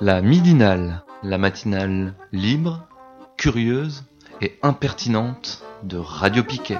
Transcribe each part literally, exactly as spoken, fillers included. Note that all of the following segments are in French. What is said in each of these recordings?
La midinale, la matinale libre, curieuse et impertinente de Radio Piquet.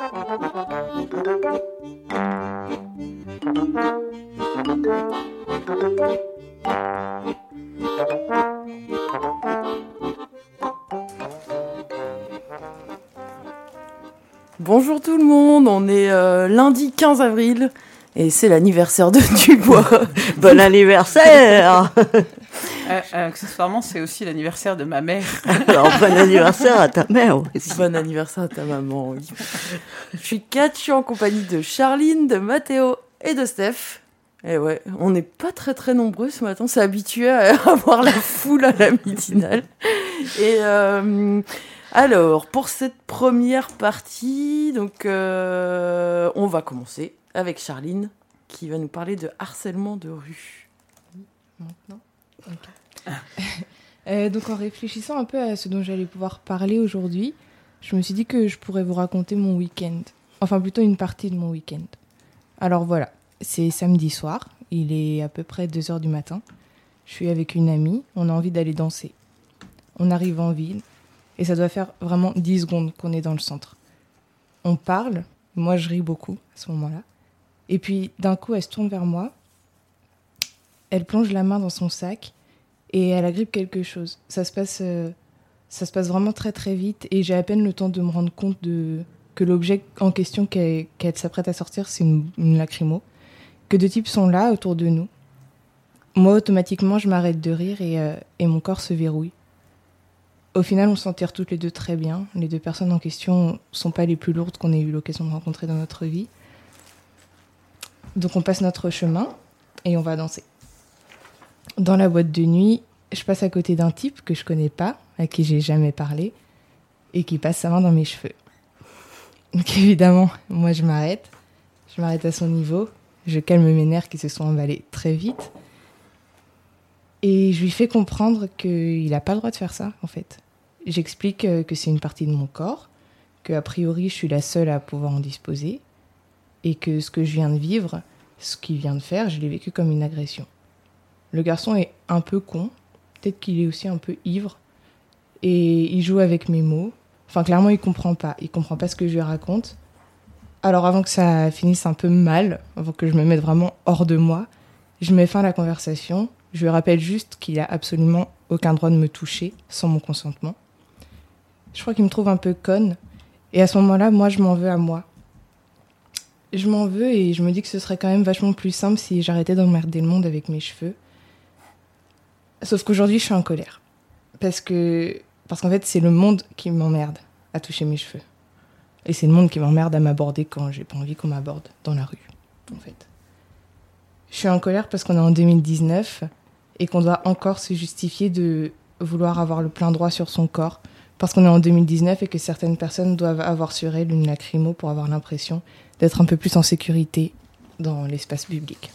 Bonjour tout le monde, on est euh, lundi quinze avril et c'est l'anniversaire de Dubois. Bon anniversaire. euh, Accessoirement, c'est aussi l'anniversaire de ma mère. Alors, bon anniversaire à ta mère aussi. Bon anniversaire à ta maman, oui. Je suis Kat, je suis en compagnie de Charline, de Mathéo et de Steph. Et ouais, on n'est pas très très nombreux ce matin, on s'est habitué à avoir la foule à la midinale. Et... Euh, Alors, pour cette première partie, donc, euh, on va commencer avec Charline, qui va nous parler de harcèlement de rue. Maintenant okay. euh, Donc, en réfléchissant un peu à ce dont j'allais pouvoir parler aujourd'hui, je me suis dit que je pourrais vous raconter mon week-end. Enfin, plutôt une partie de mon week-end. Alors voilà, c'est samedi soir, il est à peu près deux heures du matin. Je suis avec une amie, on a envie d'aller danser. On arrive en ville. Et ça doit faire vraiment dix secondes qu'on est dans le centre. On parle, moi je ris beaucoup à ce moment-là. Et puis d'un coup, elle se tourne vers moi, elle plonge la main dans son sac et elle agrippe quelque chose. Ça se passe, euh, ça se passe vraiment très très vite et j'ai à peine le temps de me rendre compte de, que l'objet en question qu'elle, qu'elle s'apprête à sortir, c'est une, une lacrymo. Que deux types sont là autour de nous. Moi, automatiquement, je m'arrête de rire et, euh, et mon corps se verrouille. Au final, on s'en tire toutes les deux très bien. Les deux personnes en question ne sont pas les plus lourdes qu'on ait eu l'occasion de rencontrer dans notre vie. Donc on passe notre chemin et on va danser. Dans la boîte de nuit, je passe à côté d'un type que je connais pas, à qui j'ai jamais parlé, et qui passe sa main dans mes cheveux. Donc évidemment, moi je m'arrête. Je m'arrête à son niveau. Je calme mes nerfs qui se sont emballés très vite. Et je lui fais comprendre qu'il n'a pas le droit de faire ça, en fait. J'explique que c'est une partie de mon corps, qu'a priori je suis la seule à pouvoir en disposer, et que ce que je viens de vivre, ce qu'il vient de faire, je l'ai vécu comme une agression. Le garçon est un peu con, peut-être qu'il est aussi un peu ivre, et il joue avec mes mots. Enfin, clairement, il comprend pas. Il comprend pas ce que je lui raconte. Alors, avant que ça finisse un peu mal, avant que je me mette vraiment hors de moi, je mets fin à la conversation. Je lui rappelle juste qu'il a absolument aucun droit de me toucher sans mon consentement. Je crois qu'il me trouve un peu conne. Et à ce moment-là, moi, je m'en veux à moi. Je m'en veux et je me dis que ce serait quand même vachement plus simple si j'arrêtais d'emmerder le monde avec mes cheveux. Sauf qu'aujourd'hui, je suis en colère. Parce que, parce qu'en fait, c'est le monde qui m'emmerde à toucher mes cheveux. Et c'est le monde qui m'emmerde à m'aborder quand j'ai pas envie qu'on m'aborde dans la rue, en fait. Je suis en colère parce qu'on est en deux mille dix-neuf et qu'on doit encore se justifier de vouloir avoir le plein droit sur son corps parce qu'on est en deux mille dix-neuf et que certaines personnes doivent avoir sur elles une lacrymo pour avoir l'impression d'être un peu plus en sécurité dans l'espace public.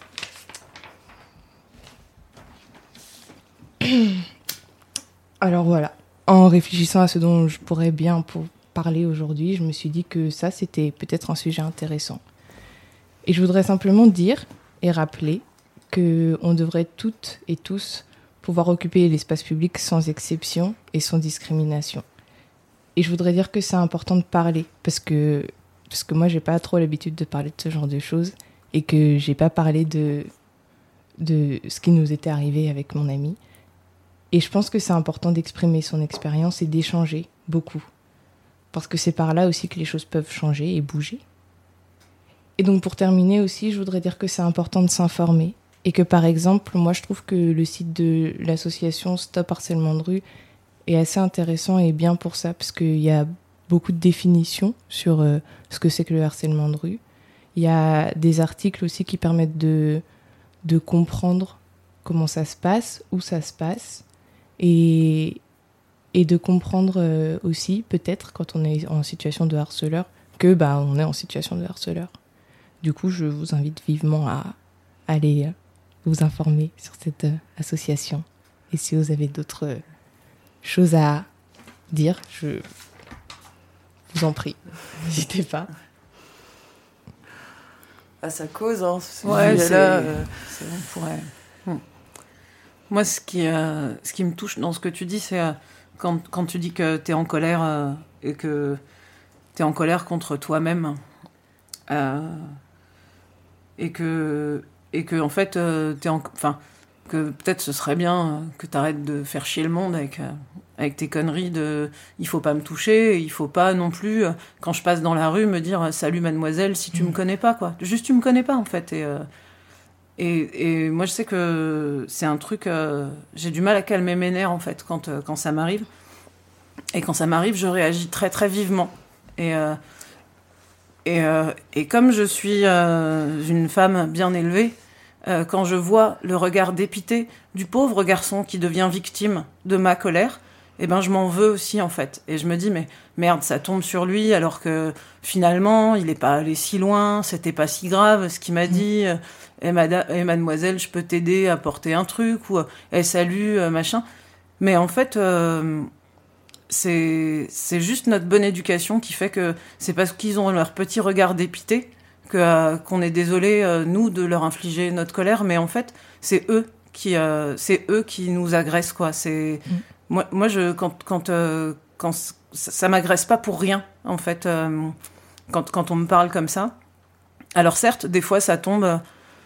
Alors voilà, en réfléchissant à ce dont je pourrais bien pour parler aujourd'hui, je me suis dit que ça, c'était peut-être un sujet intéressant. Et je voudrais simplement dire et rappeler qu'on devrait toutes et tous pouvoir occuper l'espace public sans exception et sans discrimination. Et je voudrais dire que c'est important de parler, parce que, parce que moi, j'ai pas trop l'habitude de parler de ce genre de choses, et que j'ai pas parlé de, de ce qui nous était arrivé avec mon ami. Et je pense que c'est important d'exprimer son expérience et d'échanger beaucoup. Parce que c'est par là aussi que les choses peuvent changer et bouger. Et donc pour terminer aussi, je voudrais dire que c'est important de s'informer. Et que par exemple, moi je trouve que le site de l'association Stop Harcèlement de rue est assez intéressant et bien pour ça, parce qu'il y a beaucoup de définitions sur euh, ce que c'est que le harcèlement de rue. Il y a des articles aussi qui permettent de, de comprendre comment ça se passe, où ça se passe, et, et de comprendre euh, aussi, peut-être, quand on est en situation de harceleur, que bah, on est en situation de harceleur. Du coup, je vous invite vivement à aller vous informer sur cette association. Et si vous avez d'autres choses à dire, je vous en prie, n'hésitez pas. À sa cause, hein, ce ouais, sujet-là. c'est, euh... c'est bon pour elle. Hum. Moi, ce qui, euh, ce qui me touche dans ce que tu dis, c'est euh, quand, quand tu dis que tu es en colère euh, et que tu es en colère contre toi-même euh, et que, et que en fait, euh, t'es en, enfin, que peut-être ce serait bien euh, que tu arrêtes de faire chier le monde avec, euh, avec tes conneries de « il faut pas me toucher », il faut pas non plus, euh, quand je passe dans la rue, me dire « salut mademoiselle, si tu me connais pas », quoi. Juste, tu me connais pas, en fait, et... Euh, Et, et moi, je sais que c'est un truc... Euh, j'ai du mal à calmer mes nerfs, en fait, quand, euh, quand ça m'arrive. Et quand ça m'arrive, je réagis très, très vivement. Et, euh, et, euh, et comme je suis euh, une femme bien élevée, euh, quand je vois le regard dépité du pauvre garçon qui devient victime de ma colère, eh ben, je m'en veux aussi, en fait. Et je me dis, mais merde, ça tombe sur lui, alors que finalement, il n'est pas allé si loin, c'était pas si grave, ce qu'il m'a dit... Euh, Et, mada- et mademoiselle, je peux t'aider à porter un truc, ou eh, salut, euh, machin. Mais en fait, euh, c'est, c'est juste notre bonne éducation qui fait que c'est parce qu'ils ont leur petit regard dépité que, euh, qu'on est désolé, euh, nous, de leur infliger notre colère. Mais en fait, c'est eux qui, euh, c'est eux qui nous agressent, quoi. C'est, mmh. moi, moi, je, quand, quand, euh, quand ça, ça m'agresse pas pour rien, en fait, euh, quand, quand on me parle comme ça. Alors certes, des fois, ça tombe...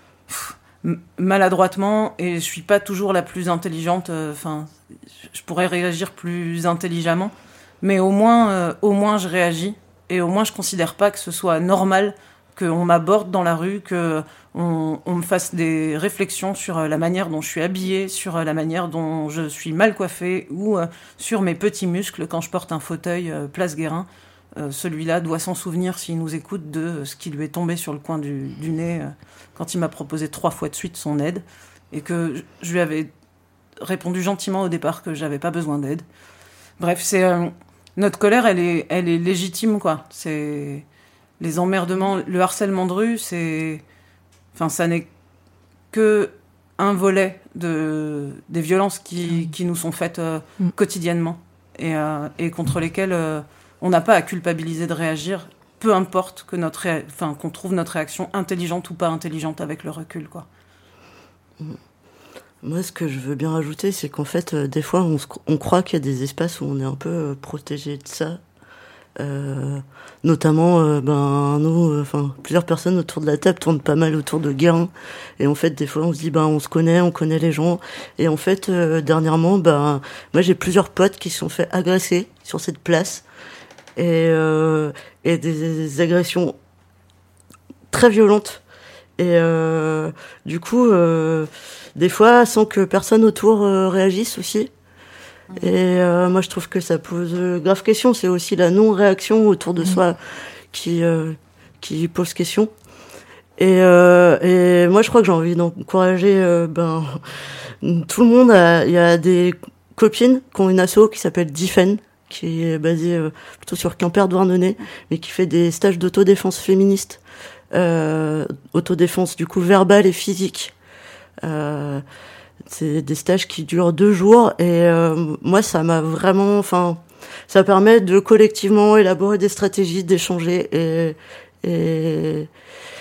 maladroitement, et je suis pas toujours la plus intelligente, enfin euh, je pourrais réagir plus intelligemment, mais au moins euh, au moins je réagis, et au moins je considère pas que ce soit normal qu'on m'aborde dans la rue, que on, on me fasse des réflexions sur la manière dont je suis habillée, sur la manière dont je suis mal coiffée, ou euh, sur mes petits muscles quand je porte un fauteuil euh, place Guérin. Euh, celui-là doit s'en souvenir, s'il nous écoute, de ce qui lui est tombé sur le coin du, du nez euh, quand il m'a proposé trois fois de suite son aide, et que je lui avais répondu gentiment au départ que j'avais pas besoin d'aide. Bref, c'est euh, notre colère, elle est, elle est légitime, quoi. C'est les emmerdements, le harcèlement de rue, c'est, enfin, ça n'est que un volet de des violences qui, qui nous sont faites euh, mm. quotidiennement, et, euh, et contre lesquelles euh, on n'a pas à culpabiliser de réagir, peu importe que notre réa- enfin, qu'on trouve notre réaction intelligente ou pas intelligente avec le recul, quoi. Moi, ce que je veux bien rajouter, c'est qu'en fait, euh, des fois, on, se, on croit qu'il y a des espaces où on est un peu euh, protégé de ça. Euh, notamment, euh, ben, nous, enfin, euh, plusieurs personnes autour de la table tournent pas mal autour de Guérin. Et en fait, des fois, on se dit, ben, on se connaît, on connaît les gens. Et en fait, euh, dernièrement, ben, moi, j'ai plusieurs potes qui se sont fait agresser sur cette place. Et, euh, et des, des agressions très violentes. Et euh, du coup, euh, des fois, sans que personne autour euh, réagisse aussi. Mmh. Et euh, moi, je trouve que ça pose euh, grave question. C'est aussi la non-réaction autour de mmh. soi qui, euh, qui pose question. Et, euh, et moi, je crois que j'ai envie d'encourager euh, ben, tout le monde. Il y a des copines qui ont une asso qui s'appelle Difen, qui est basée euh, plutôt sur Quimper-Douarnenez, mais qui fait des stages d'autodéfense féministe. Euh, autodéfense du coup verbale et physique. Euh, c'est des stages qui durent deux jours et euh, moi ça m'a vraiment, enfin ça permet de collectivement élaborer des stratégies, d'échanger et et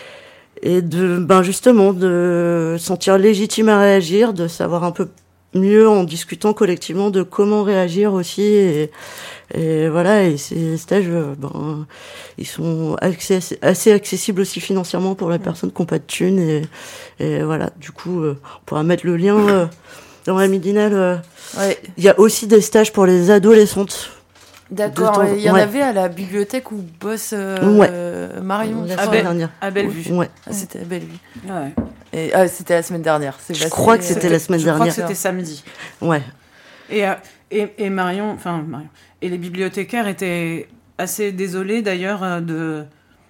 et de ben justement de sentir légitime à réagir, de savoir un peu mieux en discutant collectivement de comment réagir aussi et, et voilà. Et ces stages ben ils sont access- assez accessibles aussi financièrement pour les personnes qui n'ont pas de thunes et, et voilà, du coup euh, on pourra mettre le lien euh, dans la midinale. Euh, ouais. Il y a aussi des stages pour les adolescentes. D'accord, il y en ouais. avait à la bibliothèque où bosse euh, ouais. euh, Marion. La semaine Belle, dernière. À Bellevue. Ouais. Ah, c'était à Bellevue. Ouais. Et, ah, c'était la semaine dernière. C'est je passé, crois que c'était, c'était la semaine je dernière. Je crois que c'était samedi. Ouais. Et, euh, et, et Marion, enfin Marion, et les bibliothécaires étaient assez désolés d'ailleurs de,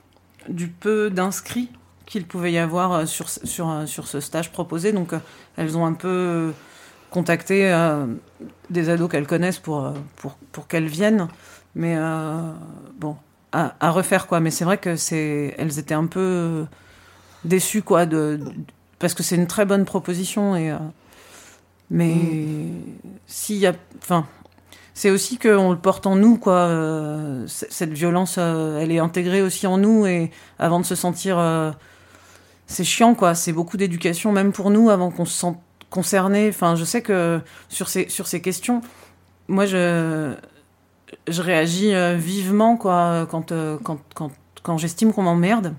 du peu d'inscrits qu'il pouvait y avoir sur, sur, sur ce stage proposé. Donc elles ont un peu contacté euh, des ados qu'elles connaissent pour, pour, pour qu'elles viennent. Mais euh, bon, à, à refaire quoi. Mais c'est vrai que c'est, elles étaient un peu déçues quoi, de, de, parce que c'est une très bonne proposition. Et, euh, mais mmh. s'il y a, enfin, c'est aussi qu'on le porte en nous quoi. Euh, cette violence, euh, elle est intégrée aussi en nous et avant de se sentir, euh, c'est chiant quoi. C'est beaucoup d'éducation même pour nous avant qu'on se sente concernée. Enfin, je sais que sur ces, sur ces questions, moi, je, je réagis euh, vivement quoi, quand, euh, quand, quand, quand j'estime qu'on m'emmerde.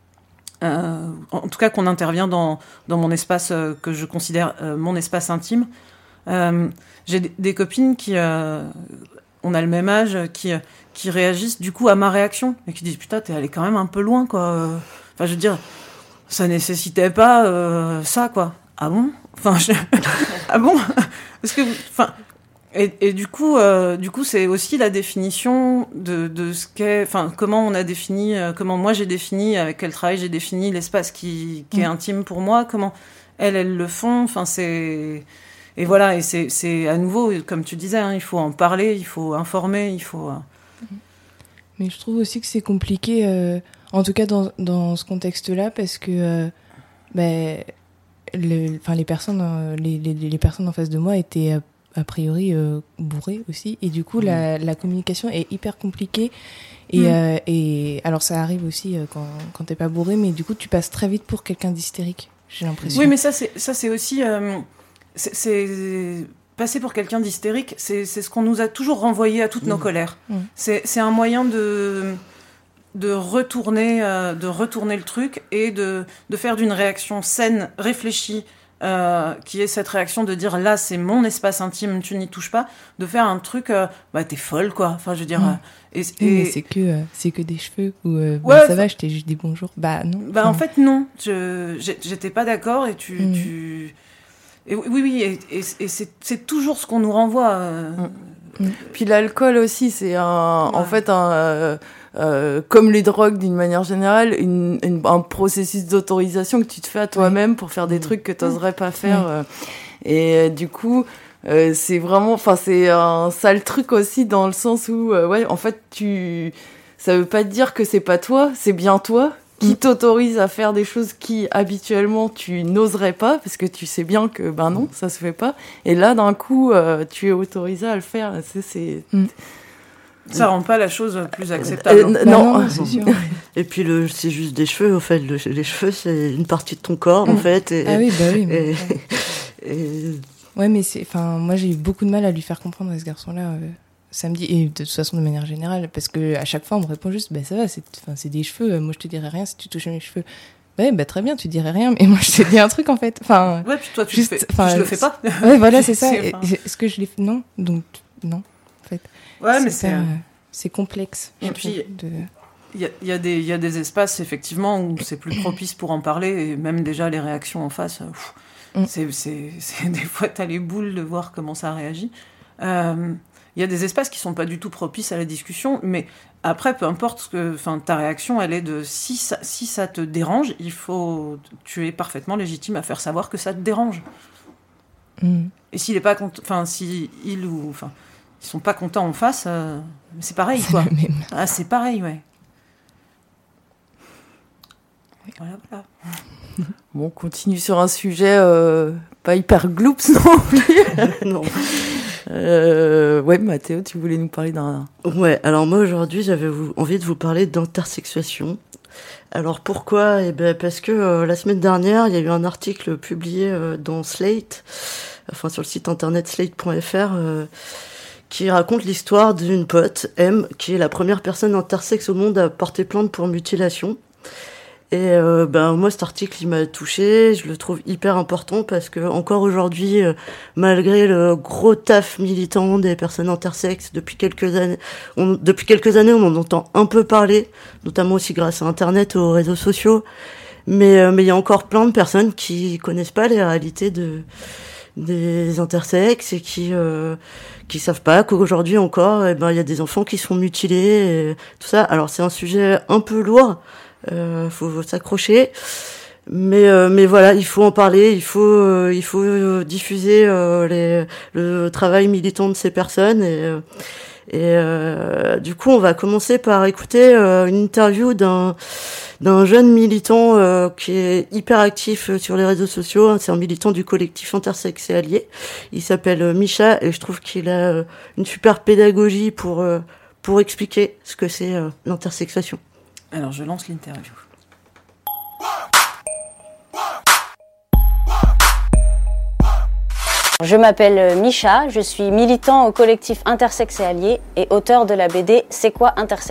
Euh, en tout cas, qu'on intervient dans, dans mon espace euh, que je considère euh, mon espace intime. Euh, j'ai d- des copines qui, euh, on a le même âge, qui, qui réagissent du coup à ma réaction et qui disent putain, t'es allé quand même un peu loin, quoi. Enfin, je veux dire, ça nécessitait pas euh, ça, quoi. Ah bon ? Enfin, je... ah bon ? Parce que, enfin, et, et du coup, euh, du coup, c'est aussi la définition de, de ce qu'est, enfin, comment on a défini, euh, comment moi j'ai défini, avec quel travail j'ai défini l'espace qui, qui mmh. est intime pour moi, comment elles, elles le font. Enfin, c'est, et voilà, et c'est, c'est à nouveau, comme tu disais, hein, il faut en parler, il faut informer, il faut. Euh... Mais je trouve aussi que c'est compliqué, euh, en tout cas dans, dans ce contexte-là, parce que, euh, ben, le, enfin, les personnes, euh, les, les, les personnes en face de moi étaient euh, a priori euh, bourrées aussi, et du coup, mmh. la, la communication est hyper compliquée. Et, mmh. euh, et alors, ça arrive aussi euh, quand, quand t'es pas bourré, mais du coup, tu passes très vite pour quelqu'un d'hystérique, j'ai l'impression. Oui, mais ça, c'est, ça, c'est aussi. Euh, c'est, c'est... Passer pour quelqu'un d'hystérique, c'est, c'est ce qu'on nous a toujours renvoyé à toutes mmh. nos colères. Mmh. C'est, c'est un moyen de, de, retourner, euh, de retourner le truc et de, de faire d'une réaction saine, réfléchie, euh, qui est cette réaction de dire là, c'est mon espace intime, tu n'y touches pas, de faire un truc, euh, bah t'es folle, quoi. Enfin, je veux dire. Mmh. Et, et... et... Mais c'est que, euh, c'est que des cheveux ou euh, ouais, bah, ça va, je t'ai juste dit bonjour. Bah non. Bah enfin... en fait, non. Je, j'étais pas d'accord et tu. Mmh. tu... Et oui, oui, et, et, et c'est, c'est toujours ce qu'on nous renvoie. Euh... Mmh. Puis l'alcool aussi, c'est un, ouais. en fait un, euh, euh, comme les drogues d'une manière générale, une, une, un processus d'autorisation que tu te fais à toi-même pour faire des mmh. trucs que t'oserais pas faire. Mmh. Euh, et euh, du coup, euh, c'est vraiment, enfin c'est un sale truc aussi dans le sens où, euh, ouais, en fait tu, ça veut pas dire que c'est pas toi, c'est bien toi. Qui t'autorise à faire des choses qui, habituellement, tu n'oserais pas, parce que tu sais bien que, ben non, ça se fait pas. Et là, d'un coup, euh, tu es autorisé à le faire. C'est, c'est... Mm. Ça rend pas la chose plus acceptable. Euh, non, non, c'est sûr. Et puis, le, c'est juste des cheveux, en fait. Le, les cheveux, c'est une partie de ton corps, mm. en fait. Et, ah oui, bah oui. Mais... Et, et... Ouais, mais c'est, enfin, moi, j'ai eu beaucoup de mal à lui faire comprendre à ce garçon-là. Euh... samedi, et de toute façon de manière générale, parce que à chaque fois on me répond juste bah ça va, c'est, c'est des cheveux, moi je te dirais rien si tu touches mes cheveux. Ouais, bah très bien, tu dirais rien, mais moi je te dis un truc en fait. Enfin, ouais, puis toi tu juste, le fais, je le fais pas. Ouais, voilà, c'est ça. c'est, et, est-ce que je l'ai fait? Non, donc non, en fait. Ouais, c'est mais c'est, pas, c'est complexe. Et puis de... il y a, y a des, il y a des espaces effectivement où c'est plus propice pour en parler, et même déjà les réactions en face, pff, mm. c'est, c'est, c'est des fois t'as les boules de voir comment ça réagit. Euh, Il y a des espaces qui sont pas du tout propices à la discussion, mais après, peu importe ce que, enfin, ta réaction, elle est de si ça, si ça te dérange, il faut, tu es parfaitement légitime à faire savoir que ça te dérange. Mm. Et s'il est pas content, enfin, si il ou, enfin, ils sont pas contents en face, euh, c'est pareil, c'est quoi. La même. Ah, c'est pareil, ouais. Voilà, voilà. Bon, on continue sur un sujet euh, pas hyper gloops non plus. Non. Euh, ouais, Mathéo, tu voulais nous parler d'un... Ouais, alors moi aujourd'hui j'avais vous, envie de vous parler d'intersexuation. Alors pourquoi ? Eh ben parce que euh, la semaine dernière, il y a eu un article publié euh, dans Slate, enfin sur le site internet slate point f r, euh, qui raconte l'histoire d'une pote, M, qui est la première personne intersexe au monde à porter plainte pour mutilation. Et euh, ben moi cet article il m'a touchée, je le trouve hyper important parce que encore aujourd'hui, euh, malgré le gros taf militant des personnes intersexes depuis quelques années, on, depuis quelques années on en entend un peu parler, notamment aussi grâce à Internet, aux réseaux sociaux, mais euh, mais il y a encore plein de personnes qui connaissent pas les réalités de des intersexes et qui euh, qui savent pas qu'aujourd'hui encore, eh ben il y a des enfants qui sont mutilés, et tout ça. Alors c'est un sujet un peu lourd. Euh, faut s'accrocher, mais euh, mais voilà, il faut en parler, il faut euh, il faut euh, diffuser euh, les, le travail militant de ces personnes et euh, et euh, du coup on va commencer par écouter euh, une interview d'un d'un jeune militant euh, qui est hyper actif sur les réseaux sociaux. C'est un militant du collectif Intersexe et Alliés. Il s'appelle Misha et je trouve qu'il a euh, une super pédagogie pour euh, pour expliquer ce que c'est euh, l'intersexuation. Alors, je lance l'interview. Je m'appelle Micha, je suis militant au collectif Intersexe et Alliés et auteur de la B D C'est quoi Intersexe ?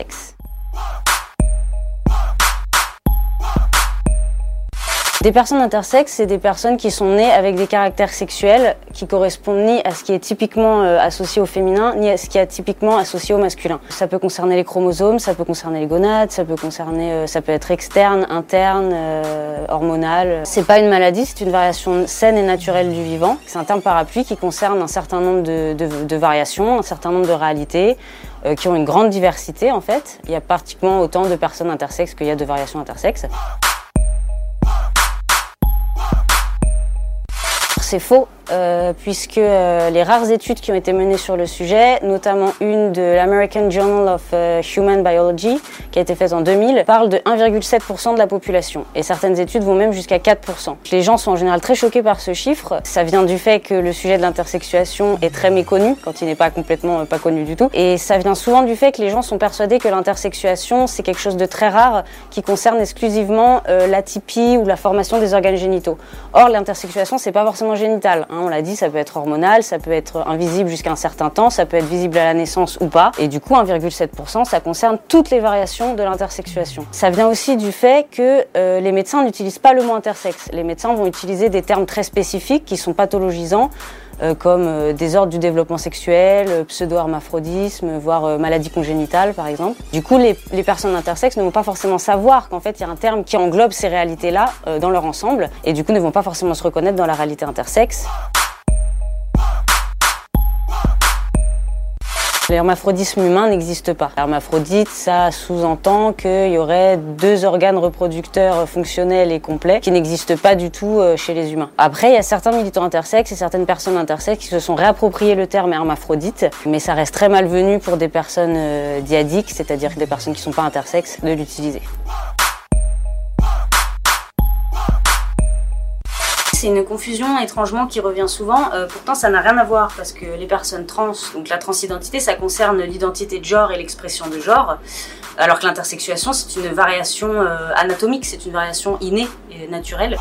Des personnes intersexes, c'est des personnes qui sont nées avec des caractères sexuels qui correspondent ni à ce qui est typiquement euh, associé au féminin, ni à ce qui est typiquement associé au masculin. Ça peut concerner les chromosomes, ça peut concerner les gonades, ça peut concerner, euh, ça peut être externe, interne, euh, hormonal. C'est pas une maladie, c'est une variation saine et naturelle du vivant. C'est un terme parapluie qui concerne un certain nombre de, de, de variations, un certain nombre de réalités, euh, qui ont une grande diversité en fait. Il y a pratiquement autant de personnes intersexes qu'il y a de variations intersexes. C'est faux, euh, puisque euh, les rares études qui ont été menées sur le sujet, notamment une de l'American Journal of uh, Human Biology, qui a été faite en deux mille, parle de un virgule sept pour cent de la population. Et certaines études vont même jusqu'à quatre pour cent. Les gens sont en général très choqués par ce chiffre. Ça vient du fait que le sujet de l'intersexuation est très méconnu, quand il n'est pas complètement euh, pas connu du tout. Et ça vient souvent du fait que les gens sont persuadés que l'intersexuation, c'est quelque chose de très rare, qui concerne exclusivement euh, l'atypie ou la formation des organes génitaux. Or, l'intersexuation, c'est pas forcément génitale, hein, on l'a dit, ça peut être hormonal, ça peut être invisible jusqu'à un certain temps, ça peut être visible à la naissance ou pas, et du coup un virgule sept pour cent ça concerne toutes les variations de l'intersexuation. Ça vient aussi du fait que euh, les médecins n'utilisent pas le mot intersexe, les médecins vont utiliser des termes très spécifiques qui sont pathologisants, Euh, comme euh, désordre du développement sexuel, euh, pseudo-hermaphrodisme, voire euh, maladie congénitale par exemple. Du coup, les, les personnes intersexes ne vont pas forcément savoir qu'en fait il y a un terme qui englobe ces réalités-là euh, dans leur ensemble, et du coup ne vont pas forcément se reconnaître dans la réalité intersexe. L'hermaphrodisme humain n'existe pas. L'hermaphrodite, ça sous-entend qu'il y aurait deux organes reproducteurs fonctionnels et complets qui n'existent pas du tout chez les humains. Après, il y a certains militants intersexes et certaines personnes intersexes qui se sont réappropriés le terme hermaphrodite, mais ça reste très malvenu pour des personnes diadiques, c'est-à-dire des personnes qui ne sont pas intersexes, de l'utiliser. C'est une confusion étrangement qui revient souvent, euh, pourtant ça n'a rien à voir parce que les personnes trans, donc la transidentité, ça concerne l'identité de genre et l'expression de genre, alors que l'intersexuation c'est une variation euh, anatomique, c'est une variation innée et naturelle.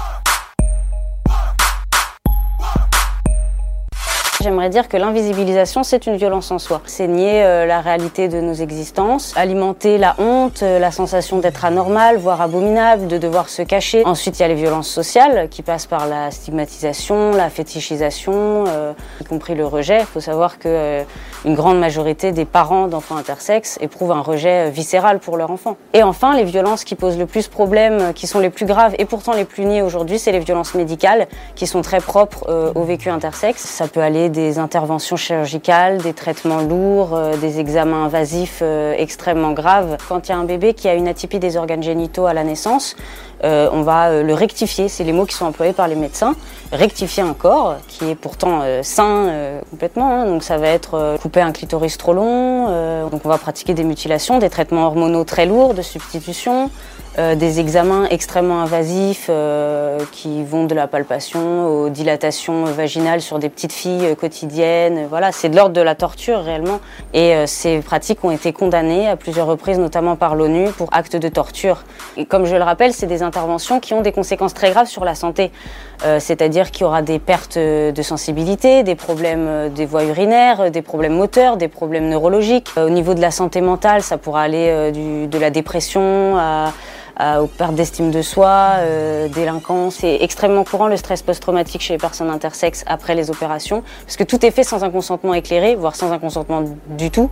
J'aimerais dire que l'invisibilisation, c'est une violence en soi. C'est nier euh, la réalité de nos existences, alimenter la honte, euh, la sensation d'être anormal, voire abominable, de devoir se cacher. Ensuite, il y a les violences sociales qui passent par la stigmatisation, la fétichisation, euh, y compris le rejet. Il faut savoir que euh, une grande majorité des parents d'enfants intersexes éprouvent un rejet viscéral pour leur enfant. Et enfin, les violences qui posent le plus problème, qui sont les plus graves et pourtant les plus niées aujourd'hui, c'est les violences médicales qui sont très propres euh, au vécu intersexe. Ça peut aller des interventions chirurgicales, des traitements lourds, euh, des examens invasifs euh, extrêmement graves. Quand il y a un bébé qui a une atypie des organes génitaux à la naissance, euh, on va euh, le rectifier, c'est les mots qui sont employés par les médecins. Rectifier un corps qui est pourtant euh, sain euh, complètement, hein, donc ça va être euh, couper un clitoris trop long, euh, donc on va pratiquer des mutilations, des traitements hormonaux très lourds de substitution, Euh, des examens extrêmement invasifs euh, qui vont de la palpation aux dilatations vaginales sur des petites filles euh, quotidiennes. Voilà, c'est de l'ordre de la torture réellement. Et euh, ces pratiques ont été condamnées à plusieurs reprises, notamment par l'ONU, pour actes de torture. Et comme je le rappelle, c'est des interventions qui ont des conséquences très graves sur la santé. Euh, c'est-à-dire qu'il y aura des pertes de sensibilité, des problèmes des voies urinaires, des problèmes moteurs, des problèmes neurologiques. Euh, au niveau de la santé mentale, ça pourra aller euh, du, de la dépression à Euh, aux pertes d'estime de soi, euh, délinquance. C'est extrêmement courant le stress post-traumatique chez les personnes intersexes après les opérations, parce que tout est fait sans un consentement éclairé, voire sans un consentement du tout.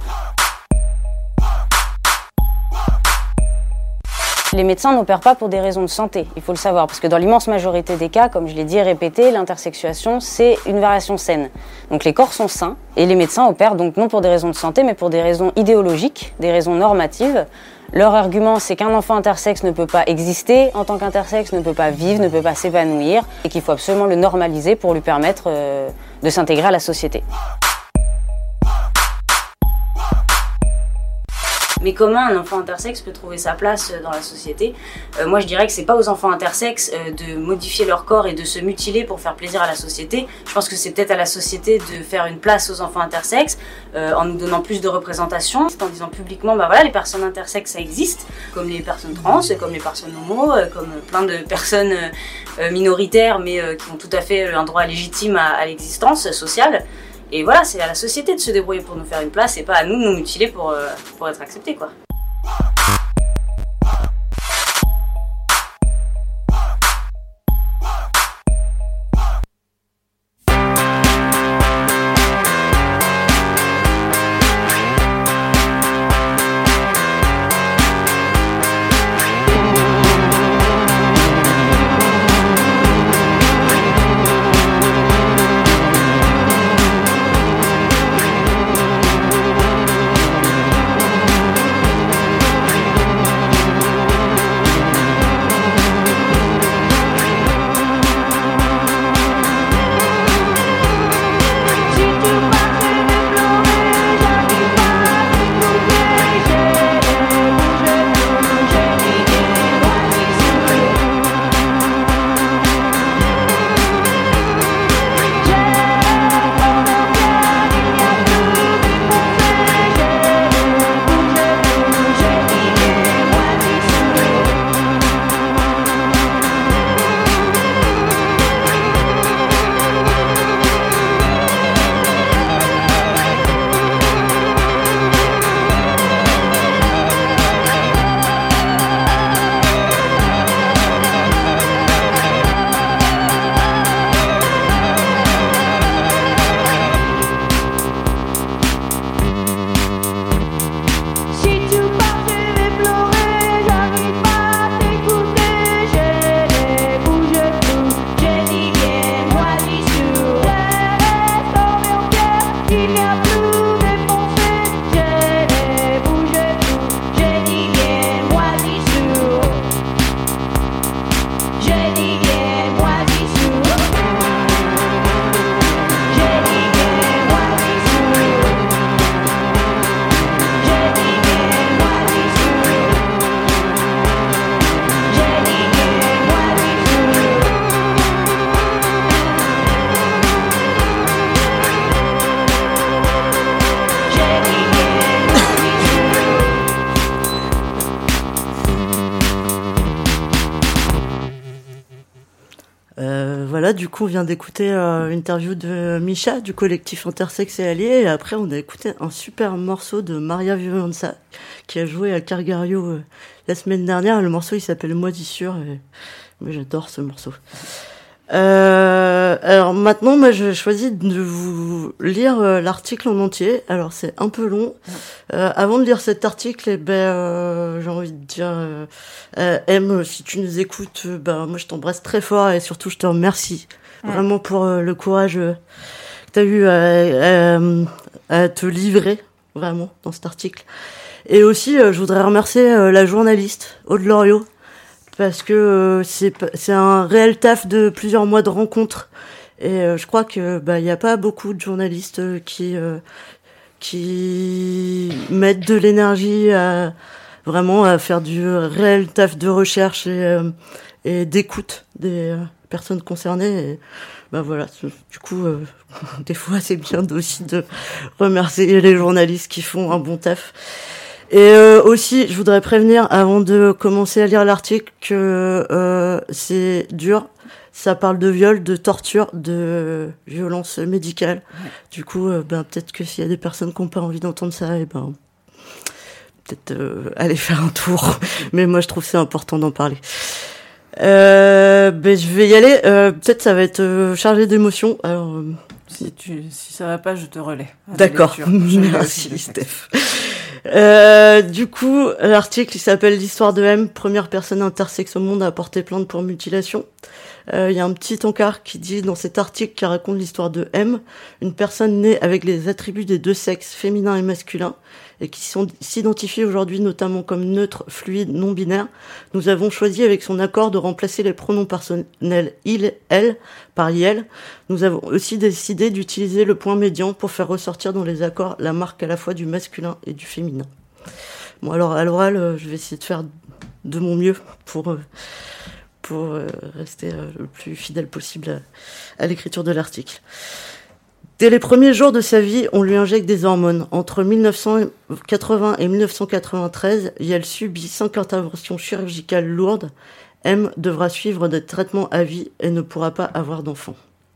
Les médecins n'opèrent pas pour des raisons de santé, il faut le savoir, parce que dans l'immense majorité des cas, comme je l'ai dit et répété, l'intersexuation, c'est une variation saine. Donc les corps sont sains, et les médecins opèrent donc non pour des raisons de santé, mais pour des raisons idéologiques, des raisons normatives. Leur argument, c'est qu'un enfant intersexe ne peut pas exister en tant qu'intersexe, ne peut pas vivre, ne peut pas s'épanouir, et qu'il faut absolument le normaliser pour lui permettre euh, de s'intégrer à la société. Mais comment un enfant intersexe peut trouver sa place dans la société ? euh, Moi je dirais que c'est pas aux enfants intersexes euh, de modifier leur corps et de se mutiler pour faire plaisir à la société. Je pense que c'est peut-être à la société de faire une place aux enfants intersexes euh, en nous donnant plus de représentation, en disant publiquement bah voilà, les personnes intersexes ça existe, comme les personnes trans, comme les personnes homo, euh, comme plein de personnes euh, minoritaires mais euh, qui ont tout à fait un droit légitime à, à l'existence sociale. Et voilà, c'est à la société de se débrouiller pour nous faire une place et pas à nous de nous mutiler pour, euh, pour être acceptés, quoi. Voilà, du coup, on vient d'écouter euh, une interview de Misha du collectif Intersexe et Alliés, et après, on a écouté un super morceau de Maria Violenza qui a joué à Cargario euh, la semaine dernière. Le morceau, il s'appelle Moisissure, et moi, j'adore ce morceau. Euh, alors maintenant, moi, je choisis de vous lire euh, l'article en entier. Alors, c'est un peu long. Euh, avant de lire cet article, eh ben, euh, j'ai envie de dire, euh, euh, M, si tu nous écoutes, euh, ben, moi, je t'embrasse très fort et surtout, je te remercie ouais. vraiment pour euh, le courage euh, que t'as eu à, à, à te livrer, vraiment, dans cet article. Et aussi, euh, je voudrais remercier euh, la journaliste Aude Loriot, parce que euh, c'est c'est un réel taf de plusieurs mois de rencontres, et euh, je crois que bah il y a pas beaucoup de journalistes euh, qui euh, qui mettent de l'énergie à vraiment à faire du réel taf de recherche et euh, et d'écoute des euh, personnes concernées. Et, bah voilà, du coup euh, des fois c'est bien aussi de remercier les journalistes qui font un bon taf. Et euh, aussi, je voudrais prévenir, avant de commencer à lire l'article, que euh, c'est dur. Ça parle de viol, de torture, de violence médicale. Ouais. Du coup, euh, ben, peut-être que s'il y a des personnes qui n'ont pas envie d'entendre ça, et ben, peut-être euh, aller faire un tour. Mais moi, je trouve que c'est important d'en parler. Euh, ben, je vais y aller. Euh, peut-être ça va être euh, chargé d'émotions. Alors, euh, si, tu, si ça va pas, je te relais. D'accord. Merci, Steph. Euh, du coup, l'article, il s'appelle l'histoire de M, première personne intersexe au monde à porter plainte pour mutilation. Il euh, y a un petit encart qui dit dans cet article qui raconte l'histoire de M, une personne née avec les attributs des deux sexes, féminin et masculin, et qui sont, s'identifie aujourd'hui notamment comme neutre, fluide, non-binaire. Nous avons choisi avec son accord de remplacer les pronoms personnels il, elle par yel. Nous avons aussi décidé d'utiliser le point médian pour faire ressortir dans les accords la marque à la fois du masculin et du féminin. Bon, alors, à l'oral, euh, je vais essayer de faire de mon mieux pour, euh, pour euh, rester euh, le plus fidèle possible à, à l'écriture de l'article. Dès les premiers jours de sa vie, on lui injecte des hormones. Entre mille neuf cent quatre-vingts et mille neuf cent quatre-vingt-treize, et elle subit cinq interventions chirurgicales lourdes. M devra suivre des traitements à vie et ne pourra pas avoir d'enfant.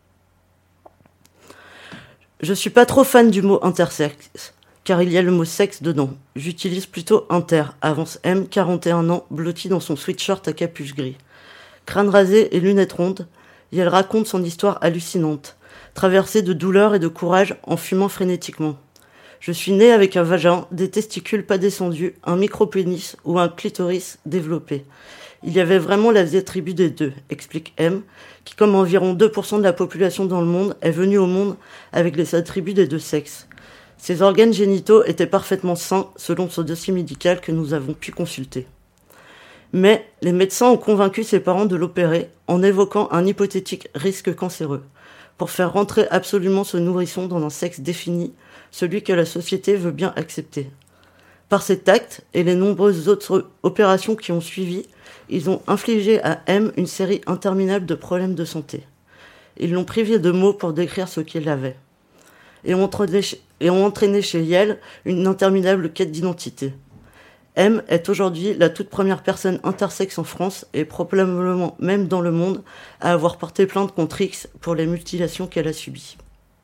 Je suis pas trop fan du mot intersexe, car il y a le mot sexe dedans. J'utilise plutôt inter, avance M, quarante et un ans, blotti dans son sweatshirt à capuche gris. Crâne rasé et lunettes rondes, et elle raconte son histoire hallucinante, traversée de douleur et de courage en fumant frénétiquement. Je suis née avec un vagin, des testicules pas descendus, un micro-pénis ou un clitoris développé. Il y avait vraiment la attribut des deux, explique M, qui, comme environ deux pour cent de la population dans le monde, est venue au monde avec les attributs des deux sexes. Ses organes génitaux étaient parfaitement sains, selon ce dossier médical que nous avons pu consulter. Mais les médecins ont convaincu ses parents de l'opérer en évoquant un hypothétique risque cancéreux, pour faire rentrer absolument ce nourrisson dans un sexe défini, celui que la société veut bien accepter. Par cet acte et les nombreuses autres opérations qui ont suivi, ils ont infligé à M une série interminable de problèmes de santé. Ils l'ont privé de mots pour décrire ce qu'il avait. Et ont entraîné, et ont entraîné chez Yale une interminable quête d'identité. M est aujourd'hui la toute première personne intersexe en France et probablement même dans le monde à avoir porté plainte contre X pour les mutilations qu'elle a subies.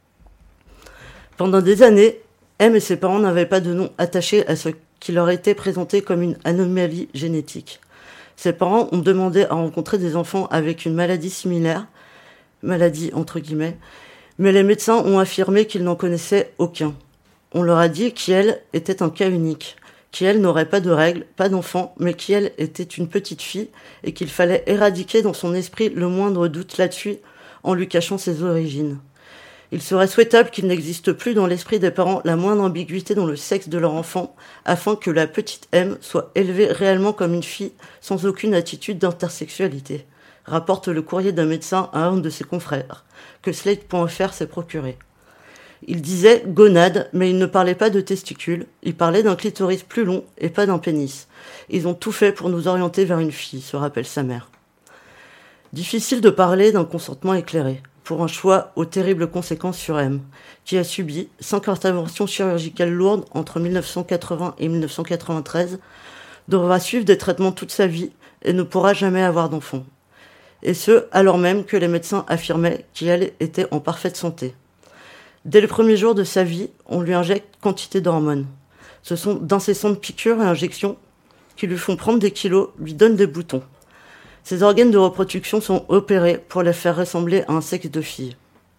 Pendant des années, M et ses parents n'avaient pas de nom attaché à ce qui leur était présenté comme une anomalie génétique. Ses parents ont demandé à rencontrer des enfants avec une maladie similaire, maladie entre guillemets, mais les médecins ont affirmé qu'ils n'en connaissaient aucun. On leur a dit qu'elle était un cas unique, qu'elle n'aurait pas de règles, pas d'enfant, mais qu'elle était une petite fille et qu'il fallait éradiquer dans son esprit le moindre doute là-dessus en lui cachant ses origines. Il serait souhaitable qu'il n'existe plus dans l'esprit des parents la moindre ambiguïté dans le sexe de leur enfant, afin que la petite M soit élevée réellement comme une fille, sans aucune attitude d'intersexualité, rapporte le courrier d'un médecin à un de ses confrères, que Slate point F R s'est procuré. Il disait « gonade », mais il ne parlait pas de testicules, il parlait d'un clitoris plus long et pas d'un pénis. Ils ont tout fait pour nous orienter vers une fille, se rappelle sa mère. Difficile de parler d'un consentement éclairé, pour un choix aux terribles conséquences sur M, qui a subi cinq interventions chirurgicales lourdes entre mille neuf cent quatre-vingts et mille neuf cent quatre-vingt-treize, devra suivre des traitements toute sa vie et ne pourra jamais avoir d'enfant. Et ce, alors même que les médecins affirmaient qu'elle était en parfaite santé. Dès le premier jour de sa vie, on lui injecte quantité d'hormones. Ce sont d'incessantes piqûres et injections qui lui font prendre des kilos, lui donnent des boutons. Ses organes de reproduction sont opérés pour les faire ressembler à un sexe de fille.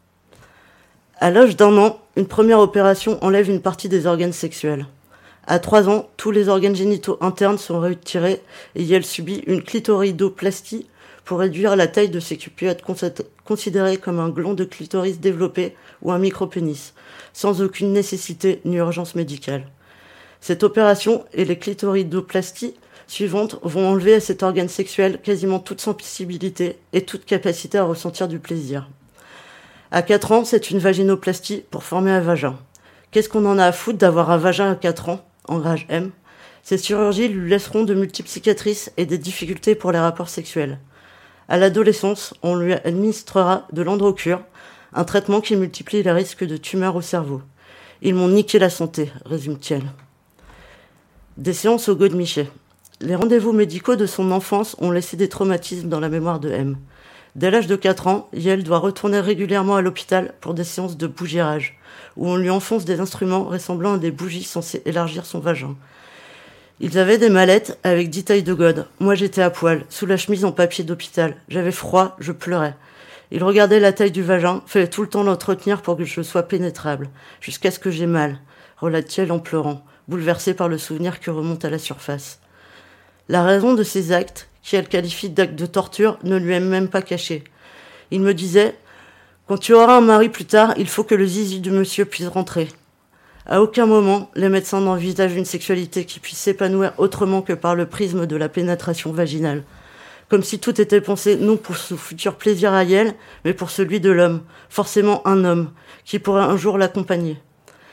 À l'âge d'un an, une première opération enlève une partie des organes sexuels. À trois ans, tous les organes génitaux internes sont retirés et elle subit une clitoridoplastie pour réduire la taille de ce qui peut être considéré comme un gland de clitoris développé ou un micropénis, sans aucune nécessité ni urgence médicale. Cette opération et les clitoridoplasties suivantes vont enlever à cet organe sexuel quasiment toute sensibilité et toute capacité à ressentir du plaisir. À quatre ans, c'est une vaginoplastie pour former un vagin. Qu'est-ce qu'on en a à foutre d'avoir un vagin à quatre ans, engage M. Ces chirurgies lui laisseront de multiples cicatrices et des difficultés pour les rapports sexuels. À l'adolescence, on lui administrera de l'androcure, un traitement qui multiplie les risques de tumeurs au cerveau. Ils m'ont niqué la santé, résume-t-elle. Des séances au Godemichet. Les rendez-vous médicaux de son enfance ont laissé des traumatismes dans la mémoire de M. Dès l'âge de quatre ans, Yael doit retourner régulièrement à l'hôpital pour des séances de bougérage, où on lui enfonce des instruments ressemblant à des bougies censées élargir son vagin. Ils avaient des mallettes avec dix tailles de gode. Moi j'étais à poil, sous la chemise en papier d'hôpital. J'avais froid, je pleurais. Ils regardaient la taille du vagin, fallait tout le temps l'entretenir pour que je sois pénétrable, jusqu'à ce que j'ai mal, relate-t-elle en pleurant, bouleversée par le souvenir qui remonte à la surface. La raison de ces actes, qu'elle qualifie d'actes de torture, ne lui est même pas cachée. Il me disait « Quand tu auras un mari plus tard, il faut que le zizi du monsieur puisse rentrer. » À aucun moment, les médecins n'envisagent une sexualité qui puisse s'épanouir autrement que par le prisme de la pénétration vaginale. Comme si tout était pensé non pour son futur plaisir à elle, mais pour celui de l'homme, forcément un homme, qui pourrait un jour l'accompagner.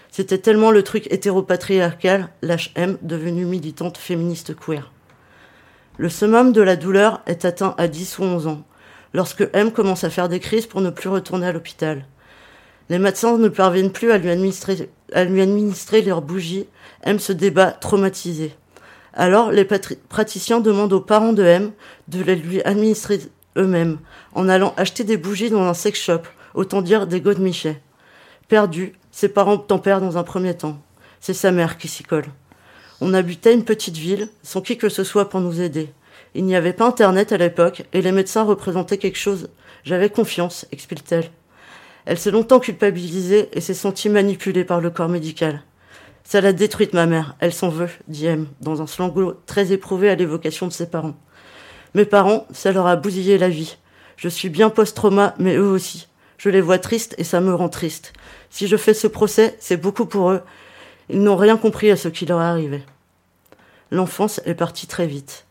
C'était tellement le truc hétéropatriarcal, lâche M, devenue militante féministe queer. Le summum de la douleur est atteint à dix ou onze ans, lorsque M commence à faire des crises pour ne plus retourner à l'hôpital. Les médecins ne parviennent plus à lui administrer, à lui administrer leurs bougies. M se débat, traumatisé. Alors, les patri- praticiens demandent aux parents de M de les lui administrer eux-mêmes, en allant acheter des bougies dans un sex shop, autant dire des godemichets. Perdu, ses parents tempèrent dans un premier temps. C'est sa mère qui s'y colle. On habitait une petite ville, sans qui que ce soit pour nous aider. Il n'y avait pas Internet à l'époque, et les médecins représentaient quelque chose. J'avais confiance, explique-t-elle. Elle s'est longtemps culpabilisée et s'est sentie manipulée par le corps médical. Ça l'a détruite, ma mère. Elle s'en veut, dit M, dans un slangot très éprouvé à l'évocation de ses parents. Mes parents, ça leur a bousillé la vie. Je suis bien post-trauma, mais eux aussi. Je les vois tristes et ça me rend triste. Si je fais ce procès, c'est beaucoup pour eux. Ils n'ont rien compris à ce qui leur est arrivé. L'enfance est partie très vite.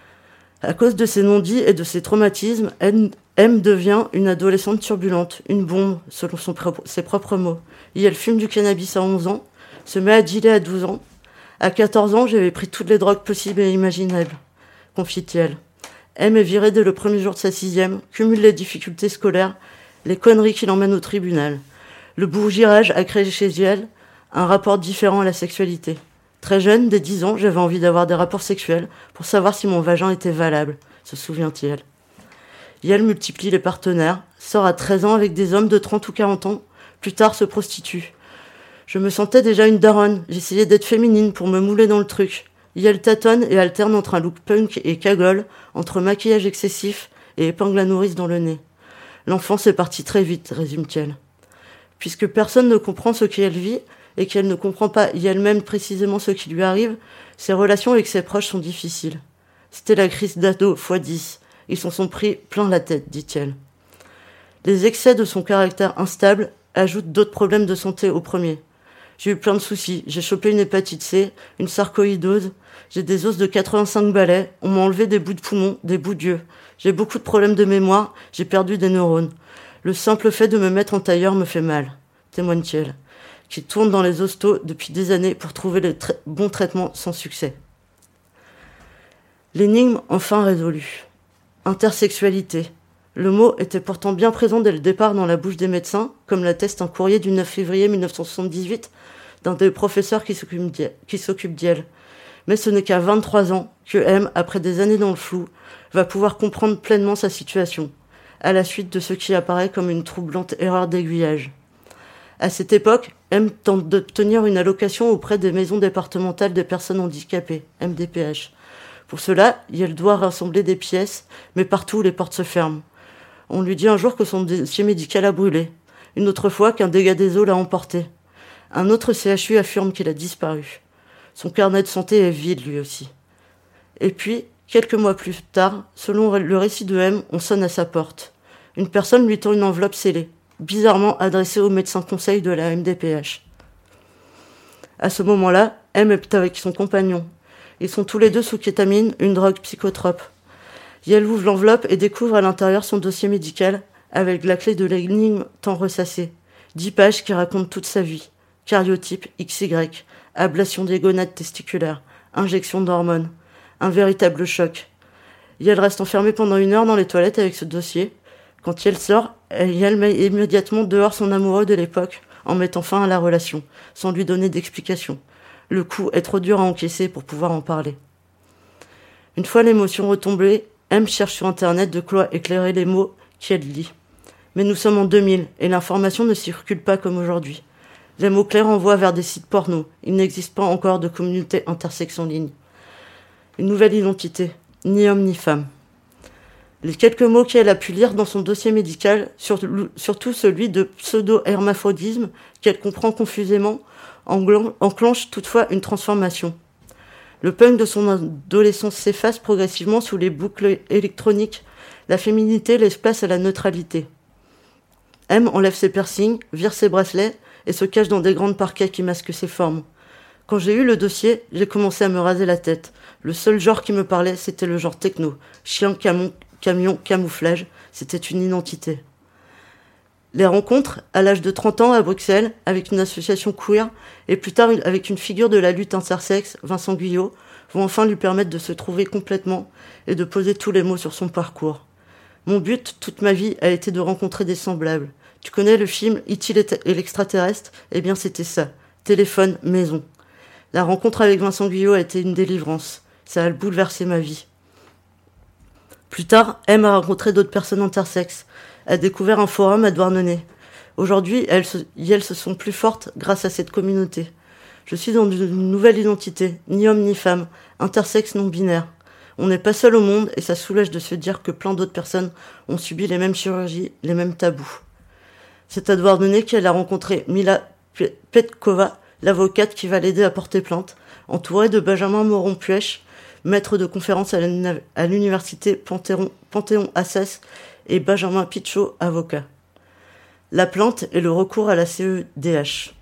À cause de ses non-dits et de ses traumatismes, M, M devient une adolescente turbulente, une bombe, selon son propre, ses propres mots. Et elle fume du cannabis à onze ans, se met à dealer à douze ans. À quatorze ans, j'avais pris toutes les drogues possibles et imaginables, confie-t-elle. M est virée dès le premier jour de sa sixième, cumule les difficultés scolaires, les conneries qui l'emmènent au tribunal. Le bourgirage a créé chez elle un rapport différent à la sexualité. Très jeune, dès dix ans, j'avais envie d'avoir des rapports sexuels pour savoir si mon vagin était valable, se souvient-il. Yael multiplie les partenaires, sort à treize ans avec des hommes de trente ou quarante ans, plus tard se prostitue. Je me sentais déjà une daronne, j'essayais d'être féminine pour me mouler dans le truc. Yael tâtonne et alterne entre un look punk et cagole, entre maquillage excessif et épingle à nourrice dans le nez. L'enfance est partie très vite, résume-t-elle. Puisque personne ne comprend ce qu'elle vit, et qu'elle ne comprend pas elle-même précisément ce qui lui arrive, ses relations avec ses proches sont difficiles. C'était la crise d'ado fois dix. Ils s'en sont pris plein la tête, dit-elle. Les excès de son caractère instable ajoutent d'autres problèmes de santé au premier. J'ai eu plein de soucis. J'ai chopé une hépatite C, une sarcoïdose, j'ai des os de quatre-vingt-cinq balais, on m'a enlevé des bouts de poumon, des bouts d'yeux. J'ai beaucoup de problèmes de mémoire, j'ai perdu des neurones. Le simple fait de me mettre en tailleur me fait mal, témoigne-t-elle, qui tourne dans les hostos depuis des années pour trouver le tra- bon traitement sans succès. L'énigme enfin résolue. Intersexualité. Le mot était pourtant bien présent dès le départ dans la bouche des médecins, comme l'atteste un courrier du neuf février mille neuf cent soixante-dix-huit d'un des professeurs qui s'occupe d'elle. Qui s'occupe d'elle. Mais ce n'est qu'à vingt-trois ans que M, après des années dans le flou, va pouvoir comprendre pleinement sa situation, à la suite de ce qui apparaît comme une troublante erreur d'aiguillage. À cette époque, M tente d'obtenir une allocation auprès des maisons départementales des personnes handicapées, M D P H. Pour cela, elle doit rassembler des pièces, mais partout les portes se ferment. On lui dit un jour que son dossier médical a brûlé, une autre fois qu'un dégât des eaux l'a emporté. Un autre C H U affirme qu'il a disparu. Son carnet de santé est vide lui aussi. Et puis, quelques mois plus tard, selon le récit de M, on sonne à sa porte. Une personne lui tend une enveloppe scellée, bizarrement adressée au médecin conseil de la M D P H. À ce moment-là, M est avec son compagnon. Ils sont tous les deux sous kétamine, une drogue psychotrope. Yael ouvre l'enveloppe et découvre à l'intérieur son dossier médical avec la clé de l'énigme tant ressassée. Dix pages qui racontent toute sa vie. Cariotype X Y, ablation des gonades testiculaires, injection d'hormones. Un véritable choc. Yael reste enfermée pendant une heure dans les toilettes avec ce dossier. Quand Yael sort, Yael met immédiatement dehors son amoureux de l'époque en mettant fin à la relation, sans lui donner d'explication. Le coup est trop dur à encaisser pour pouvoir en parler. Une fois l'émotion retombée, M cherche sur Internet de quoi éclairer les mots qu'elle lit. Mais nous sommes en deux mille et l'information ne circule pas comme aujourd'hui. Les mots-clés renvoient vers des sites porno. Il n'existe pas encore de communauté intersexe en ligne. Une nouvelle identité, ni homme ni femme. Les quelques mots qu'elle a pu lire dans son dossier médical, surtout celui de pseudo-hermaphrodisme qu'elle comprend confusément, enclenchent toutefois une transformation. Le punk de son adolescence s'efface progressivement sous les boucles électroniques. La féminité laisse place à la neutralité. M enlève ses piercings, vire ses bracelets et se cache dans des grandes parquets qui masquent ses formes. Quand j'ai eu le dossier, j'ai commencé à me raser la tête. Le seul genre qui me parlait, c'était le genre techno. Chien, camion, camion, camouflage, c'était une identité. Les rencontres, à l'âge de trente ans à Bruxelles, avec une association queer, et plus tard avec une figure de la lutte intersexe, Vincent Guyot, vont enfin lui permettre de se trouver complètement et de poser tous les mots sur son parcours. Mon but, toute ma vie, a été de rencontrer des semblables. Tu connais le film E T et l'extraterrestre ? Eh bien, c'était ça. Téléphone, maison. La rencontre avec Vincent Guyot a été une délivrance. Ça a bouleversé ma vie. Plus tard, M a rencontré d'autres personnes intersexes, a découvert un forum à Douarnenez. Aujourd'hui, elles se, elles se sont plus fortes grâce à cette communauté. Je suis dans une nouvelle identité, ni homme ni femme, intersexe non binaire. On n'est pas seul au monde et ça soulage de se dire que plein d'autres personnes ont subi les mêmes chirurgies, les mêmes tabous. C'est à Douarnenez qu'elle a rencontré Mila Petkova, l'avocate qui va l'aider à porter plainte, entourée de Benjamin Moron-Puech, maître de conférence à l'université Panthéon-Assas, et Benjamin Pichot, avocat. La plainte est le recours à la C E D H.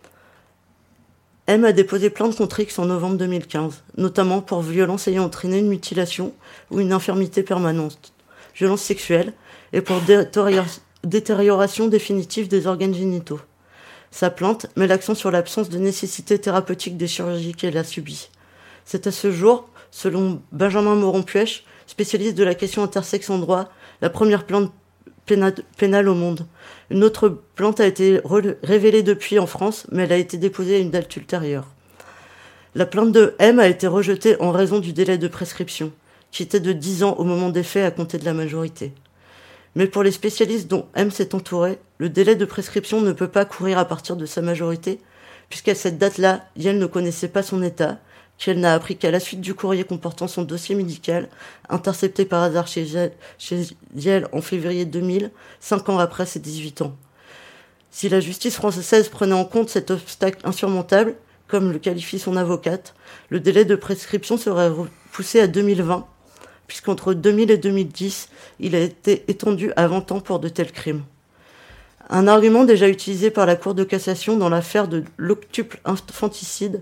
M a déposé plainte contre X en novembre deux mille quinze, notamment pour violence ayant entraîné une mutilation ou une infirmité permanente, violence sexuelle et pour détérioration définitive des organes génitaux. Sa plainte met l'accent sur l'absence de nécessité thérapeutique des chirurgies qu'elle a subies. C'est à ce jour, selon Benjamin Moron-Puech, spécialiste de la question intersexe en droit, la première plainte pénale au monde. Une autre plainte a été révélée depuis en France, mais elle a été déposée à une date ultérieure. La plainte de M a été rejetée en raison du délai de prescription, qui était de dix ans au moment des faits à compter de la majorité. Mais pour les spécialistes dont M s'est entouré, le délai de prescription ne peut pas courir à partir de sa majorité, puisqu'à cette date-là, Yel ne connaissait pas son état, qu'elle n'a appris qu'à la suite du courrier comportant son dossier médical, intercepté par hasard chez Yel en février deux mille, cinq ans après ses dix-huit ans. Si la justice française prenait en compte cet obstacle insurmontable, comme le qualifie son avocate, le délai de prescription serait repoussé à deux mille vingt, puisqu'entre deux mille et deux mille dix, il a été étendu à vingt ans pour de tels crimes. Un argument déjà utilisé par la Cour de cassation dans l'affaire de l'octuple infanticide.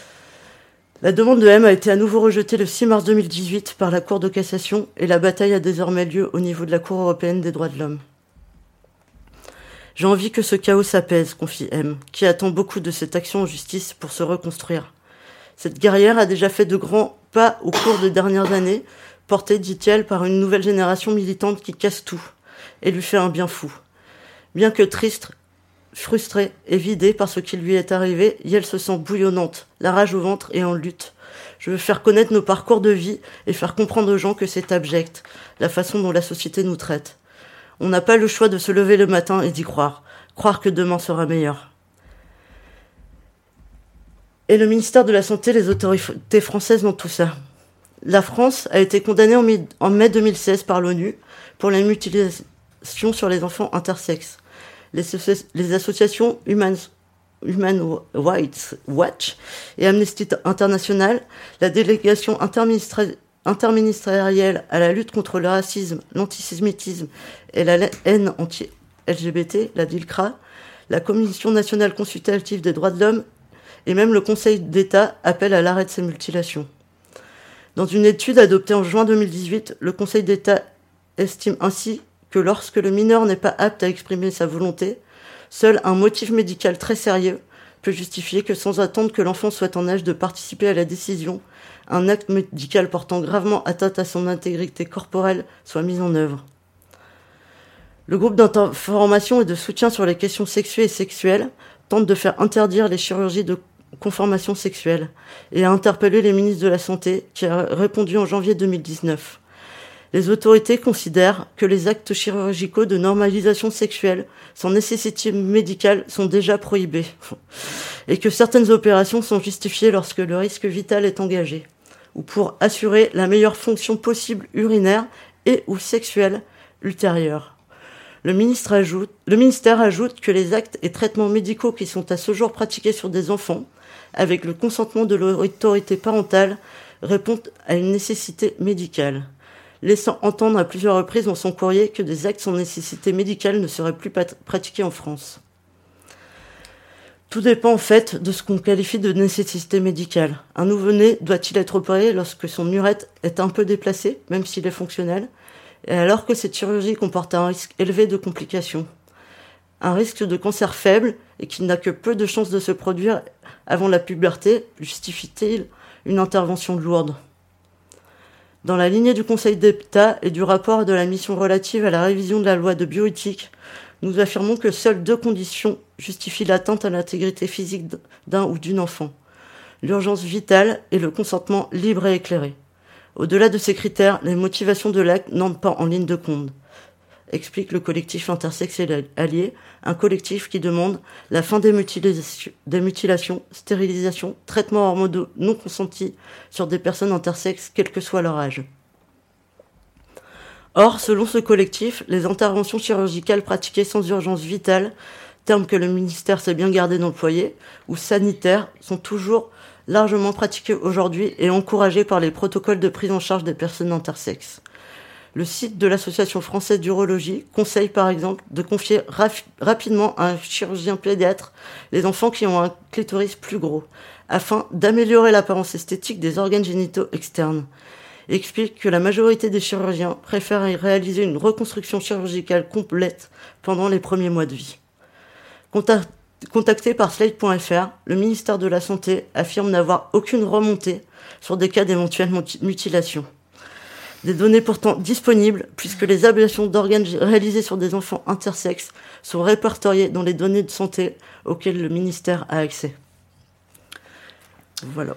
La demande de M a été à nouveau rejetée le six mars deux mille dix-huit par la Cour de cassation et la bataille a désormais lieu au niveau de la Cour européenne des droits de l'homme. J'ai envie que ce chaos s'apaise, confie M, qui attend beaucoup de cette action en justice pour se reconstruire. Cette guerrière a déjà fait de grands pas au cours des dernières années, portée, dit-elle, par une nouvelle génération militante qui casse tout et lui fait un bien fou. Bien que triste, frustrée et vidée par ce qui lui est arrivé, Yel se sent bouillonnante, la rage au ventre et en lutte. Je veux faire connaître nos parcours de vie et faire comprendre aux gens que c'est abject, la façon dont la société nous traite. On n'a pas le choix de se lever le matin et d'y croire, croire que demain sera meilleur. Et le ministère de la Santé, les autorités françaises dans tout ça. La France a été condamnée en mai, en mai deux mille seize par l'ONU pour la mutilation sur les enfants intersexes. Les, les associations Human, Human Rights Watch et Amnesty International, la délégation interministérielle interministérielle à la lutte contre le racisme, l'antisémitisme et la haine anti-L G B T, la DILCRA, la Commission nationale consultative des droits de l'homme et même le Conseil d'État appellent à l'arrêt de ces mutilations. Dans une étude adoptée en juin deux mille dix-huit, le Conseil d'État estime ainsi que lorsque le mineur n'est pas apte à exprimer sa volonté, seul un motif médical très sérieux peut justifier que sans attendre que l'enfant soit en âge de participer à la décision, un acte médical portant gravement atteinte à son intégrité corporelle soit mis en œuvre. Le groupe d'information et de soutien sur les questions sexuées et sexuelles tente de faire interdire les chirurgies de conformation sexuelle et a interpellé les ministres de la Santé qui a répondu en janvier deux mille dix-neuf. Les autorités considèrent que les actes chirurgicaux de normalisation sexuelle sans nécessité médicale sont déjà prohibés et que certaines opérations sont justifiées lorsque le risque vital est engagé ou pour assurer la meilleure fonction possible urinaire et ou sexuelle ultérieure. Le, ministre ajoute, le ministère ajoute que les actes et traitements médicaux qui sont à ce jour pratiqués sur des enfants, avec le consentement de l'autorité parentale, répondent à une nécessité médicale, laissant entendre à plusieurs reprises dans son courrier que des actes sans nécessité médicale ne seraient plus pat- pratiqués en France. Tout dépend en fait de ce qu'on qualifie de nécessité médicale. Un nouveau-né doit-il être opéré lorsque son urètre est un peu déplacé, même s'il est fonctionnel, et alors que cette chirurgie comporte un risque élevé de complications? un risque de cancer faible et qu'il n'a que peu de chances de se produire avant la puberté, justifie-t-il une intervention lourde ? Dans la lignée du Conseil d'État et du rapport de la mission relative à la révision de la loi de bioéthique, nous affirmons que seules deux conditions justifient l'atteinte à l'intégrité physique d'un ou d'une enfant : l'urgence vitale et le consentement libre et éclairé. Au-delà de ces critères, les motivations de l'acte n'entrent pas en ligne de compte, explique le collectif Intersexe et Alliés, un collectif qui demande la fin des mutilations, des mutilations, stérilisations, traitements hormonaux non consentis sur des personnes intersexes, quel que soit leur âge. Or, selon ce collectif, les interventions chirurgicales pratiquées sans urgence vitale, terme que le ministère s'est bien gardé d'employer, ou sanitaires, sont toujours largement pratiquées aujourd'hui et encouragées par les protocoles de prise en charge des personnes intersexes. Le site de l'Association française d'urologie conseille par exemple de confier raf- rapidement à un chirurgien pédiatre les enfants qui ont un clitoris plus gros, afin d'améliorer l'apparence esthétique des organes génitaux externes. Il explique que la majorité des chirurgiens préfèrent réaliser une reconstruction chirurgicale complète pendant les premiers mois de vie. Contact- Contacté par Slate point F R, le ministère de la Santé affirme n'avoir aucune remontée sur des cas d'éventuelles mutilations. Des données pourtant disponibles, puisque les ablations d'organes réalisées sur des enfants intersexes sont répertoriées dans les données de santé auxquelles le ministère a accès. Voilà.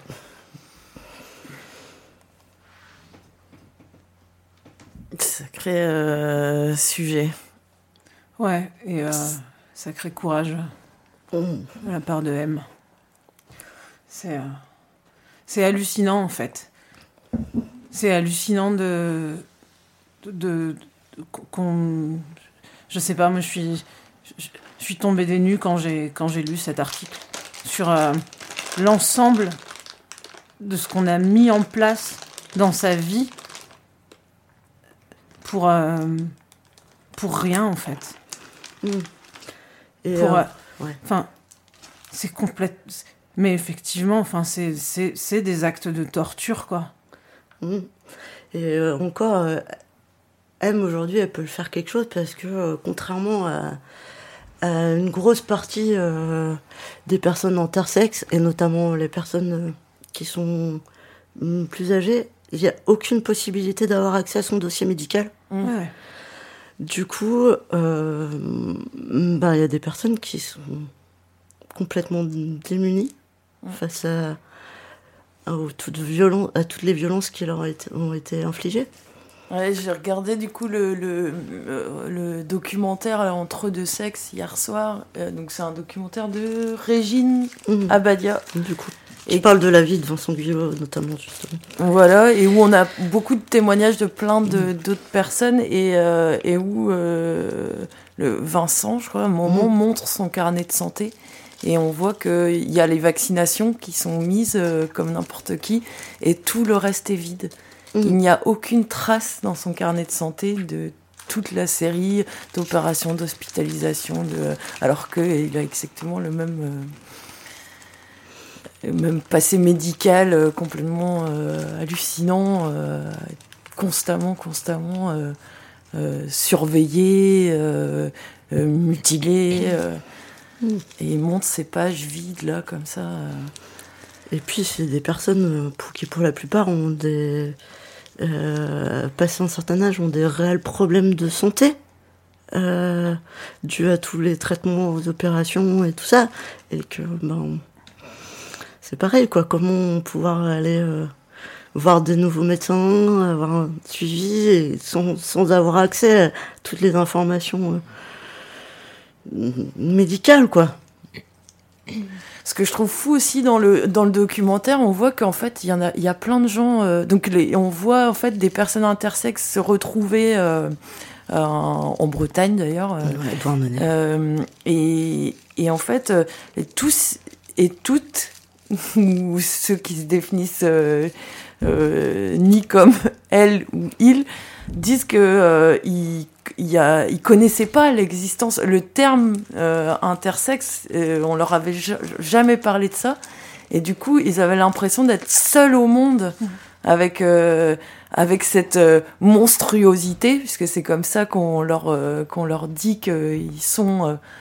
Sacré euh, sujet. Ouais, et euh, sacré courage de la part de M. C'est, euh, c'est hallucinant, en fait. C'est hallucinant de, de, de, de qu'on, je sais pas, moi je suis, je, je suis tombée des nues quand j'ai quand j'ai lu cet article sur euh, l'ensemble de ce qu'on a mis en place dans sa vie pour euh, pour rien en fait. Mmh. Et pour, euh, euh, ouais. Enfin, c'est complète. Mais effectivement, enfin, c'est c'est c'est des actes de torture quoi. Mmh. Et euh, encore, euh, M aujourd'hui, elle peut le faire quelque chose parce que, euh, contrairement à, à une grosse partie euh, des personnes intersexes, et notamment les personnes euh, qui sont mm, plus âgées, il n'y a aucune possibilité d'avoir accès à son dossier médical. Mmh. Ouais. Du coup, euh, ben, il y a des personnes qui sont complètement démunies mmh. face à À toutes, violen- à toutes les violences qui leur ont été, ont été infligées. Ouais, j'ai regardé du coup le, le, le, le documentaire Entre deux sexes hier soir. Euh, donc c'est un documentaire de Régine Mmh. Abadia. Du coup, Et qui parle de la vie de Vincent Guyot notamment justement. Voilà, et où on a beaucoup de témoignages de plein de, d'autres personnes et, euh, et où euh, le Vincent, je crois, à un moment mmh. montre son carnet de santé. Et on voit qu'il y a les vaccinations qui sont mises euh, comme n'importe qui, et tout le reste est vide. Mmh. Il n'y a aucune trace dans son carnet de santé de toute la série d'opérations d'hospitalisation, de... alors qu'il a exactement le même, euh, le même passé médical euh, complètement euh, hallucinant, euh, constamment, constamment euh, euh, surveillé, euh, euh, mutilé... Euh, Et il montre ces pages vides, là, comme ça. Et puis, c'est des personnes pour, qui, pour la plupart, ont des... Euh, passé un certain âge, ont des réels problèmes de santé, euh, dus à tous les traitements, aux opérations et tout ça. Et que, ben... c'est pareil, quoi. Comment pouvoir aller euh, voir des nouveaux médecins, avoir un suivi, et sans, sans avoir accès à toutes les informations... Euh, médicale quoi. Ce que je trouve fou aussi dans le dans le documentaire, on voit qu'en fait il y en a il y a plein de gens euh, donc les, on voit en fait des personnes intersexes se retrouver euh, euh, en Bretagne d'ailleurs euh, ouais, euh, et et en fait euh, et tous et toutes ou ceux qui se définissent euh, euh, ni comme elle ou il disent que euh, ils Il a, ils connaissaient pas l'existence, le terme euh, intersexe, euh, on leur avait j- jamais parlé de ça, et du coup ils avaient l'impression d'être seuls au monde mmh. avec euh, avec cette euh, monstruosité, puisque c'est comme ça qu'on leur euh, qu'on leur dit qu'ils sont euh,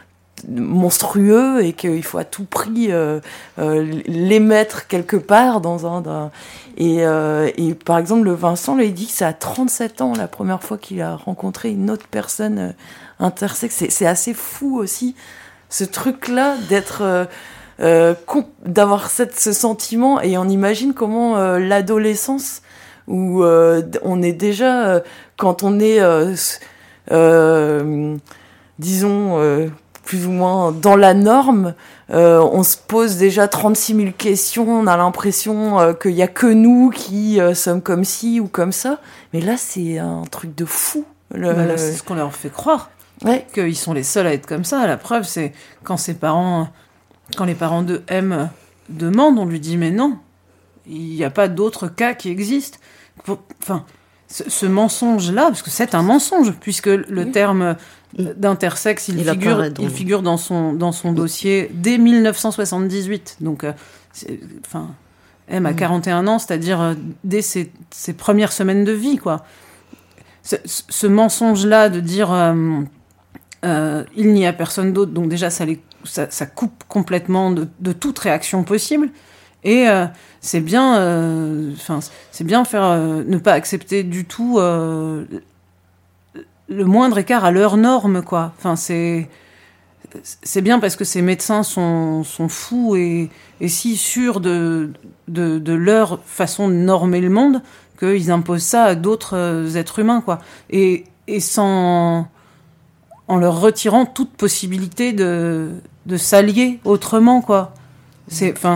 monstrueux et qu'il faut à tout prix euh, euh, les mettre quelque part dans un... Dans, et, euh, et par exemple, le Vincent, là, il dit que c'est à trente-sept ans la première fois qu'il a rencontré une autre personne euh, intersexe. C'est, c'est assez fou aussi, ce truc-là, d'être... Euh, euh, comp- d'avoir cette, ce sentiment. Et on imagine comment euh, l'adolescence, où euh, on est déjà... Euh, quand on est... Euh, euh, disons... Euh, plus ou moins dans la norme, euh, on se pose déjà trente-six mille questions, on a l'impression euh, qu'il n'y a que nous qui euh, sommes comme ci ou comme ça, mais là c'est un truc de fou. Le... Bah là, c'est ce qu'on leur fait croire, ouais. qu'ils sont les seuls à être comme ça. La preuve, c'est quand ses parents, quand les parents de M demandent, on lui dit mais non, il n'y a pas d'autres cas qui existent. Enfin, ce, ce mensonge-là, parce que c'est un mensonge, puisque le oui. terme d'intersexe, il, il, figure, apparaît, il figure dans son, dans son dossier dès dix-neuf cent soixante-dix-huit. Donc, euh, enfin, M a quarante et un ans, c'est-à-dire euh, dès ses, ses premières semaines de vie, quoi. Ce, ce mensonge-là de dire euh, euh, il n'y a personne d'autre, donc déjà, ça, les, ça, ça coupe complètement de, de toute réaction possible. Et euh, c'est bien, enfin, euh, c'est bien faire euh, ne pas accepter du tout euh, le moindre écart à leurs normes, quoi. Enfin, c'est c'est bien parce que ces médecins sont sont fous et et si sûrs de de de leur façon de normer le monde qu'ils imposent ça à d'autres êtres humains, quoi. Et et sans en leur retirant toute possibilité de de s'allier autrement, quoi. C'est enfin.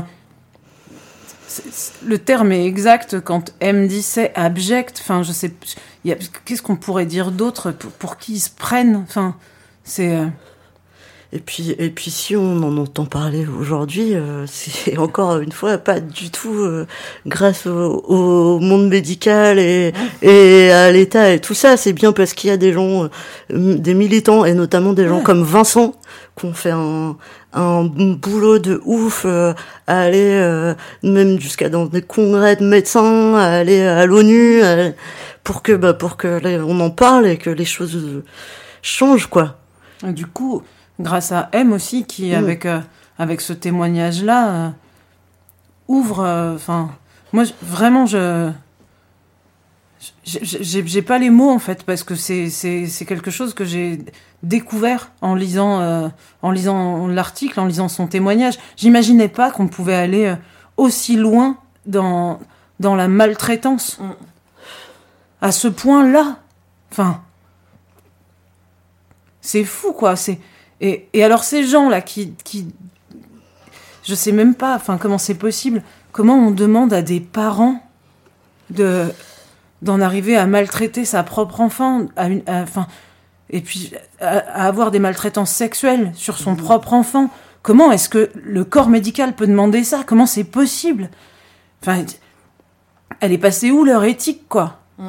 Le terme est exact quand M dit c'est abject. Enfin, je sais, y a, qu'est-ce qu'on pourrait dire d'autre pour, pour qui ils se prennent. Enfin, c'est. Euh... Et puis, et puis, si on en entend parler aujourd'hui, euh, c'est encore une fois pas du tout euh, grâce au, au monde médical et, et à l'État et tout ça. C'est bien parce qu'il y a des gens, euh, des militants et notamment des gens ouais. comme Vincent qui ont fait un un boulot de ouf euh, à aller euh, même jusqu'à dans des congrès de médecins, à aller à l'ONU à, pour que bah pour que là, on en parle et que les choses changent, quoi. Et du coup, grâce à M aussi qui mmh. avec euh, avec ce témoignage là euh, ouvre enfin euh, moi vraiment je j'ai j'ai pas les mots en fait parce que c'est c'est c'est quelque chose que j'ai découvert en lisant euh, en lisant l'article, en lisant son témoignage. J'imaginais pas qu'on pouvait aller euh, aussi loin dans dans la maltraitance mm. à ce point-là. Enfin, c'est fou, quoi. C'est et et alors ces gens là qui qui je sais même pas. Enfin, comment c'est possible? Comment on demande à des parents de d'en arriver à maltraiter sa propre enfant, à une, à, enfin, et puis à, à avoir des maltraitances sexuelles sur son mmh. propre enfant. Comment est-ce que le corps médical peut demander ça? Comment c'est possible? Enfin, elle est passée où leur éthique, quoi? mmh.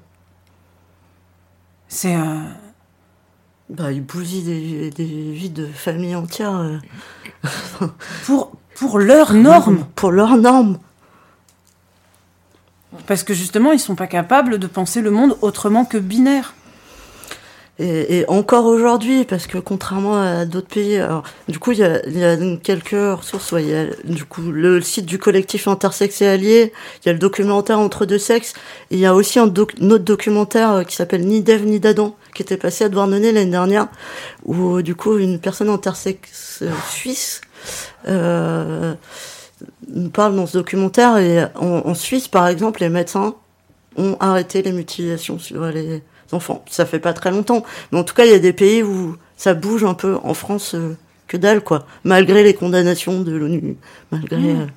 C'est... Euh... Bah, ils bousillent des, des vies de familles entières. Euh... pour, pour leurs normes. Pour leurs normes. Parce que justement, ils sont pas capables de penser le monde autrement que binaire. Et, et encore aujourd'hui, parce que contrairement à d'autres pays, alors, du coup, il y a, y a quelques ressources. Ouais, il y a du coup le site du collectif Intersexe et Alliés. Il y a le documentaire Entre deux sexes. Et il y a aussi un, doc, un autre documentaire qui s'appelle Ni d'Ève ni d'Adam, qui était passé à Douarnenez l'année dernière, où du coup une personne intersexe euh, suisse. Euh, On parle dans ce documentaire et en, en Suisse, par exemple, les médecins ont arrêté les mutilations sur les enfants. Ça fait pas très longtemps, mais en tout cas, il y a des pays où ça bouge un peu. En France, euh, que dalle, quoi. Malgré les condamnations de l'ONU, malgré. Mmh. Euh...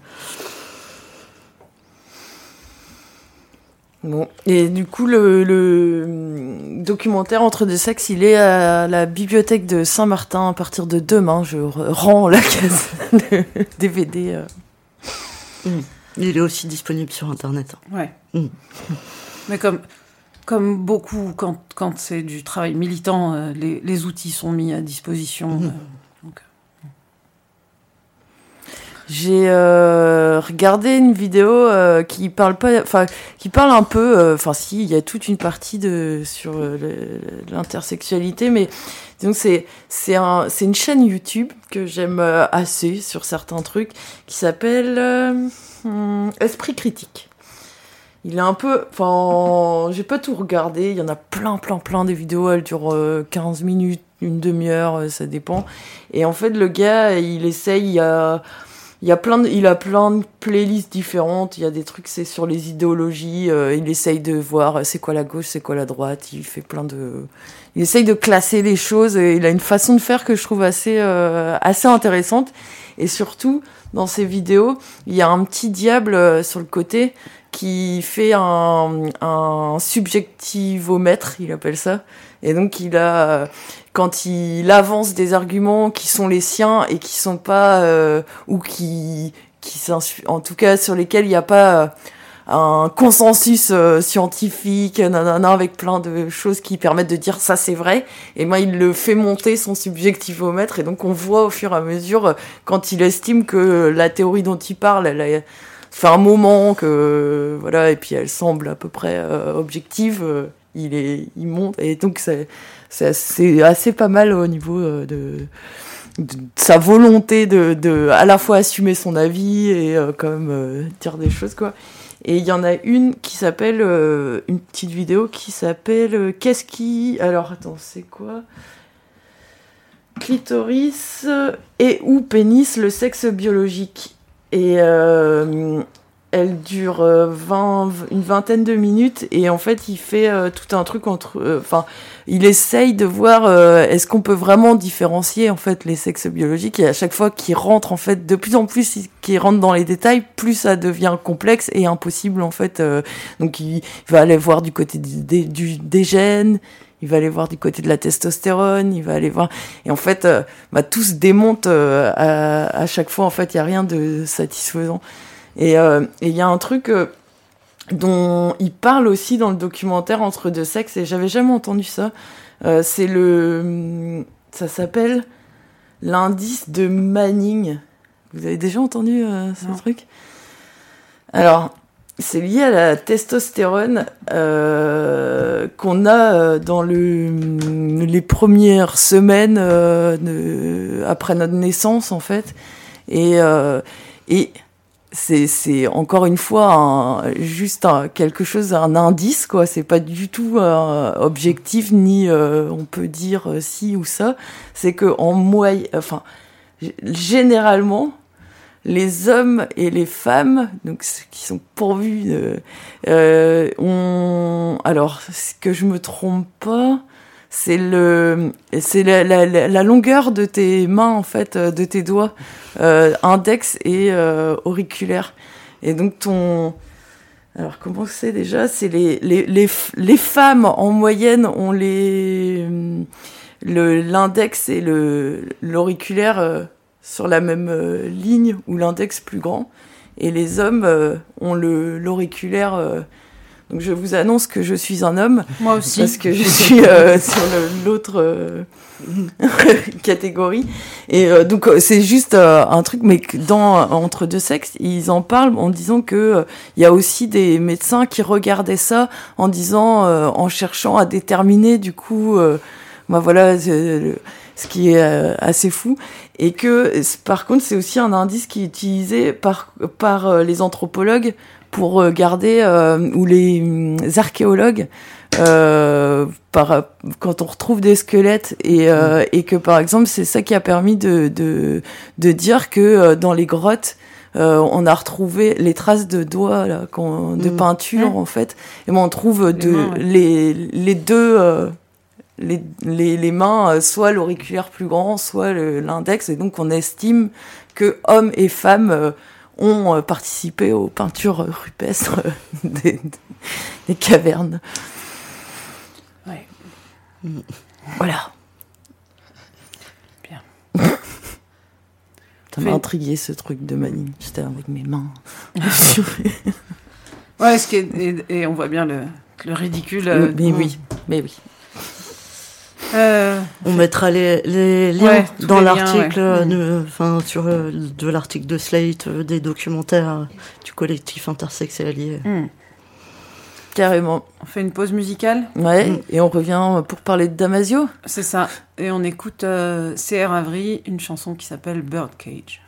Bon, et du coup, le, le documentaire Entre deux sexes, il est à la bibliothèque de Saint-Martin à partir de demain. Je rends la case de D V D. Euh. Mmh. Il est aussi disponible sur Internet. Ouais. Mmh. Mais comme, comme beaucoup, quand, quand c'est du travail militant, euh, les, les outils sont mis à disposition. Mmh. Euh, donc... j'ai euh, regardé une vidéo euh, qui parle pas, enfin qui parle un peu, enfin euh, si, il y a toute une partie de sur euh, le, l'intersexualité, mais donc c'est c'est un c'est une chaîne YouTube que j'aime euh, assez sur certains trucs qui s'appelle euh, hum, Esprit Critique. Il est un peu, enfin, j'ai pas tout regardé. Il y en a plein, plein, plein des vidéos. Elles durent euh, quinze minutes, une demi-heure, euh, ça dépend. Et en fait, le gars, il essaye. Il y a, il y a plein, de, il a plein de playlists différentes. Il y a des trucs, c'est sur les idéologies. Euh, il essaye de voir c'est quoi la gauche, c'est quoi la droite. Il fait plein de, il essaye de classer les choses. Et il a une façon de faire que je trouve assez, euh, assez intéressante. Et surtout, dans ses vidéos, il y a un petit diable euh, sur le côté qui fait un, un subjectivomètre, il appelle ça. Et donc, il a, quand il avance des arguments qui sont les siens et qui sont pas, euh, ou qui, qui, en tout cas, sur lesquels il n'y a pas un consensus euh, scientifique, nanana, avec plein de choses qui permettent de dire ça c'est vrai, et ben il le fait monter son subjectivomètre, et donc on voit au fur et à mesure, quand il estime que la théorie dont il parle, elle a fait un moment que voilà, et puis elle semble à peu près euh, objective, euh, il est il monte, et donc c'est c'est assez, assez pas mal au niveau euh, de, de sa volonté de de à la fois assumer son avis et euh, quand même euh, dire des choses quoi. Et il y en a une qui s'appelle euh, une petite vidéo qui s'appelle euh, qu'est-ce qui alors attends c'est quoi clitoris et ou pénis, le sexe biologique. Et euh, elle dure euh, vingt, une vingtaine de minutes, et en fait il fait euh, tout un truc entre enfin euh, il essaye de voir euh, est-ce qu'on peut vraiment différencier en fait les sexes biologiques, et à chaque fois qu'il rentre en fait de plus en plus qu'il rentre dans les détails, plus ça devient complexe et impossible en fait, euh, donc il va aller voir du côté des, du, des gènes, il va aller voir du côté de la testostérone, il va aller voir... Et en fait, euh, bah, tout se démonte euh, à, à chaque fois. En fait, il n'y a rien de satisfaisant. Et il euh, y a un truc euh, dont il parle aussi dans le documentaire Entre deux sexes, et j'avais jamais entendu ça. Euh, c'est le... Ça s'appelle l'indice de Manning. Vous avez déjà entendu euh, ce non. truc ? Alors... C'est lié à la testostérone euh, qu'on a euh, dans le, les premières semaines euh, de, après notre naissance, en fait. Et, euh, et c'est, c'est encore une fois un, juste un, quelque chose, un indice, quoi. C'est pas du tout euh, objectif, ni euh, on peut dire euh, ci ou ça. C'est que en moyenne, enfin, généralement, les hommes et les femmes, donc ceux qui sont pourvus de, euh, ont, alors, que je me trompe pas, c'est le, c'est la, la, la longueur de tes mains, en fait, de tes doigts, euh, index et euh, auriculaire. Et donc ton, alors comment c'est déjà, c'est les, les, les, les femmes en moyenne ont les, le, l'index et le, l'auriculaire, euh, sur la même euh, ligne, ou l'index plus grand, et les hommes euh, ont le, l'auriculaire. Euh, donc je vous annonce que je suis un homme. Moi aussi. Parce que je suis euh, sur le, l'autre euh, catégorie. Et euh, donc c'est juste euh, un truc, mais dans Entre deux sexes, ils en parlent en disant que euh, y a aussi des médecins qui regardaient ça en disant, euh, en cherchant à déterminer du coup, euh, bah voilà. C'est, ce qui est euh, assez fou, et que par contre c'est aussi un indice qui est utilisé par par euh, les anthropologues pour regarder euh, ou les, les archéologues euh, par quand on retrouve des squelettes, et euh, et que par exemple c'est ça qui a permis de de de dire que euh, dans les grottes Euh, on a retrouvé les traces de doigts là, quand, de mmh. peinture mmh. en fait, et ben on trouve de, les, mains, ouais. les les deux euh, Les, les, les mains, soit l'auriculaire plus grand, soit le, l'index, et donc on estime que hommes et femmes euh, ont euh, participé aux peintures euh, rupestres euh, des, des cavernes. Ouais. Voilà. Bien. Ça m'a Fait... intrigué ce truc de Manning. J'étais avec mes mains. Ouais, ce qui est, et, et on voit bien le, le ridicule. Euh, mais oui, mais oui. Euh, On mettra les, les liens Ouais, tous dans les liens, l'article, ouais. euh, de, enfin, sur euh, de l'article de Slate, euh, des documentaires euh, du collectif Intersexe et Alliés. hmm. Carrément. On fait une pause musicale, Ouais, Mm. et on revient pour parler de Damasio. c'est ça. Et on écoute euh, C R Avery, une chanson qui s'appelle Birdcage.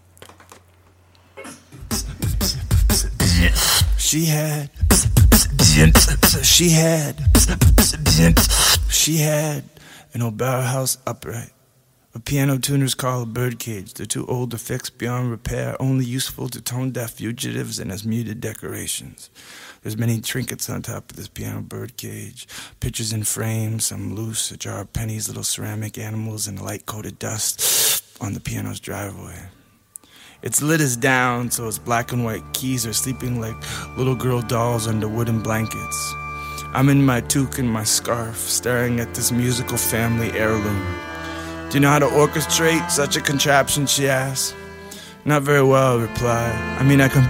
She had, she had, she had an old barrel house upright. What piano tuners call a birdcage. They're too old to fix beyond repair, only useful to tone-deaf fugitives and as muted decorations. There's many trinkets on top of this piano birdcage. Pictures in frames, some loose, a jar of pennies, little ceramic animals, and light-coated dust on the piano's driveway. Its lid is down, so its black and white keys are sleeping like little girl dolls under wooden blankets. I'm in my toque and my scarf, staring at this musical family heirloom. Do you know how to orchestrate such a contraption, she asked. Not very well, I replied. I mean, I can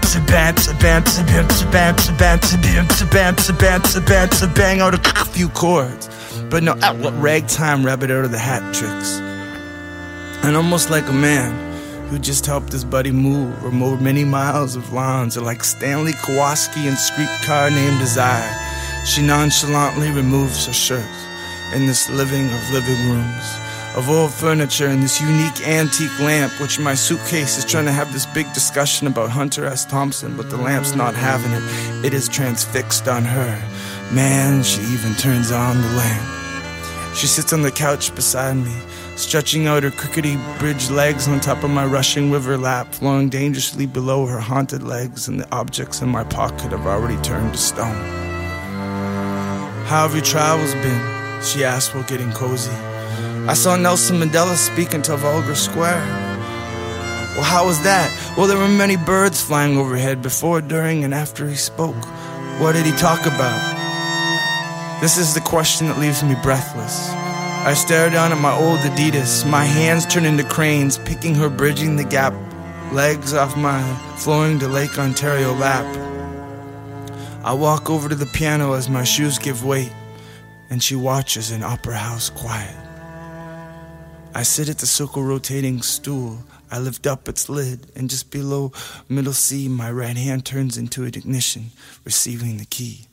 bang out a few chords, but no what ragtime rabbit out of the hat tricks. And almost like a man who just helped his buddy move or mowed many miles of lawns, or like Stanley Kowalski in Streetcar Named Desire, she nonchalantly removes her shirt in this living of living rooms, of old furniture and this unique antique lamp, which my suitcase is trying to have this big discussion about Hunter S. Thompson, but the lamp's not having it. It is transfixed on her. Man, she even turns on the lamp. She sits on the couch beside me, stretching out her crickety bridge legs on top of my rushing river lap, flowing dangerously below her haunted legs, and the objects in my pocket have already turned to stone. How have your travels been? She asked while getting cozy. I saw Nelson Mandela speak in Trafalgar Square. Well, how was that? Well, there were many birds flying overhead before, during, and after he spoke. What did he talk about? This is the question that leaves me breathless. I stare down at my old Adidas, my hands turn into cranes, picking her bridging the gap, legs off my flowing to Lake Ontario lap. I walk over to the piano as my shoes give weight, and she watches in opera house quiet. I sit at the circle rotating stool. I lift up its lid, and just below middle C, my right hand turns into an ignition, receiving the key.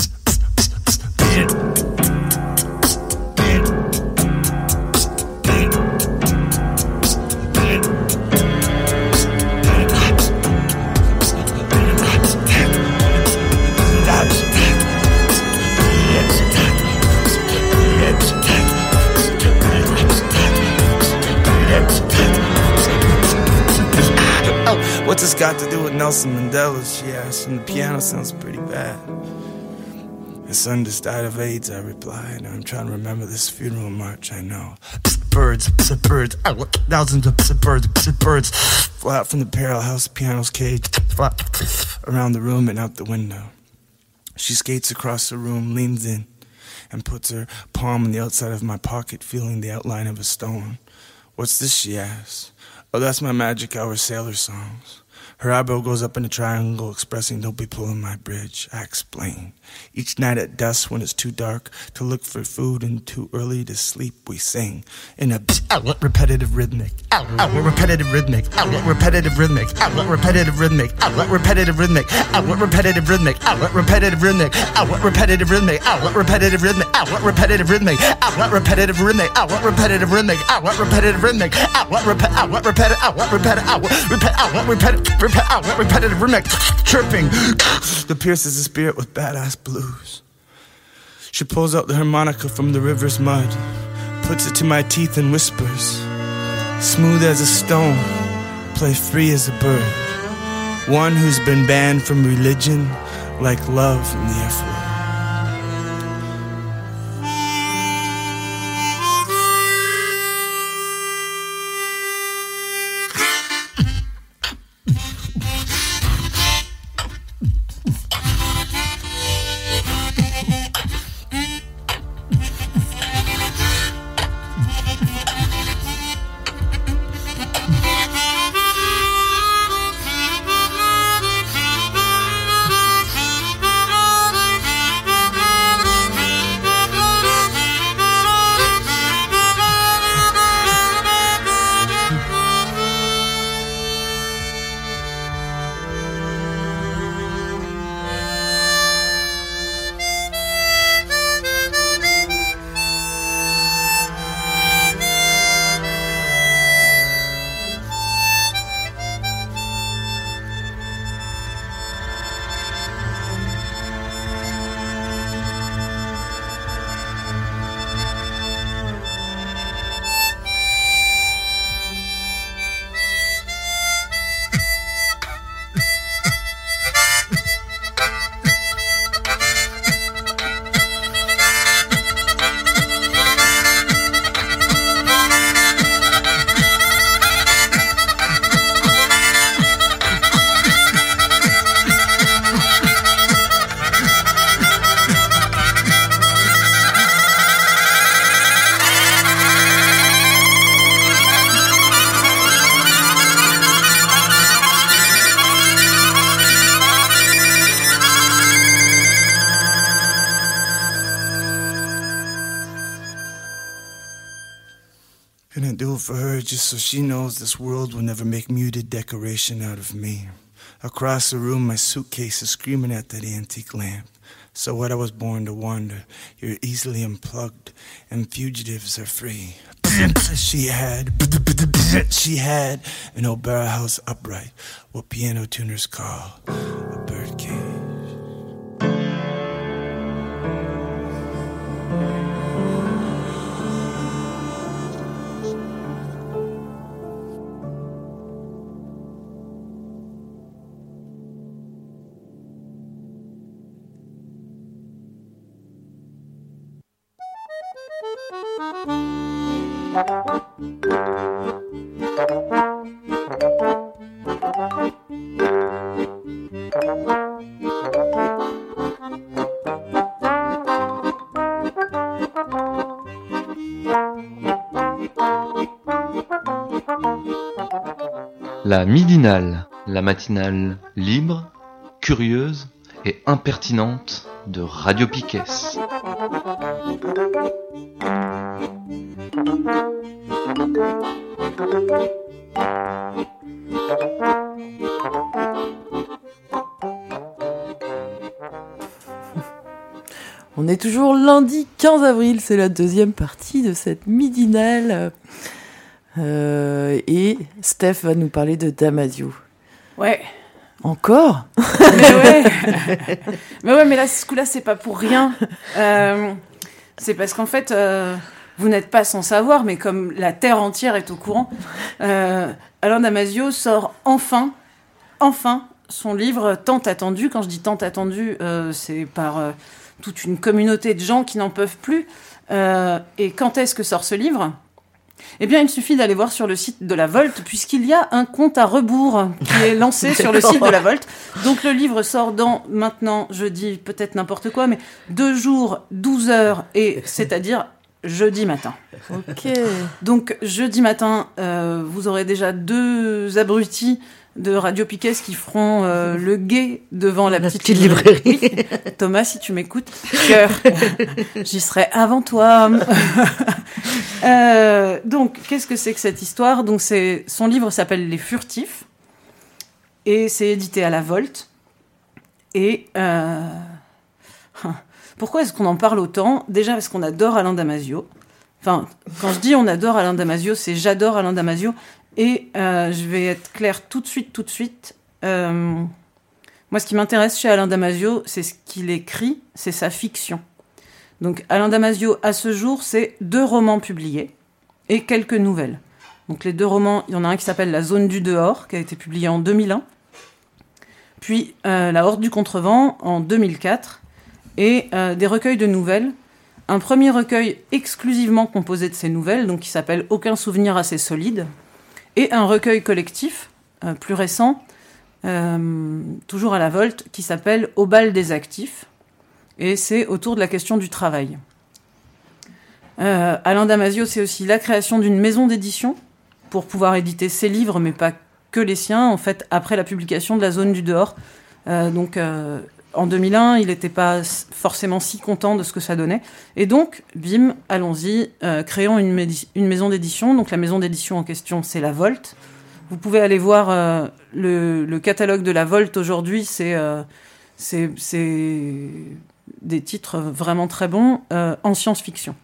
What's this got to do with Nelson Mandela, she asked, and the piano sounds pretty bad. His son just died of AIDS, I replied. I'm trying to remember this funeral march, I know. Birds, birds, thousands of birds, birds fly out from the barrel house piano's cage, around the room and out the window. She skates across the room, leans in, and puts her palm on the outside of my pocket, feeling the outline of a stone. What's this, she asks. Oh, that's my Magic Hour sailor songs. Her eyebrow goes up in a triangle expressing don't be pulling my bridge. I explain. Each night at dusk when it's too dark to look for food and too early to sleep, we sing in a repetitive rhythmic. Repetitive rhythmic. Repetitive rhythmic. Repetitive rhythmic. Repetitive rhythmic. Repetitive rhythmic. Repetitive rhythmic. Repetitive rhythmic. Repetitive rhythmic. Repetitive rhythmic. Repetitive rhythmic. Repetitive rhythmic. Repetitive rhythmic. Repetitive repetitive rhythmic, chirping that pierces the spirit with badass blues. She pulls out the harmonica from the river's mud, puts it to my teeth and whispers, smooth as a stone, play free as a bird, one who's been banned from religion like love in the F word. Gonna do it for her just so she knows this world will never make muted decoration out of me. Across the room, my suitcase is screaming at that antique lamp. So what, I was born to wander. You're easily unplugged, and fugitives are free. She had, she had an old barrel house upright, what piano tuners call a birdcage. La midinale, la matinale libre, curieuse et impertinente de Radio Piquet. On est toujours lundi quinze avril, c'est la deuxième partie de cette midinale. Euh, et Steph va nous parler de Damasio. Ouais. Encore ? Mais ouais. mais ouais, mais là, ce coup-là, c'est pas pour rien. Euh, c'est parce qu'en fait, euh, vous n'êtes pas sans savoir, mais comme la terre entière est au courant, euh, Alain Damasio sort enfin, enfin, son livre tant attendu. Quand je dis tant attendu, euh, c'est par euh, toute une communauté de gens qui n'en peuvent plus. Euh, et quand est-ce que sort ce livre ? Eh bien, il suffit d'aller voir sur le site de la Volte, puisqu'il y a un compte à rebours qui est lancé sur le site de la Volte. Donc, le livre sort dans, maintenant, je dis peut-être n'importe quoi, mais deux jours, douze heures, et c'est-à-dire jeudi matin. Ok. Donc, jeudi matin, euh, vous aurez déjà deux abrutis de Radio Piquet qui feront euh, le guet devant la, la petite, petite librairie. Oui. Thomas, si tu m'écoutes, cœur, j'y serai avant toi. euh, donc, qu'est-ce que c'est que cette histoire ? Donc, c'est son livre s'appelle Les Furtifs et c'est édité à la Volte. Et euh, pourquoi est-ce qu'on en parle autant ? Déjà parce qu'on adore Alain Damasio. Enfin, quand je dis on adore Alain Damasio, c'est j'adore Alain Damasio. Et euh, je vais être claire tout de suite, tout de suite. Euh, moi, ce qui m'intéresse chez Alain Damasio, c'est ce qu'il écrit, c'est sa fiction. Donc, Alain Damasio, à ce jour, c'est deux romans publiés et quelques nouvelles. Donc, les deux romans, il y en a un qui s'appelle La Zone du Dehors, qui a été publié en deux mille un. Puis, euh, La Horde du Contrevent, en deux mille quatre. Et euh, des recueils de nouvelles. Un premier recueil exclusivement composé de ces nouvelles, donc qui s'appelle Aucun souvenir assez solide. Et un recueil collectif, euh, plus récent, euh, toujours à la Volte, qui s'appelle Au bal des actifs. Et c'est autour de la question du travail. Euh, Alain Damasio, c'est aussi la création d'une maison d'édition pour pouvoir éditer ses livres, mais pas que les siens, en fait, après la publication de La Zone du Dehors. Euh, donc, euh, en deux mille un, il n'était pas forcément si content de ce que ça donnait. Et donc, bim, allons-y, euh, créons une, médi- une maison d'édition. Donc, la maison d'édition en question, c'est la Volte. Vous pouvez aller voir euh, le, le catalogue de la Volte aujourd'hui. C'est, euh, c'est, c'est des titres vraiment très bons euh, en science-fiction.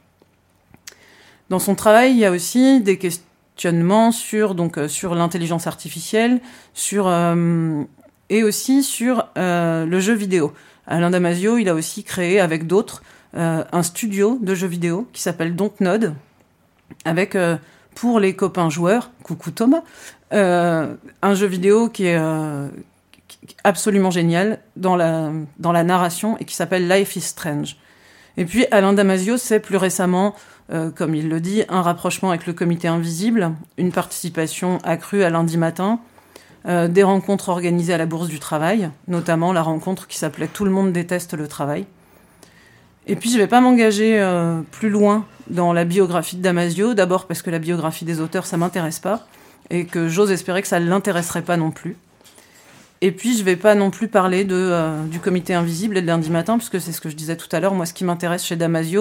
Dans son travail, il y a aussi des questionnements sur, donc, euh, sur l'intelligence artificielle, sur... Euh, et aussi sur euh, le jeu vidéo. Alain Damasio, il a aussi créé avec d'autres euh, un studio de jeux vidéo qui s'appelle Dontnod, avec, euh, pour les copains joueurs, coucou Thomas, euh, un jeu vidéo qui est euh, absolument génial dans la, dans la narration et qui s'appelle Life is Strange. Et puis Alain Damasio, c'est plus récemment, euh, comme il le dit, un rapprochement avec le Comité Invisible, une participation accrue à Lundi Matin, Euh, des rencontres organisées à la Bourse du Travail, notamment la rencontre qui s'appelait « Tout le monde déteste le travail ». Et puis, je ne vais pas m'engager euh, plus loin dans la biographie de Damasio, d'abord parce que la biographie des auteurs, ça ne m'intéresse pas, et que j'ose espérer que ça ne l'intéresserait pas non plus. Et puis, je ne vais pas non plus parler de, euh, du Comité Invisible et de Lundi Matin, puisque c'est ce que je disais tout à l'heure. Moi, ce qui m'intéresse chez Damasio,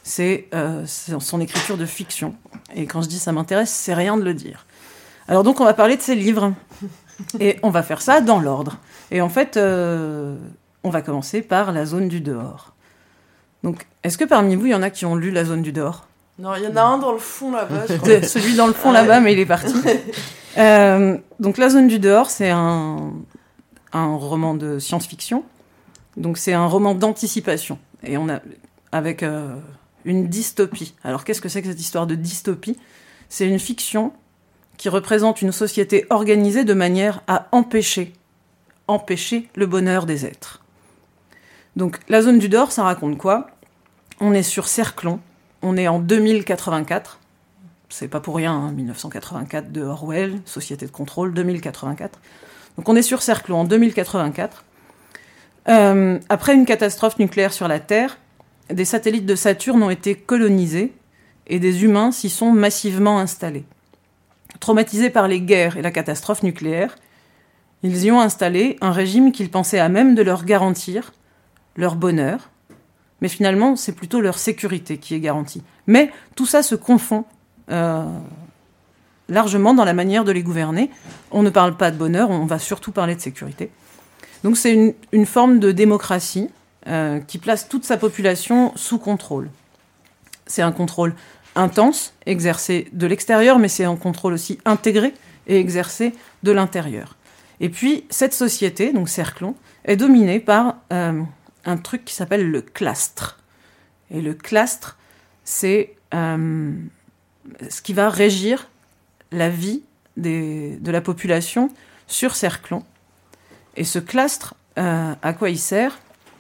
c'est euh, son écriture de fiction. Et quand je dis ça m'intéresse, c'est rien de le dire. Alors donc on va parler de ses livres, et on va faire ça dans l'ordre. Et en fait, euh, on va commencer par La zone du dehors. Donc, est-ce que parmi vous, il y en a qui ont lu La zone du dehors ? Non, il y en a un dans le fond là-bas. Je crois. Celui dans le fond là-bas, mais il est parti. Euh, donc La zone du dehors, c'est un, un roman de science-fiction. Donc c'est un roman d'anticipation. Et on a, avec euh, une dystopie. Alors qu'est-ce que c'est que cette histoire de dystopie ? C'est une fiction qui représente une société organisée de manière à empêcher, empêcher le bonheur des êtres. Donc La zone du dehors, ça raconte quoi ? On est sur Cerclon, on est en deux mille quatre-vingt-quatre. C'est pas pour rien, hein, dix-neuf cent quatre-vingt-quatre de Orwell, Société de contrôle, deux mille quatre-vingt-quatre. Donc on est sur Cerclon en deux mille quatre-vingt-quatre. Euh, après une catastrophe nucléaire sur la Terre, des satellites de Saturne ont été colonisés et des humains s'y sont massivement installés. Traumatisés par les guerres et la catastrophe nucléaire, ils y ont installé un régime qu'ils pensaient à même de leur garantir leur bonheur, mais finalement c'est plutôt leur sécurité qui est garantie. Mais tout ça se confond euh, largement dans la manière de les gouverner. On ne parle pas de bonheur, on va surtout parler de sécurité. Donc c'est une, une forme de démocratie euh, qui place toute sa population sous contrôle. C'est un contrôle intense, exercé de l'extérieur, mais c'est un contrôle aussi intégré et exercé de l'intérieur. Et puis, cette société, donc Cerclon, est dominée par euh, un truc qui s'appelle le clastre. Et le clastre, c'est euh, ce qui va régir la vie des, de la population sur Cerclon. Et ce clastre, euh, à quoi il sert ?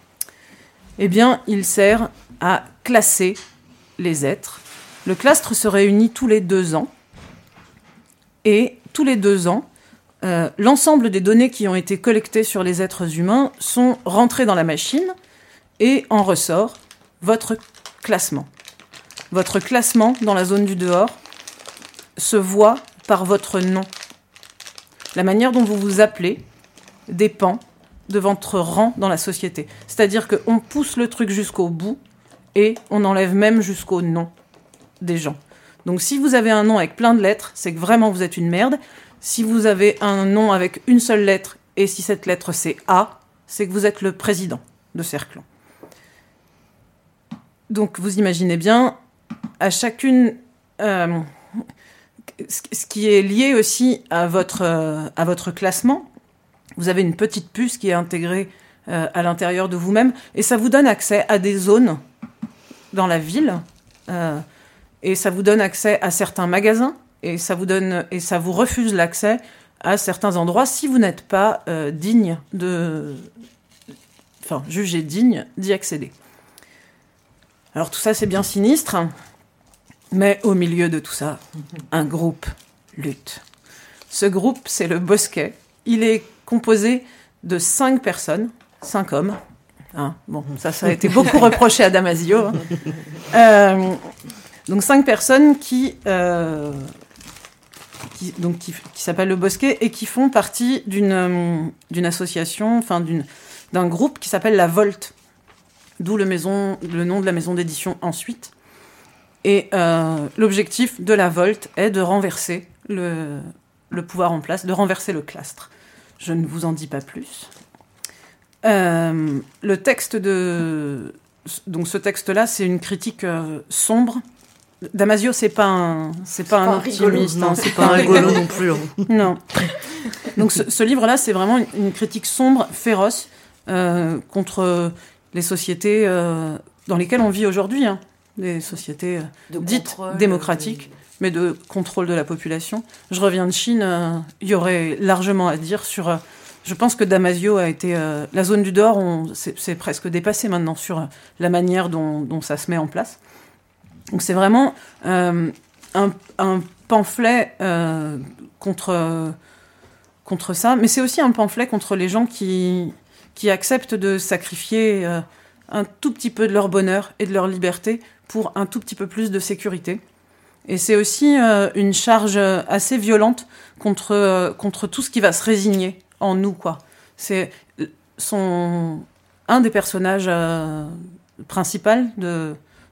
Eh bien, il sert à classer les êtres. Le clastre se réunit tous les deux ans. Et tous les deux ans, euh, l'ensemble des données qui ont été collectées sur les êtres humains sont rentrées dans la machine et en ressort votre classement. Votre classement dans la zone du dehors se voit par votre nom. La manière dont vous vous appelez dépend de votre rang dans la société. C'est-à-dire qu'on pousse le truc jusqu'au bout et on enlève même jusqu'au nom des gens. Donc si vous avez un nom avec plein de lettres, c'est que vraiment vous êtes une merde. Si vous avez un nom avec une seule lettre, et si cette lettre c'est A, c'est que vous êtes le président de Cerclon. Donc vous imaginez bien, à chacune... Euh, ce qui est lié aussi à votre, euh, à votre classement, vous avez une petite puce qui est intégrée euh, à l'intérieur de vous-même, et ça vous donne accès à des zones dans la ville, euh, et ça vous donne accès à certains magasins, et ça vous donne et ça vous refuse l'accès à certains endroits si vous n'êtes pas euh, digne de, enfin jugé digne d'y accéder. Alors tout ça c'est bien sinistre, mais au milieu de tout ça, un groupe lutte. Ce groupe c'est le Bosquet. Il est composé de cinq personnes, cinq hommes. Hein, bon, ça, ça a été beaucoup reproché à Damasio. Hein. Euh, donc cinq personnes qui, euh, qui, donc, qui, qui s'appellent le Bosquet et qui font partie d'une, d'une association, enfin d'une, d'un groupe qui s'appelle la Volte, d'où le, maison, le nom de la maison d'édition ensuite. Et euh, l'objectif de la Volte est de renverser le, le pouvoir en place, de renverser le clastre. Je ne vous en dis pas plus. Euh, le texte de... Donc ce texte-là, c'est une critique euh, sombre. Damasio, c'est pas un, c'est pas, pas un optimiste. Non, hein, c'est pas un rigolo non plus. Hein. Non. Donc ce, ce livre-là, c'est vraiment une, une critique sombre, féroce, euh, contre les sociétés euh, dans lesquelles on vit aujourd'hui. Hein. Des sociétés euh, De dites contrôle, démocratiques, de... mais de contrôle de la population. Je reviens de Chine, euh, il y aurait largement à dire sur... Euh, je pense que Damasio a été... Euh, la zone du dehors, on, c'est, c'est presque dépassé maintenant sur euh, la manière dont, dont ça se met en place. Donc c'est vraiment euh, un, un pamphlet euh, contre, euh, contre ça, mais c'est aussi un pamphlet contre les gens qui, qui acceptent de sacrifier euh, un tout petit peu de leur bonheur et de leur liberté pour un tout petit peu plus de sécurité. Et c'est aussi euh, une charge assez violente contre, euh, contre tout ce qui va se résigner en nous, quoi. C'est son, un des personnages euh, principaux de,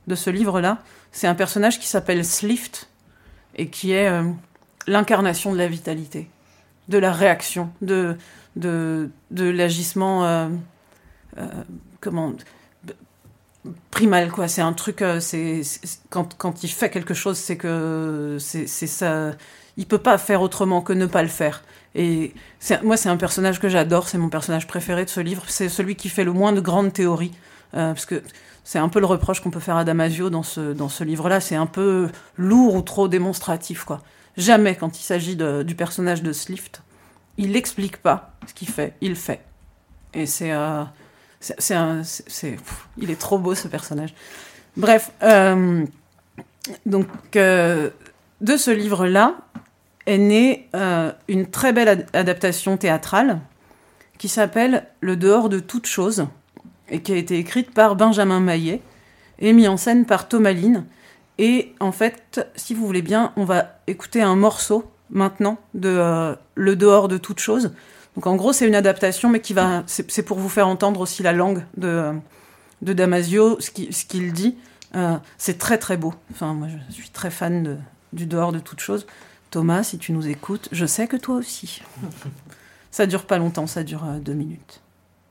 de ce livre-là, c'est un personnage qui s'appelle Slift et qui est euh, l'incarnation de la vitalité, de la réaction, de, de, de l'agissement euh, euh, comment, primal, quoi. C'est un truc, euh, c'est, c'est, quand, quand il fait quelque chose, c'est que c'est, c'est ça. Il peut pas faire autrement que ne pas le faire. Et c'est, moi, c'est un personnage que j'adore, c'est mon personnage préféré de ce livre. C'est celui qui fait le moins de grandes théories, euh, parce que c'est un peu le reproche qu'on peut faire à Damasio dans ce, dans ce livre-là. C'est un peu lourd ou trop démonstratif, quoi. Jamais, quand il s'agit de, du personnage de Slift, il n'explique pas ce qu'il fait, il fait. Et c'est, euh, c'est, c'est, un, c'est, c'est pff, il est trop beau, ce personnage. Bref, euh, donc euh, de ce livre-là est née euh, une très belle ad- adaptation théâtrale qui s'appelle Le dehors de toute chose et qui a été écrite par Benjamin Maillet et mise en scène par Thomas Line. Et en fait, si vous voulez bien, on va écouter un morceau maintenant de euh, Le dehors de toute chose. Donc en gros, c'est une adaptation, mais qui va, c'est, c'est pour vous faire entendre aussi la langue de, euh, de Damasio, ce, qui, ce qu'il dit. Euh, c'est très très beau. Enfin, moi, je suis très fan de, du dehors de toute chose. Thomas, si tu nous écoutes, je sais que toi aussi. Ça dure pas longtemps, ça dure euh, deux minutes.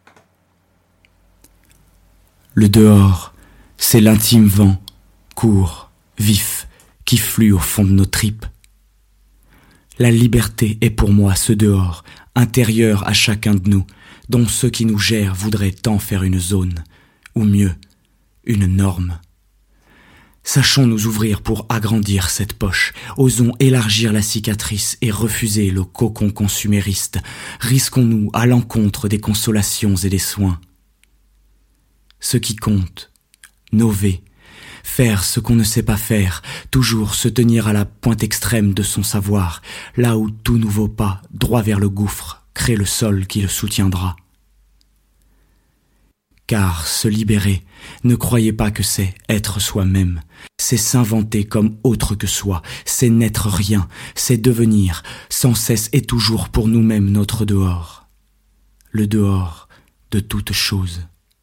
Le dehors, c'est l'intime vent, court, vif, qui flue au fond de nos tripes. La liberté est pour moi ce dehors, intérieur à chacun de nous, dont ceux qui nous gèrent voudraient tant faire une zone, ou mieux, une norme. Sachons nous ouvrir pour agrandir cette poche, osons élargir la cicatrice et refuser le cocon consumériste, risquons-nous à l'encontre des consolations et des soins. Ce qui compte, nover, faire ce qu'on ne sait pas faire, toujours se tenir à la pointe extrême de son savoir, là où tout nouveau pas, droit vers le gouffre, crée le sol qui le soutiendra. Car se libérer, ne croyez pas que c'est être soi-même, c'est s'inventer comme autre que soi, c'est n'être rien, c'est devenir, sans cesse et toujours pour nous-mêmes notre dehors, le dehors de toute chose.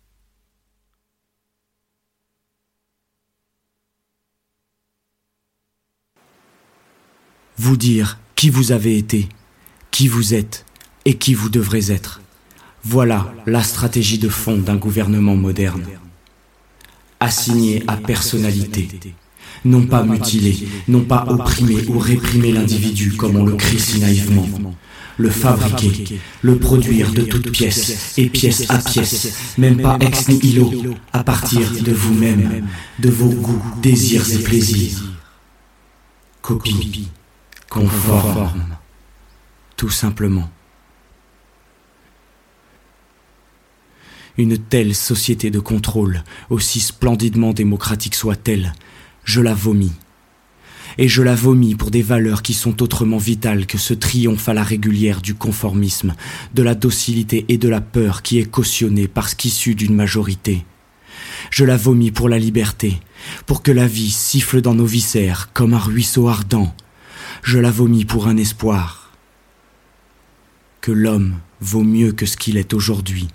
Vous dire qui vous avez été, qui vous êtes et qui vous devrez être. Voilà la stratégie de fond d'un gouvernement moderne. Assigné à personnalité, non pas mutiler, non pas opprimer ou réprimer l'individu comme on le crie si naïvement. Le fabriquer, le produire de toutes pièces, et pièce à pièce, même pas ex nihilo, à partir de vous-même, de vos goûts, désirs et plaisirs. Copie, conforme, tout simplement. Une telle société de contrôle, aussi splendidement démocratique soit-elle, je la vomis. Et je la vomis pour des valeurs qui sont autrement vitales que ce triomphe à la régulière du conformisme, de la docilité et de la peur qui est cautionné parce qu'issue d'une majorité. Je la vomis pour la liberté, pour que la vie siffle dans nos viscères comme un ruisseau ardent. Je la vomis pour un espoir. Que l'homme vaut mieux que ce qu'il est aujourd'hui.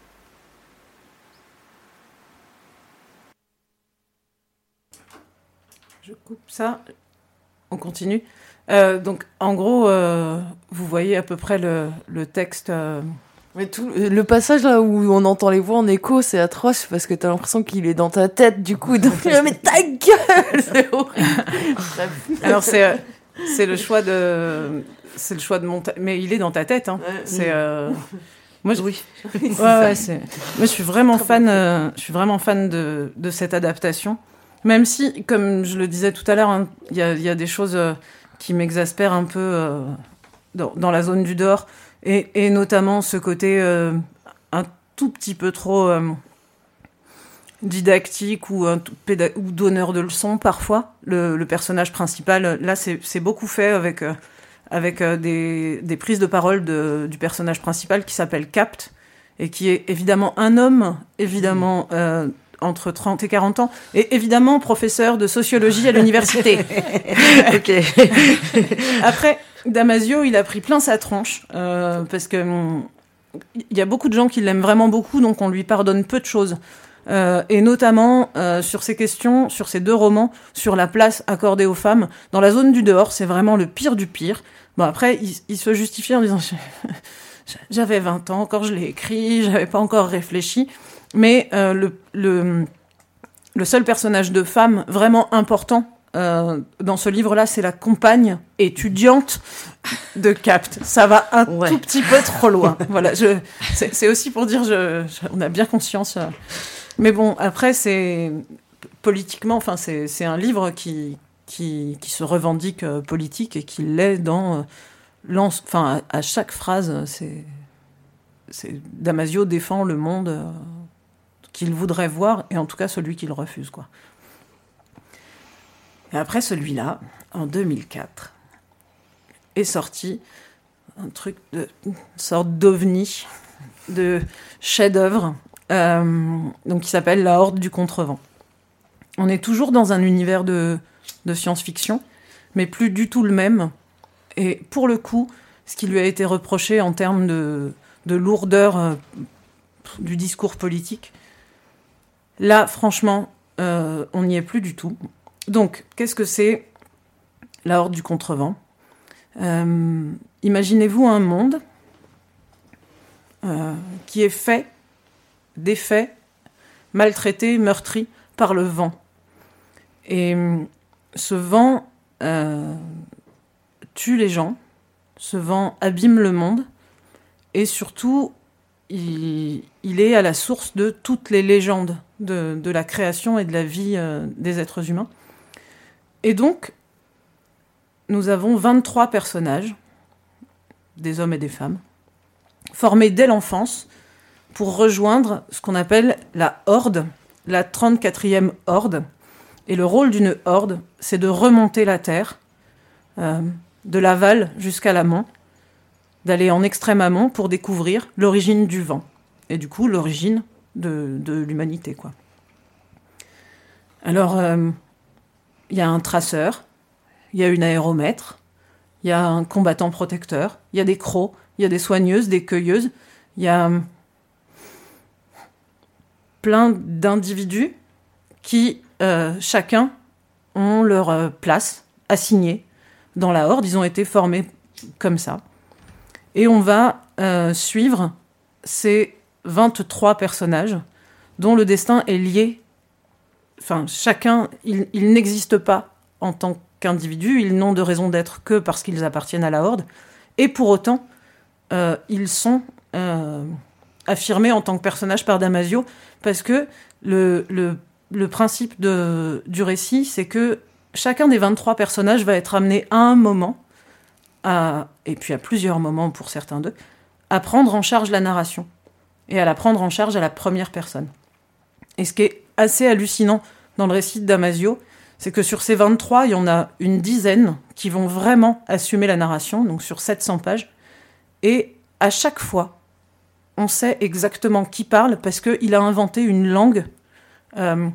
Je coupe ça. On continue. Euh, donc, en gros, euh, vous voyez à peu près le, le texte. Euh... Mais tout le passage là où on entend les voix en écho, c'est atroce parce que t'as l'impression qu'il est dans ta tête. Du coup, donc, mais ta gueule, c'est horrible. Alors c'est c'est le choix de c'est le choix de montage, mais il est dans ta tête. Hein. Ouais, c'est euh... moi je... oui. ouais, ouais, c'est... Moi je suis vraiment fan. Euh, je suis vraiment fan de de cette adaptation. Même si, comme je le disais tout à l'heure, hein, y a, y a des choses euh, qui m'exaspèrent un peu euh, dans, dans la zone du dehors, et, et notamment ce côté euh, un tout petit peu trop euh, didactique ou, un, péda- ou donneur de leçons parfois. Le, le personnage principal, là, c'est, c'est beaucoup fait avec, euh, avec euh, des, des prises de parole de, du personnage principal qui s'appelle Capt, et qui est évidemment un homme, évidemment... Euh, entre trente et quarante ans, et évidemment professeur de sociologie à l'université. Ok. Après, Damasio, il a pris plein sa tronche, euh, parce que il y a beaucoup de gens qui l'aiment vraiment beaucoup, donc on lui pardonne peu de choses. euh, et notamment euh, sur ces questions, sur ces deux romans, sur la place accordée aux femmes. Dans La zone du dehors, c'est vraiment le pire du pire. Bon, après, il, il se justifie en disant « J'avais vingt ans quand je l'ai écrit, j'avais pas encore réfléchi. » Mais euh, le, le, le seul personnage de femme vraiment important euh, dans ce livre-là, c'est la compagne étudiante de Capt. Ça va un ouais. tout petit peu trop loin. Voilà, je, c'est, c'est aussi pour dire, je, je, on a bien conscience. Euh, mais bon, après, c'est politiquement, enfin, c'est, c'est un livre qui, qui, qui se revendique euh, politique et qui l'est dans, euh, lance, enfin, à, à chaque phrase, c'est, c'est Damasio défend le monde euh, qu'il voudrait voir et en tout cas celui qu'il refuse, quoi. Et après celui-là, en deux mille quatre, est sorti un truc de une sorte d'ovni, de chef-d'œuvre, euh, donc qui s'appelle La Horde du Contrevent. On est toujours dans un univers de, de science-fiction, mais plus du tout le même. Et pour le coup, ce qui lui a été reproché en termes de, de lourdeur euh, du discours politique, là, franchement, euh, on n'y est plus du tout. Donc, qu'est-ce que c'est La Horde du Contrevent ? euh, Imaginez-vous un monde euh, qui est fait, défait, maltraité, meurtri par le vent. Et ce vent euh, tue les gens, ce vent abîme le monde, et surtout, il, il est à la source de toutes les légendes de, de la création et de la vie euh, des êtres humains. Et donc, nous avons vingt-trois personnages, des hommes et des femmes, formés dès l'enfance pour rejoindre ce qu'on appelle la Horde, la trente-quatrième Horde. Et le rôle d'une Horde, c'est de remonter la terre, euh, de l'aval jusqu'à l'amont, d'aller en extrême amont pour découvrir l'origine du vent. Et du coup, l'origine de, de l'humanité, quoi. Alors, euh, il y a un traceur, il y a une aéromètre, il y a un combattant protecteur, il y a des crocs, il y a des soigneuses, des cueilleuses, il y a plein d'individus qui, euh, chacun, ont leur euh, place assignée dans la Horde. Ils ont été formés comme ça. Et on va euh, suivre ces vingt-trois personnages dont le destin est lié. Enfin, chacun, ils il n'existent pas en tant qu'individus, ils n'ont de raison d'être que parce qu'ils appartiennent à la Horde. Et pour autant, euh, ils sont euh, affirmés en tant que personnages par Damasio, parce que le, le, le principe de, du récit, c'est que chacun des vingt-trois personnages va être amené à un moment, à, et puis à plusieurs moments pour certains d'eux, à prendre en charge la narration, et à la prendre en charge à la première personne. Et ce qui est assez hallucinant dans le récit de Damasio, c'est que sur ces vingt-trois, il y en a une dizaine qui vont vraiment assumer la narration, donc sur sept cents pages, et à chaque fois, on sait exactement qui parle, parce qu'il a inventé une langue, euh,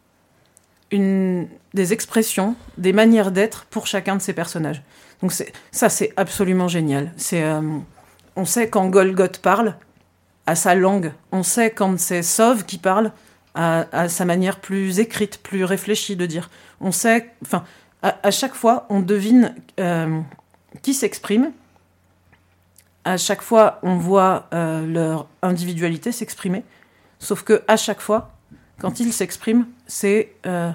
une, des expressions, des manières d'être pour chacun de ces personnages. Donc c'est, ça, c'est absolument génial. C'est, euh, on sait quand Golgoth parle, à sa langue. On sait quand c'est Sov qui parle, à, à sa manière plus écrite, plus réfléchie de dire. On sait, enfin, à, à chaque fois, on devine euh, qui s'exprime. À chaque fois, on voit euh, leur individualité s'exprimer. Sauf que à chaque fois, quand ils s'expriment, c'est euh,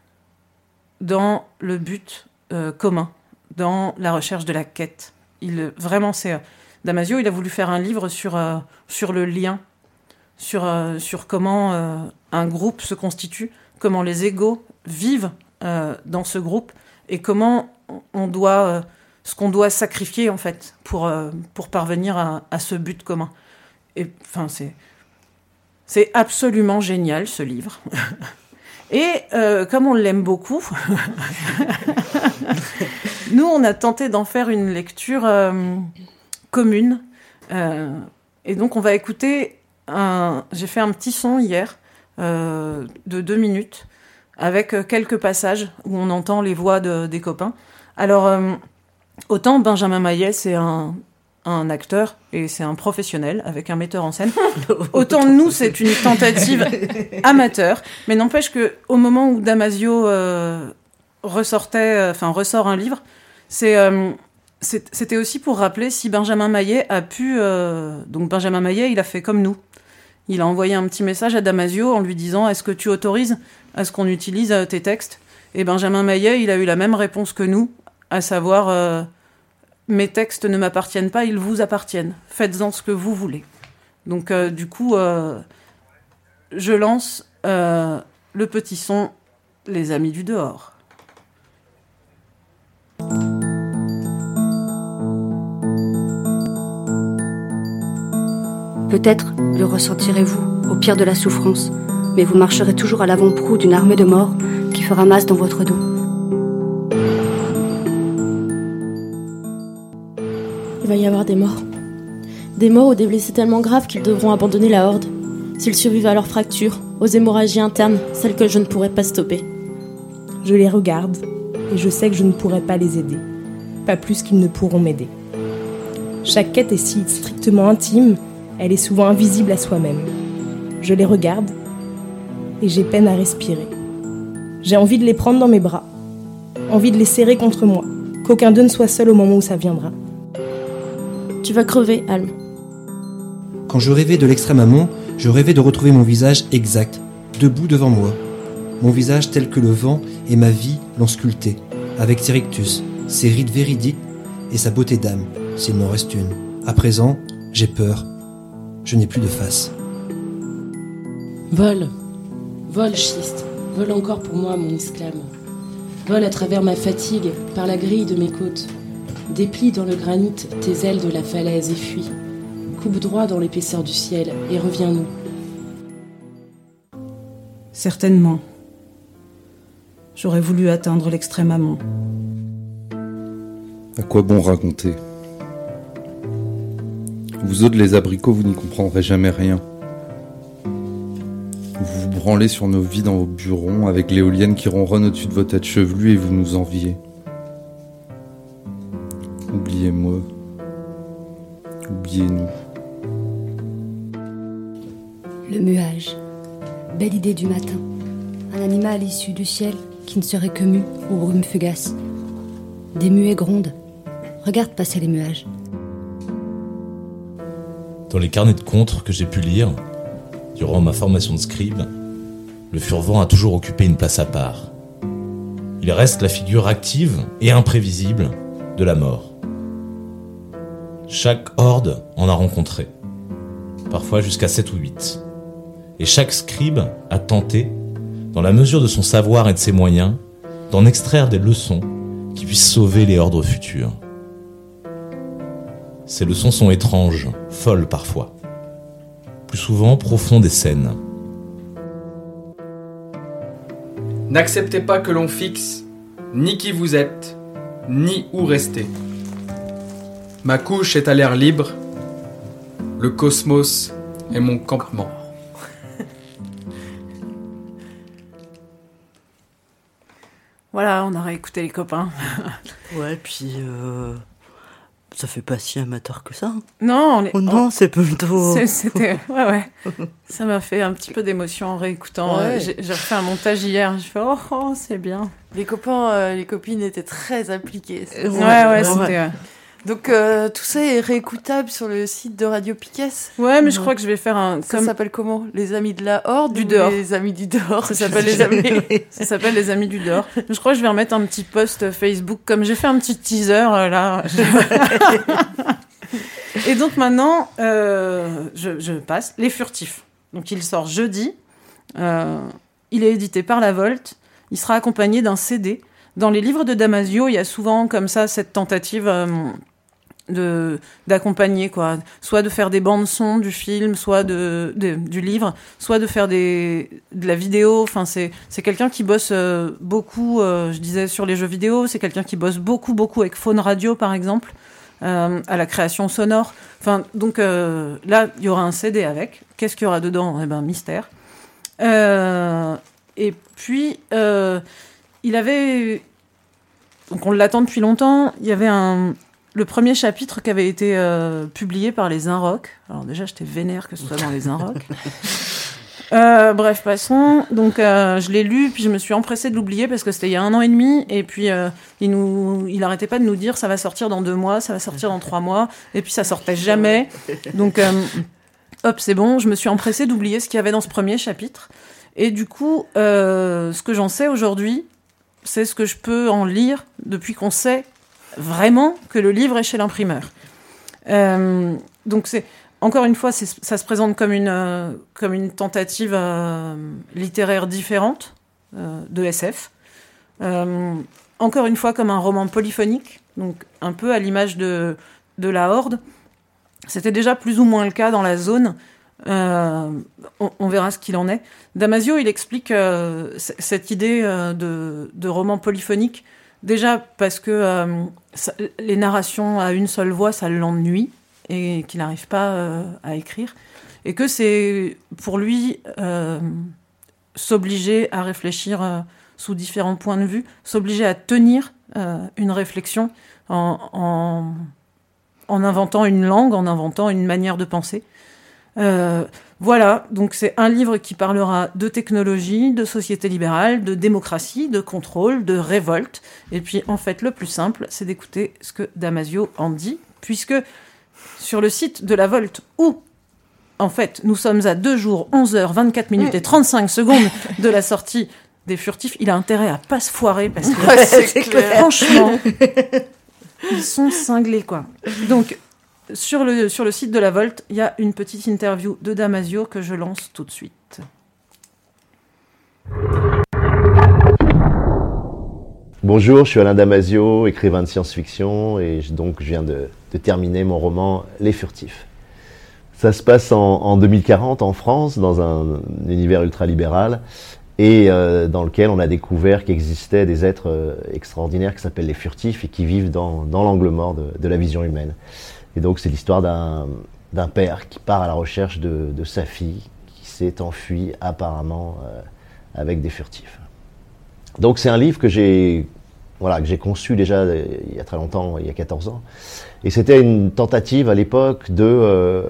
dans le but euh, commun, dans la recherche de la quête. Il, vraiment, c'est... Damasio, il a voulu faire un livre sur, euh, sur le lien, sur, euh, sur comment euh, un groupe se constitue, comment les égos vivent euh, dans ce groupe et comment on doit, euh, ce qu'on doit sacrifier en fait pour, euh, pour parvenir à, à ce but commun. Et enfin, c'est, c'est absolument génial ce livre. Et euh, comme on l'aime beaucoup, nous on a tenté d'en faire une lecture euh, commune. Euh, et donc on va écouter un... J'ai fait un petit son hier euh, de deux minutes avec quelques passages où on entend les voix de, des copains. Alors, euh, autant Benjamin Maillet, c'est un, un acteur et c'est un professionnel avec un metteur en scène. Autant nous, c'est une tentative amateur, mais n'empêche que au moment où Damasio euh, ressortait, enfin euh, ressort un livre, c'est, euh, c'est c'était aussi pour rappeler si Benjamin Maillet a pu. Euh, donc Benjamin Maillet, il a fait comme nous. Il a envoyé un petit message à Damasio en lui disant « Est-ce que tu autorises à ce qu'on utilise tes textes ?» Et Benjamin Maillet, il a eu la même réponse que nous, à savoir euh, « Mes textes ne m'appartiennent pas, ils vous appartiennent. Faites-en ce que vous voulez. » Donc euh, du coup, euh, je lance euh, le petit son « Les amis du dehors ». Peut-être le ressentirez-vous au pire de la souffrance, mais vous marcherez toujours à l'avant-proue d'une armée de morts qui fera masse dans votre dos. Il va y avoir des morts. Des morts ou des blessés tellement graves qu'ils devront abandonner la horde. S'ils survivent à leurs fractures, aux hémorragies internes, celles que je ne pourrai pas stopper. Je les regarde et je sais que je ne pourrai pas les aider. Pas plus qu'ils ne pourront m'aider. Chaque quête est si strictement intime, elle est souvent invisible à soi-même. Je les regarde et j'ai peine à respirer. J'ai envie de les prendre dans mes bras, envie de les serrer contre moi, qu'aucun d'eux ne soit seul au moment où ça viendra. Tu vas crever, Alm. Quand je rêvais de l'extrême amont, je rêvais de retrouver mon visage exact, debout devant moi. Mon visage tel que le vent et ma vie l'ont sculpté, avec ses rictus, ses rides véridiques et sa beauté d'âme, s'il m'en reste une. À présent, j'ai peur. Je n'ai plus de face. Vole, vole schiste, vole encore pour moi mon esclame. Vole à travers ma fatigue, par la grille de mes côtes. Déplie dans le granit tes ailes de la falaise et fuis. Coupe droit dans l'épaisseur du ciel et reviens-nous. Certainement. J'aurais voulu atteindre l'extrême amont. À quoi bon raconter ? Vous autres, les abricots, vous n'y comprendrez jamais rien. Vous vous branlez sur nos vies dans vos bureaux, avec l'éolienne qui ronronne au-dessus de vos têtes chevelues et vous nous enviez. Oubliez-moi. Oubliez-nous. Le muage. Belle idée du matin. Un animal issu du ciel qui ne serait que mue ou brume fugace. Des muets grondent. Regarde passer les muages. Dans les carnets de contres que j'ai pu lire, durant ma formation de scribe, le Furvent a toujours occupé une place à part. Il reste la figure active et imprévisible de la mort. Chaque horde en a rencontré, parfois jusqu'à sept ou huit. Et chaque scribe a tenté, dans la mesure de son savoir et de ses moyens, d'en extraire des leçons qui puissent sauver les ordres futurs. Ces leçons sont étranges, folles parfois, plus souvent profondes et saines. N'acceptez pas que l'on fixe ni qui vous êtes, ni où rester. Ma couche est à l'air libre, le cosmos est mon campement. Voilà, on a réécouté les copains. Ouais, puis euh, ça fait pas si amateur que ça. Non, on est... oh non, c'est plutôt. C'est, c'était, ouais, ouais. Ça m'a fait un petit peu d'émotion en réécoutant. Ouais. J'ai, j'ai refait un montage hier. Je fais oh, oh c'est bien. Les copains, euh, les copines étaient très appliqués. Ouais, ouais, ouais, c'était. Ouais. Donc euh, tout ça est réécoutable sur le site de Radio Piquet. Ouais, mais je crois que je vais faire un. Ça comme... s'appelle comment ? Les Amis de la Horde du dehors. Les Amis du dehors. Ça s'appelle les amis. Ça s'appelle les Amis du dehors. Je crois que je vais remettre un petit post Facebook, comme j'ai fait un petit teaser euh, là. Et donc maintenant, euh, je, je passe Les Furtifs. Donc il sort jeudi. Euh, il est édité par La Volte. Il sera accompagné d'un C D. Dans les livres de Damasio, il y a souvent comme ça cette tentative. Euh, de d'accompagner quoi, soit de faire des bandes son du film, soit de, de du livre, soit de faire des de la vidéo. Enfin c'est c'est quelqu'un qui bosse euh, beaucoup euh, je disais sur les jeux vidéo, c'est quelqu'un qui bosse beaucoup beaucoup avec Faune Radio par exemple, euh, à la création sonore. Enfin donc euh, là il y aura un C D avec. Qu'est-ce qu'il y aura dedans ? Eh ben mystère. Euh, et puis euh, il avait, donc on l'attend depuis longtemps, il y avait un le premier chapitre qui avait été euh, publié par les Inrocks. Alors déjà, j'étais vénère que ce soit dans les Inrocks. Euh, bref, passons. Donc, euh, je l'ai lu, puis je me suis empressée de l'oublier parce que c'était il y a un an et demi. Et puis, euh, il nous, il arrêtait pas de nous dire ça va sortir dans deux mois, ça va sortir dans trois mois. Et puis, ça sortait jamais. Donc, euh, hop, c'est bon. Je me suis empressée d'oublier ce qu'il y avait dans ce premier chapitre. Et du coup, euh, ce que j'en sais aujourd'hui, c'est ce que je peux en lire depuis qu'on sait vraiment que le livre est chez l'imprimeur. Euh, donc, c'est. Encore une fois, c'est, ça se présente comme une, euh, comme une tentative euh, littéraire différente euh, de S F. Euh, encore une fois, comme un roman polyphonique, donc un peu à l'image de, de La Horde. C'était déjà plus ou moins le cas dans La Zone. Euh, on, on verra ce qu'il en est. Damasio, il explique euh, c- cette idée euh, de, de roman polyphonique, déjà parce que euh, ça, les narrations à une seule voix, ça l'ennuie, et qu'il n'arrive pas euh, à écrire, et que c'est pour lui euh, s'obliger à réfléchir euh, sous différents points de vue, s'obliger à tenir euh, une réflexion en, en, en inventant une langue, en inventant une manière de penser. Euh, voilà, donc c'est un livre qui parlera de technologie, de société libérale, de démocratie, de contrôle, de révolte, et puis en fait le plus simple, c'est d'écouter ce que Damasio en dit, puisque sur le site de La Volte, où, en fait, nous sommes à deux jours, onze heures, vingt-quatre minutes et trente-cinq secondes de la sortie des Furtifs, il a intérêt à pas se foirer, parce que, ouais, c'est clair. Franchement, ils sont cinglés, quoi. Donc, sur le, sur le site de La Volte, il y a une petite interview de Damasio que je lance tout de suite. Bonjour, je suis Alain Damasio, écrivain de science-fiction, et je, donc je viens de, de terminer mon roman Les Furtifs. Ça se passe en, en deux mille quarante en France, dans un, un univers ultralibéral, et euh, dans lequel on a découvert qu'existaient des êtres euh, extraordinaires qui s'appellent les Furtifs et qui vivent dans, dans l'angle mort de, de la vision humaine. Et donc c'est l'histoire d'un, d'un père qui part à la recherche de, de sa fille, qui s'est enfuie apparemment euh, avec des furtifs. Donc c'est un livre que j'ai, voilà, que j'ai conçu déjà il y a très longtemps, il y a quatorze ans. Et c'était une tentative à l'époque de, euh,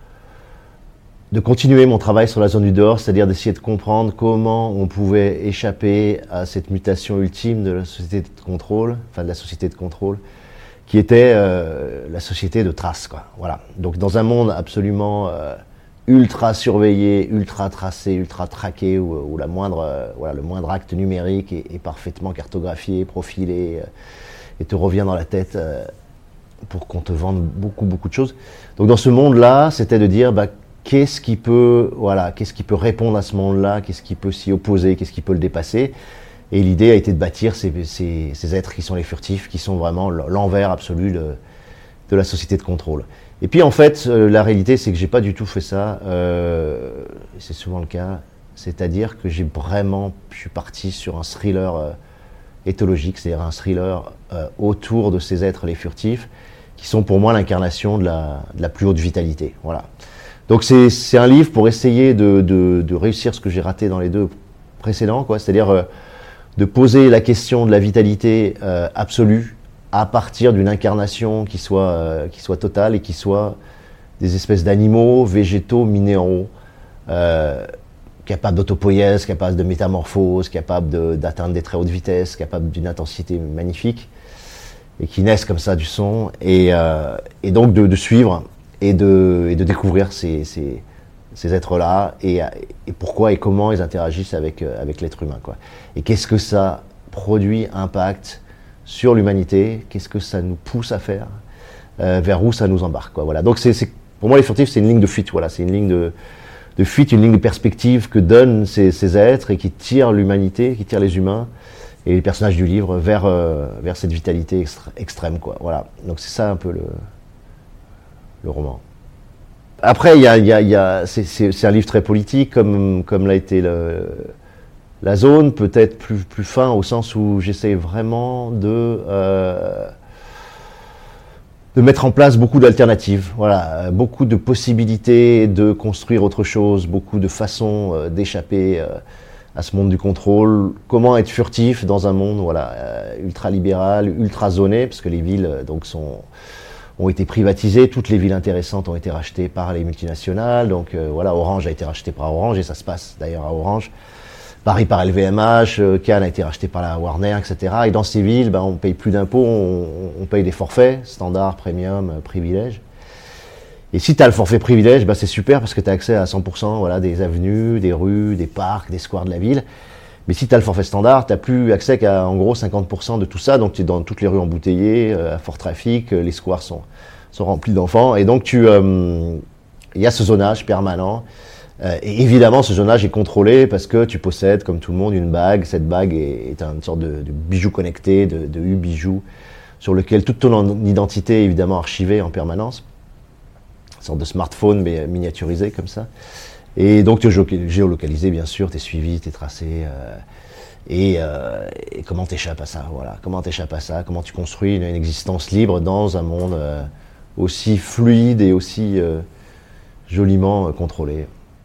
de continuer mon travail sur la zone du dehors, c'est-à-dire d'essayer de comprendre comment on pouvait échapper à cette mutation ultime de la société de contrôle, enfin de la société de contrôle, qui était euh, la société de trace, quoi. Voilà. Donc dans un monde absolument euh, ultra surveillé, ultra tracé, ultra traqué, où, où la moindre, euh, voilà, le moindre acte numérique est, est parfaitement cartographié, profilé, euh, et te revient dans la tête euh, pour qu'on te vende beaucoup, beaucoup de choses. Donc dans ce monde-là, c'était de dire, bah, qu'est-ce qui peut, voilà, qu'est-ce qui peut répondre à ce monde-là, qu'est-ce qui peut s'y opposer, qu'est-ce qui peut le dépasser. Et l'idée a été de bâtir ces, ces, ces êtres qui sont les furtifs, qui sont vraiment l'envers absolu de, de la société de contrôle. Et puis en fait, euh, la réalité, c'est que j'ai pas du tout fait ça. Euh, c'est souvent le cas. C'est-à-dire que j'ai vraiment, je suis parti sur un thriller euh, éthologique, c'est-à-dire un thriller euh, autour de ces êtres, les furtifs, qui sont pour moi l'incarnation de la, de la plus haute vitalité. Voilà. Donc c'est, c'est un livre pour essayer de, de, de réussir ce que j'ai raté dans les deux précédents, quoi. C'est-à-dire euh, de poser la question de la vitalité euh, absolue à partir d'une incarnation qui soit, euh, qui soit totale et qui soit des espèces d'animaux, végétaux, minéraux, euh, capables d'autopoïèse, capables de métamorphose, capables de, d'atteindre des très hautes vitesses, capables d'une intensité magnifique, et qui naissent comme ça du son, et, euh, et donc de, de suivre et de, et de découvrir ces, ces, ces êtres-là, et, et pourquoi et comment ils interagissent avec, avec l'être humain, quoi. Et qu'est-ce que ça produit, impacte sur l'humanité, qu'est-ce que ça nous pousse à faire, euh, vers où ça nous embarque, quoi. Voilà. Donc c'est, c'est, pour moi, les furtifs, c'est une ligne de fuite, voilà. C'est une ligne de, de fuite, une ligne de perspective que donnent ces, ces êtres et qui tirent l'humanité, qui tirent les humains et les personnages du livre vers, euh, vers cette vitalité extra- extrême, quoi. Voilà. Donc c'est ça un peu le, le roman. Après, il y a, il y a, il y a, c'est, c'est, c'est un livre très politique, comme, comme l'a été le, La Zone, peut-être plus, plus fin, au sens où j'essaie vraiment de, euh, de mettre en place beaucoup d'alternatives, voilà, beaucoup de possibilités de construire autre chose, beaucoup de façons euh, d'échapper euh, à ce monde du contrôle, comment être furtif dans un monde voilà, euh, ultra-libéral, ultra-zoné, parce que les villes euh, donc, sont, ont été privatisées, toutes les villes intéressantes ont été rachetées par les multinationales, donc euh, voilà, Orange a été racheté par Orange, et ça se passe d'ailleurs à Orange. Paris par L V M H, euh, Cannes a été racheté par la Warner, et cetera. Et dans ces villes, ben, on paye plus d'impôts, on, on paye des forfaits, standard, premium, euh, privilège. Et si tu as le forfait privilège, ben, c'est super parce que tu as accès à cent pour cent voilà, des avenues, des rues, des parcs, des squares de la ville. Mais si tu as le forfait standard, tu n'as plus accès qu'à en gros cinquante pour cent de tout ça. Donc tu es dans toutes les rues embouteillées, euh, à fort trafic, euh, les squares sont, sont remplis d'enfants. Et donc il euh, y a ce zonage permanent. Euh, et évidemment, ce zonage est contrôlé parce que tu possèdes, comme tout le monde, une bague. Cette bague est, est une sorte de, de bijou connecté, de, de U-bijou, sur lequel toute ton identité est évidemment archivée en permanence. Une sorte de smartphone, mais miniaturisé comme ça. Et donc, tu es géolocalisé, bien sûr, tu es suivi, tu es tracé. Euh, et, euh, et comment tu échappes à ça, voilà. Comment tu échappes à ça, comment tu construis une, une existence libre dans un monde euh, aussi fluide et aussi euh, joliment euh, contrôlé.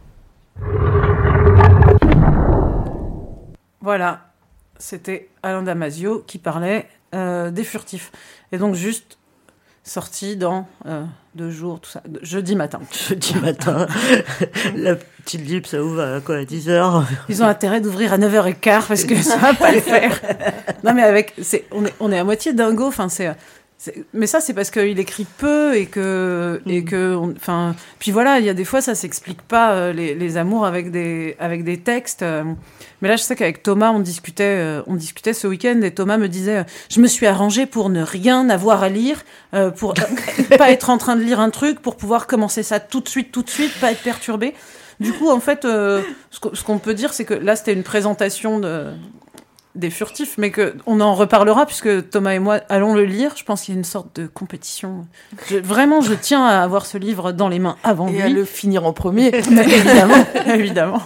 Voilà, c'était Alain Damasio qui parlait euh, des furtifs. Et donc juste sorti dans euh, deux jours, tout ça, jeudi matin. Jeudi matin, la petite lib, ça ouvre à quoi, à dix heures. Ils ont intérêt d'ouvrir à neuf heures quinze parce que ça va pas le faire. Non mais avec, c'est, on, est, on est à moitié dingo, enfin c'est... C'est, mais ça, c'est parce qu'il écrit peu et que, mmh. et que, enfin, puis voilà, il y a des fois, ça s'explique pas euh, les, les amours avec des, avec des textes. Euh, mais là, je sais qu'avec Thomas, on discutait, euh, on discutait ce week-end et Thomas me disait, euh, je me suis arrangée pour ne rien avoir à lire, euh, pour pas être en train de lire un truc, pour pouvoir commencer ça tout de suite, tout de suite, pas être perturbé. Du coup, en fait, euh, ce, qu'on, ce qu'on peut dire, c'est que là, c'était une présentation de des furtifs, mais que on en reparlera puisque Thomas et moi allons le lire. Je pense qu'il y a une sorte de compétition. Je, vraiment, je tiens à avoir ce livre dans les mains avant et lui. Et à le finir en premier. évidemment, évidemment.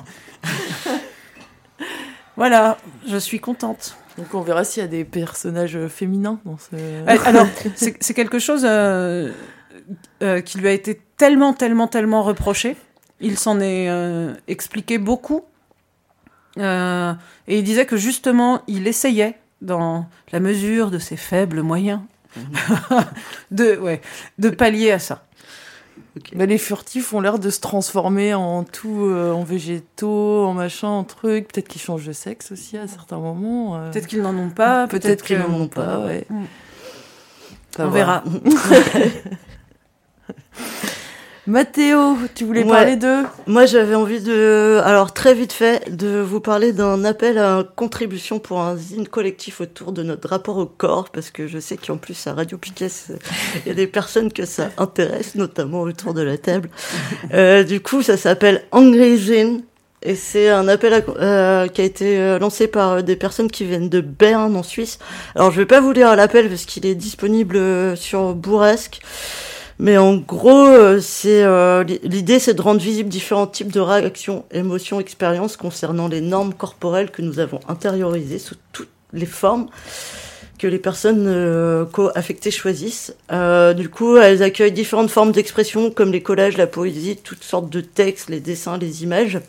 Voilà, je suis contente. Donc on verra s'il y a des personnages féminins dans ce... Alors, c'est, c'est quelque chose euh, euh, qui lui a été tellement, tellement, tellement reproché. Il s'en est euh, expliqué beaucoup. Euh, et il disait que justement, il essayait, dans la mesure de ses faibles moyens, mmh. de, ouais, de pallier à ça. Okay. Bah, les furtifs ont l'air de se transformer en tout, euh, en végétaux, en machin, en trucs. Peut-être qu'ils changent de sexe aussi à certains moments. Euh... Peut-être qu'ils n'en ont pas. Peut-être, peut-être qu'ils que... n'en ont pas, ouais. Mmh. On va verra. Mathéo, tu voulais ouais. parler de... Moi, j'avais envie de, alors très vite fait, de vous parler d'un appel à contribution pour un zine collectif autour de notre rapport au corps, parce que je sais qu'en plus, à Radio Piquet, il y a des personnes que ça intéresse, notamment autour de la table. Euh, du coup, ça s'appelle Angry Zine, et c'est un appel à, euh, qui a été lancé par des personnes qui viennent de Berne, en Suisse. Alors, je vais pas vous lire l'appel, parce qu'il est disponible sur Bourrasque. Mais en gros, c'est euh, l'idée, c'est de rendre visibles différents types de réactions, émotions, expériences concernant les normes corporelles que nous avons intériorisées sous toutes les formes que les personnes euh, co-affectées choisissent. Euh, du coup, elles accueillent différentes formes d'expression comme les collages, la poésie, toutes sortes de textes, les dessins, les images.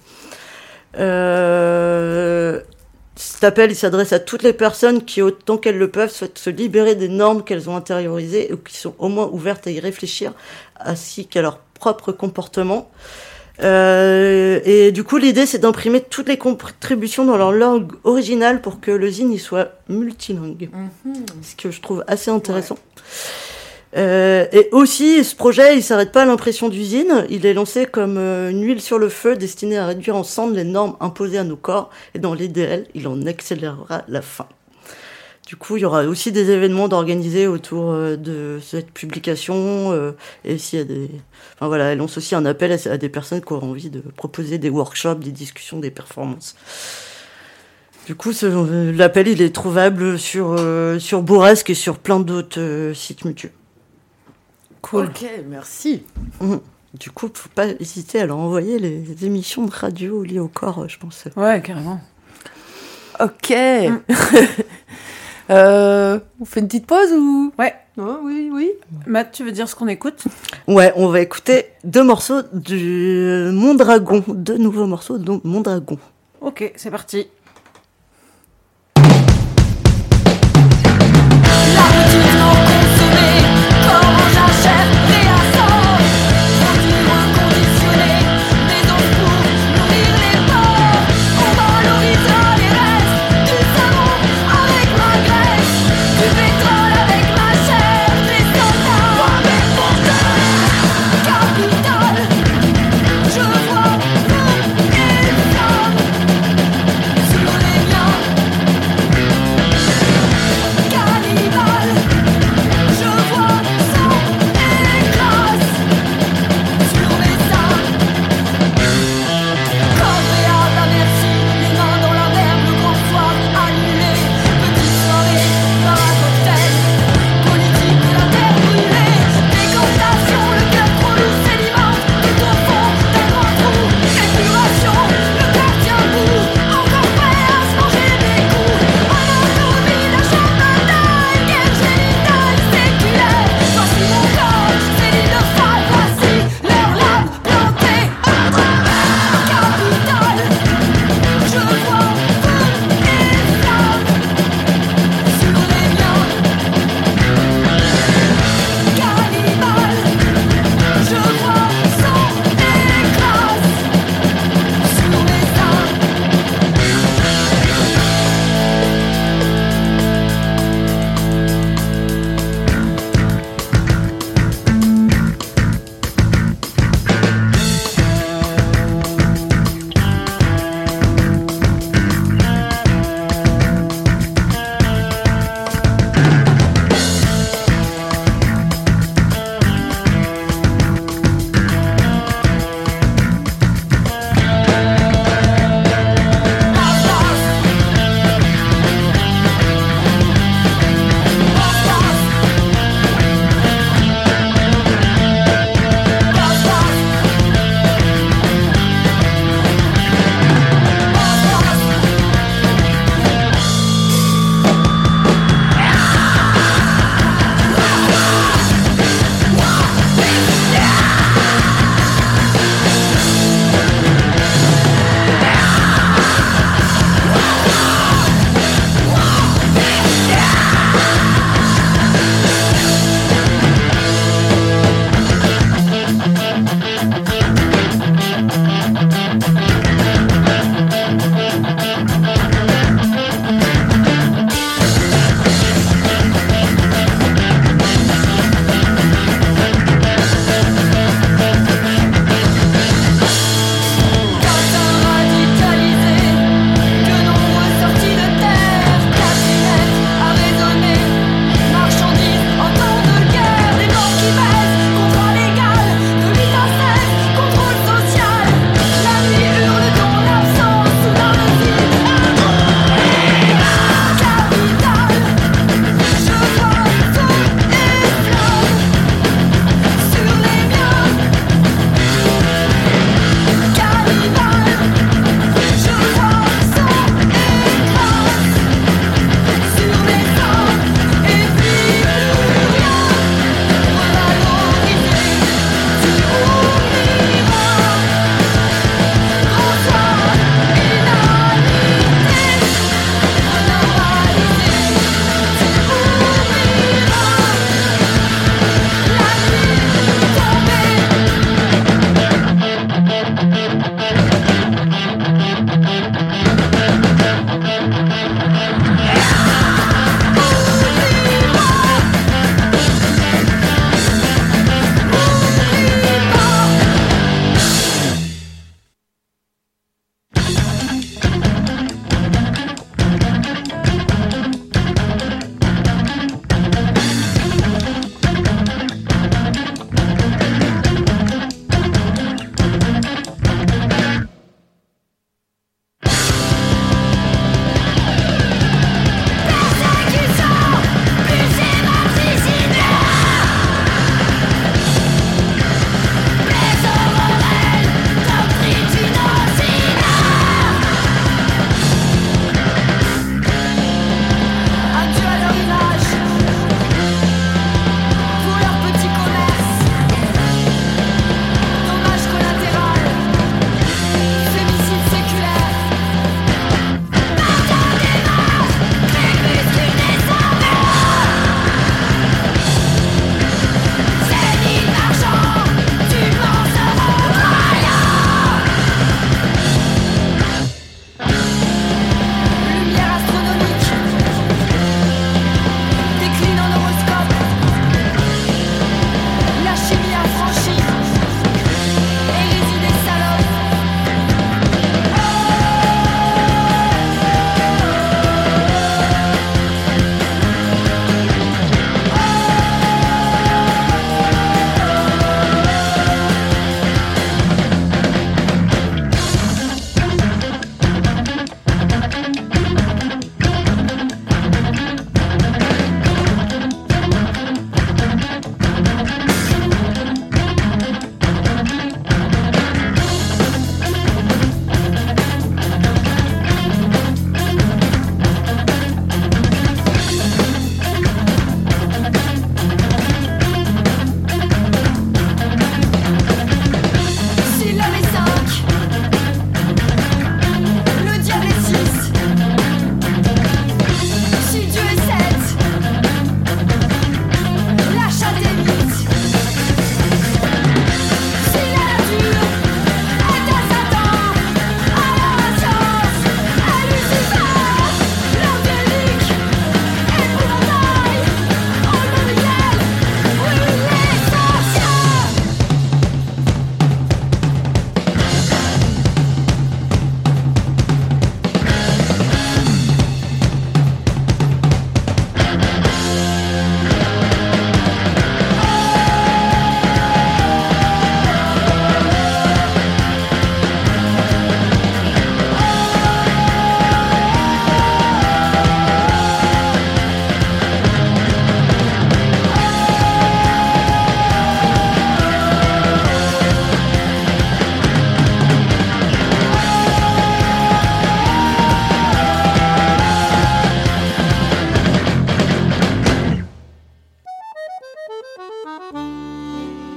Euh... Cet appel, il s'adresse à toutes les personnes qui, autant qu'elles le peuvent, souhaitent se libérer des normes qu'elles ont intériorisées ou qui sont au moins ouvertes à y réfléchir, ainsi qu'à leur propre comportement. Euh, et du coup, l'idée, c'est d'imprimer toutes les contributions dans leur langue originale pour que le zine y soit multilingue. Mm-hmm. Ce que je trouve assez intéressant. Ouais. Euh, et aussi, ce projet, il s'arrête pas à l'impression d'usine. Il est lancé comme euh, une huile sur le feu destinée à réduire ensemble les normes imposées à nos corps. Et dans l'idéal, il en accélérera la fin. Du coup, il y aura aussi des événements d'organiser autour euh, de cette publication. Euh, et s'il y a des, enfin voilà, elle lance aussi un appel à, à des personnes qui auront envie de proposer des workshops, des discussions, des performances. Du coup, ce, l'appel, il est trouvable sur euh, sur Bourrasque et sur plein d'autres euh, sites mutuels. Cool. Ok, merci. Mmh. Du coup, faut pas hésiter à leur envoyer les, les émissions de radio liées au corps, je pense. Ouais, carrément. Ok. Mmh. euh, on fait une petite pause ou... Ouais. Oh, oui, oui. Matt, tu veux dire ce qu'on écoute ? Ouais, on va écouter deux morceaux du Mondragon, deux nouveaux morceaux de Mondragon. Ok, c'est parti. Je vois feu et flamme.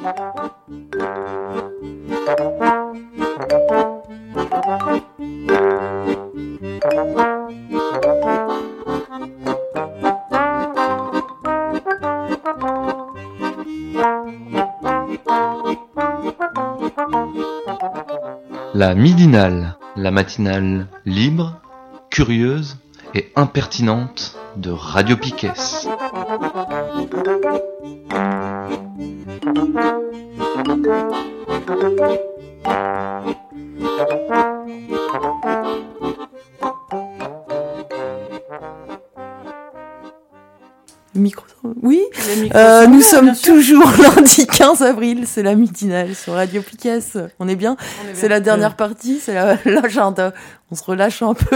La midinale, la matinale libre, curieuse et impertinente de Radio Piquet. Micro... Oui, micros euh, sont nous ouverts, sommes bien sûr. toujours lundi quinze avril, c'est la midinale sur Radio Piquet. On est bien, On est bien. c'est la dernière partie, c'est la- l'agenda. On se relâche un peu.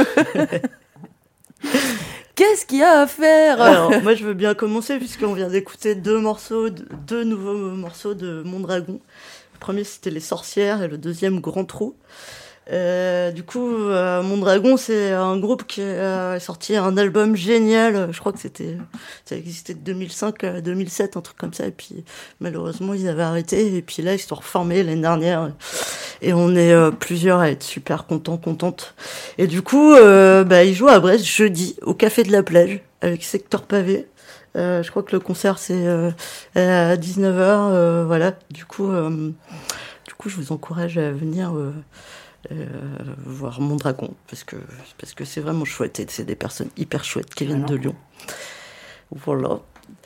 Qu'est-ce qu'il y a à faire? Alors, moi, je veux bien commencer, puisqu'on vient d'écouter deux morceaux, de- deux nouveaux morceaux de Mondragon. Le premier, c'était Les Sorcières, et le deuxième, Grand Trou. Euh, du coup, euh, Mondragon, c'est un groupe qui euh, a sorti un album génial. Je crois que c'était, ça existait de deux mille cinq à deux mille sept, un truc comme ça. Et puis, malheureusement, ils avaient arrêté. Et puis là, ils se sont reformés l'année dernière. Et on est euh, plusieurs à être super contents, contentes. Et du coup, euh, bah, ils jouent à Brest jeudi au Café de la Plage avec Secteur Pavé. Euh, je crois que le concert c'est euh, à dix-neuf heures. Euh, voilà. Du coup, euh, du coup, je vous encourage à venir. Euh, Euh, voir Mondragon parce que parce que c'est vraiment chouette et c'est des personnes hyper chouettes qui viennent de Lyon. Voilà.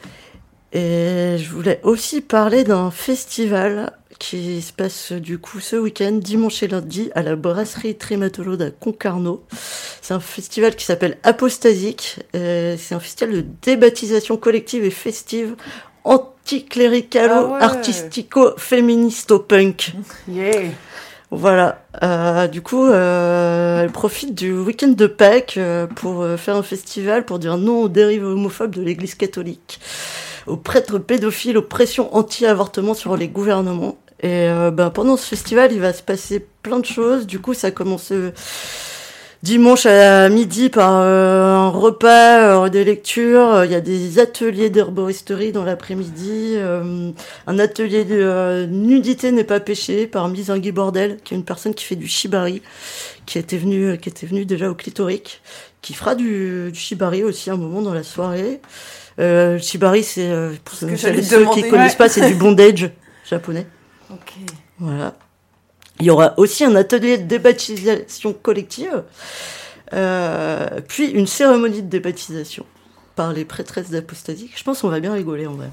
Et je voulais aussi parler d'un festival qui se passe du coup ce week-end, dimanche et lundi, à la brasserie Trématolode à Concarneau. C'est un festival qui s'appelle Apostasique. Euh, c'est un festival de débaptisation collective et festive anticléricalo, Ah ouais. artistico, féministo, punk. Yeah. Voilà. Euh, du coup, euh, elle profite du week-end de Pâques euh, pour euh, faire un festival pour dire non aux dérives homophobes de l'Église catholique, aux prêtres pédophiles, aux pressions anti-avortement sur les gouvernements. Et euh, ben, pendant ce festival, il va se passer plein de choses. Du coup, ça commence euh, dimanche à midi par euh, un repas, euh, des lectures. Il y a des ateliers d'herboristerie dans l'après-midi. Euh, un atelier de euh, nudité n'est pas péché par Mizingi Bordel, qui est une personne qui fait du shibari, qui était venue, qui était venue déjà au Clitorique, qui fera du, du shibari aussi un moment dans la soirée. Euh, le shibari, c'est, euh, pour que ceux, j'allais ceux demander. qui connaissent Ouais. pas, c'est du bondage japonais. Ok. Voilà. Il y aura aussi un atelier de débaptisation collective, euh, puis une cérémonie de débaptisation par les prêtresses d'Apostasique. Je pense qu'on va bien rigoler en vrai.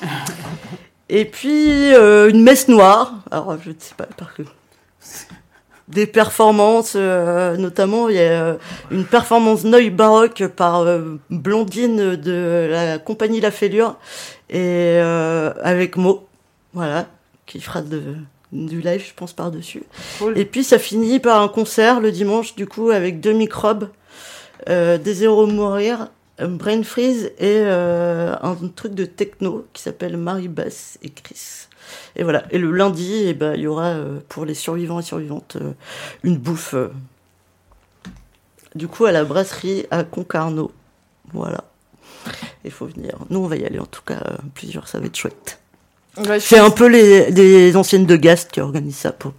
Et puis euh, une messe noire. Alors je ne sais pas par que des performances, euh, notamment il y a euh, une performance Neuil baroque par euh, Blondine de la compagnie La Fêlure et euh, avec Mo, voilà, qui fera de du live, je pense, par-dessus. Cool. Et puis, ça finit par un concert le dimanche, du coup, avec deux microbes, euh, Désiro Mourir, Brain Freeze et euh, un truc de techno qui s'appelle Marie Bass et Chris. Et voilà. Et le lundi, eh ben, il y aura, euh, pour les survivants et survivantes, euh, une bouffe, euh, du coup, à la brasserie à Concarneau. Voilà. Il faut venir. Nous, on va y aller, en tout cas, euh, plusieurs, ça va être chouette. Ouais, c'est un peu les, les anciennes de Gast qui organisent ça pour.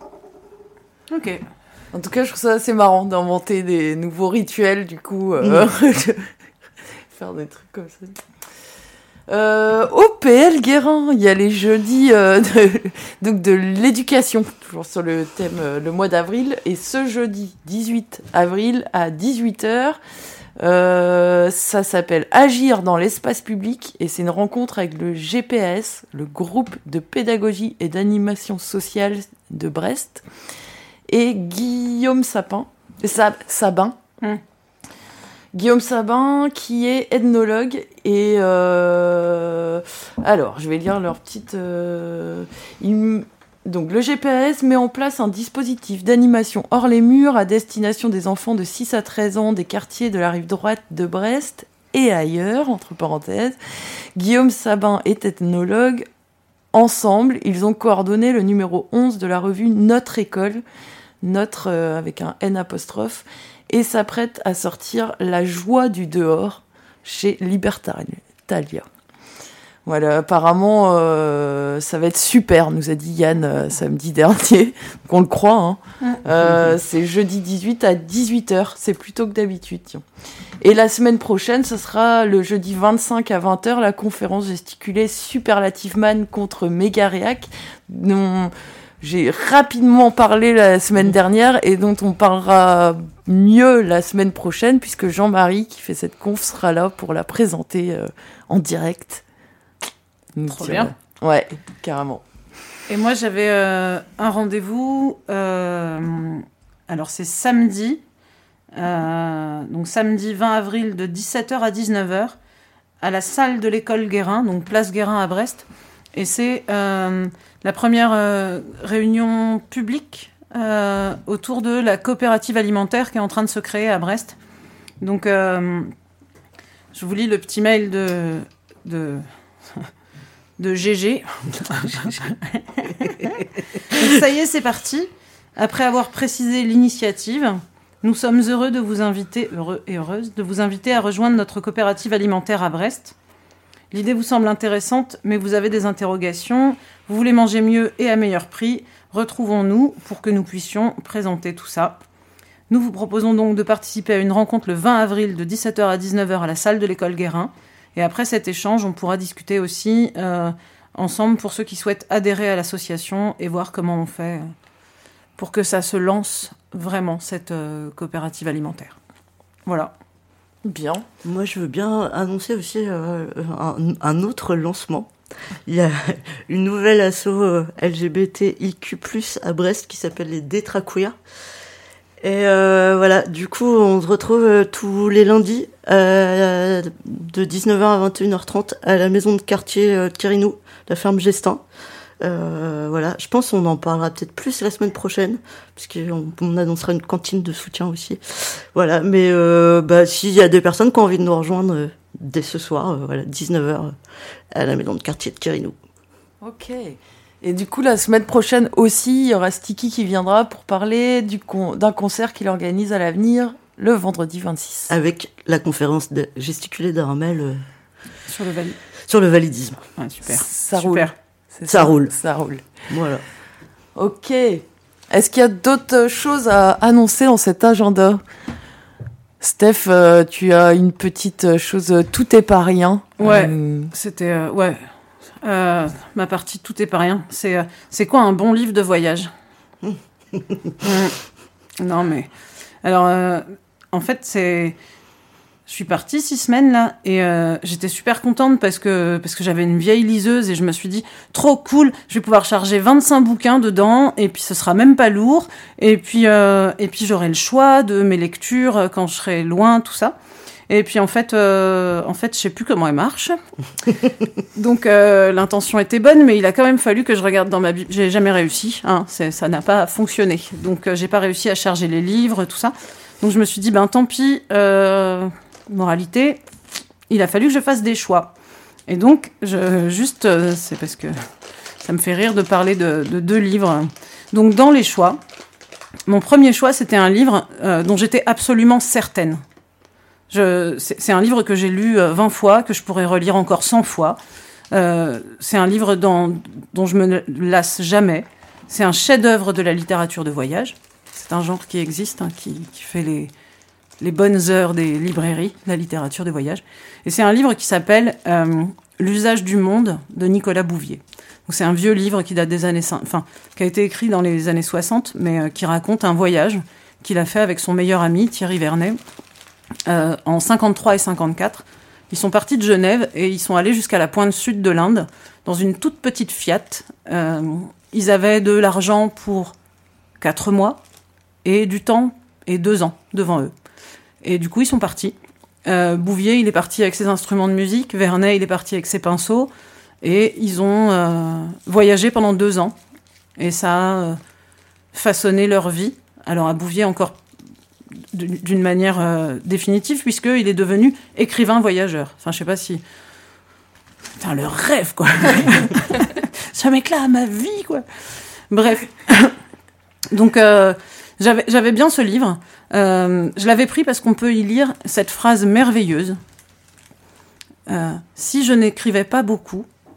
Ok. En tout cas, je trouve ça assez marrant d'inventer des nouveaux rituels, du coup. Euh, Mmh. Faire des trucs comme ça. Euh, au P L Guérin, il y a les jeudis euh, de, donc de l'éducation, toujours sur le thème euh, le mois d'avril. Et ce jeudi dix-huit avril à dix-huit heures, Euh, ça s'appelle Agir dans l'espace public et c'est une rencontre avec le G P A S, le groupe de pédagogie et d'animation sociale de Brest, et Guillaume Sapin, Sab, Sabin. Mm. Guillaume Sabin qui est ethnologue et euh, alors je vais lire leur petite. Euh, il, Donc le G P A S met en place un dispositif d'animation hors les murs à destination des enfants de six à treize ans des quartiers de la rive droite de Brest et ailleurs, entre parenthèses. Guillaume Sabin est ethnologue. Ensemble, ils ont coordonné le numéro onze de la revue Notre École, Notre euh, avec un N apostrophe, et s'apprête à sortir La joie du dehors chez Libertalia. Voilà, apparemment, euh, ça va être super, nous a dit Yann euh, samedi dernier. Qu'on le croit, hein. Euh, c'est jeudi dix-huit à dix-huit heures. C'est plus tôt que d'habitude, tiens. Et la semaine prochaine, ce sera le jeudi vingt-cinq à vingt heures, la conférence gesticulée Superlative Man contre Megaréac, dont j'ai rapidement parlé la semaine dernière et dont on parlera mieux la semaine prochaine, puisque Jean-Marie, qui fait cette conf, sera là pour la présenter euh, en direct. Donc, Trop bien. Euh, ouais, carrément. Et moi, j'avais euh, un rendez-vous. Euh, alors, c'est samedi. Euh, donc, samedi vingt avril de dix-sept heures à dix-neuf heures à la salle de l'école Guérin, donc place Guérin à Brest. Et c'est euh, la première euh, réunion publique euh, autour de la coopérative alimentaire qui est en train de se créer à Brest. Donc, euh, je vous lis le petit mail de... de de G G. Donc, ça y est, c'est parti. Après avoir précisé l'initiative, nous sommes heureux de vous inviter, heureux et heureuses, de vous inviter à rejoindre notre coopérative alimentaire à Brest. L'idée vous semble intéressante, mais vous avez des interrogations. Vous voulez manger mieux et à meilleur prix. Retrouvons-nous pour que nous puissions présenter tout ça. Nous vous proposons donc de participer à une rencontre le vingt avril de dix-sept heures à dix-neuf heures à la salle de l'école Guérin. Et après cet échange, on pourra discuter aussi euh, ensemble pour ceux qui souhaitent adhérer à l'association et voir comment on fait pour que ça se lance vraiment, cette euh, coopérative alimentaire. Voilà. Bien. Moi, je veux bien annoncer aussi euh, un, un autre lancement. Il y a une nouvelle asso euh, L G B T I Q plus, à Brest qui s'appelle les Détraqueers. Et euh, voilà, du coup, on se retrouve euh, tous les lundis euh, de dix-neuf heures à vingt et une heures trente à la maison de quartier euh, Kirinou, la ferme Gestin. Euh, voilà, je pense qu'on en parlera peut-être plus la semaine prochaine, puisqu'on on annoncera une cantine de soutien aussi. Voilà, mais euh, bah, s'il y a des personnes qui ont envie de nous rejoindre euh, dès ce soir, euh, voilà, dix-neuf heures à la maison de quartier de Kirinou. Ok. Et du coup, la semaine prochaine aussi, il y aura Sticky qui viendra pour parler du con- d'un concert qu'il organise à l'avenir le vendredi vingt-six. Avec la conférence de gesticulée d'Armel euh, sur, le vali- sur le validisme. Ouais, super. Ça super. roule. Ça, ça roule. Ça roule. Voilà. Ok. Est-ce qu'il y a d'autres choses à annoncer dans cet agenda ? Steph, euh, tu as une petite chose, euh, tout est pas rien. Ouais, euh... c'était... Euh, ouais. Euh, ma partie tout est pas rien. C'est, euh, c'est quoi un bon livre de voyage ? mmh. Non mais... Alors, euh, en fait, c'est... Je suis partie six semaines, là, et euh, j'étais super contente parce que, parce que j'avais une vieille liseuse et je me suis dit, trop cool, je vais pouvoir charger vingt-cinq bouquins dedans et puis ce sera même pas lourd. Et puis, euh, et puis j'aurai le choix de mes lectures quand je serai loin, tout ça. Et puis en fait, euh, en fait, je sais plus comment elle marche. Donc euh, l'intention était bonne, mais il a quand même fallu que je regarde dans ma Bible. J'ai jamais réussi, hein, c'est, ça n'a pas fonctionné. Donc euh, j'ai pas réussi à charger les livres, tout ça. Donc je me suis dit, ben tant pis. Euh, moralité, il a fallu que je fasse des choix. Et donc, je, juste, euh, c'est parce que ça me fait rire de parler de, de deux livres. Donc dans les choix, mon premier choix, c'était un livre euh, dont j'étais absolument certaine. Je, c'est, c'est un livre que j'ai lu euh, vingt fois, que je pourrais relire encore cent fois. Euh, c'est un livre dans, dont je me lasse jamais. C'est un chef-d'œuvre de la littérature de voyage. C'est un genre qui existe, hein, qui, qui fait les, les bonnes heures des librairies, la littérature de voyage. Et c'est un livre qui s'appelle euh, L'usage du monde de Nicolas Bouvier. Donc c'est un vieux livre qui date des années, enfin, qui a été écrit dans les années soixante, mais euh, qui raconte un voyage qu'il a fait avec son meilleur ami Thierry Vernet euh, en cinquante-trois et cinquante-quatre. Ils sont partis de Genève et ils sont allés jusqu'à la pointe sud de l'Inde dans une toute petite Fiat. Euh, ils avaient de l'argent pour quatre mois et du temps et deux ans devant eux. Et du coup, ils sont partis. Euh, Bouvier, il est parti avec ses instruments de musique. Vernet, il est parti avec ses pinceaux. Et ils ont euh, voyagé pendant deux ans. Et ça a euh, façonné leur vie. Alors à Bouvier, encore d'une manière euh, définitive, puisqu'il est devenu écrivain voyageur. Enfin, je sais pas si... Putain, le rêve, quoi. Ça m'éclate à ma vie, quoi. Bref. Donc, euh, j'avais, j'avais bien ce livre. Euh, je l'avais pris parce qu'on peut y lire cette phrase merveilleuse. Euh, si je n'écrivais pas beaucoup,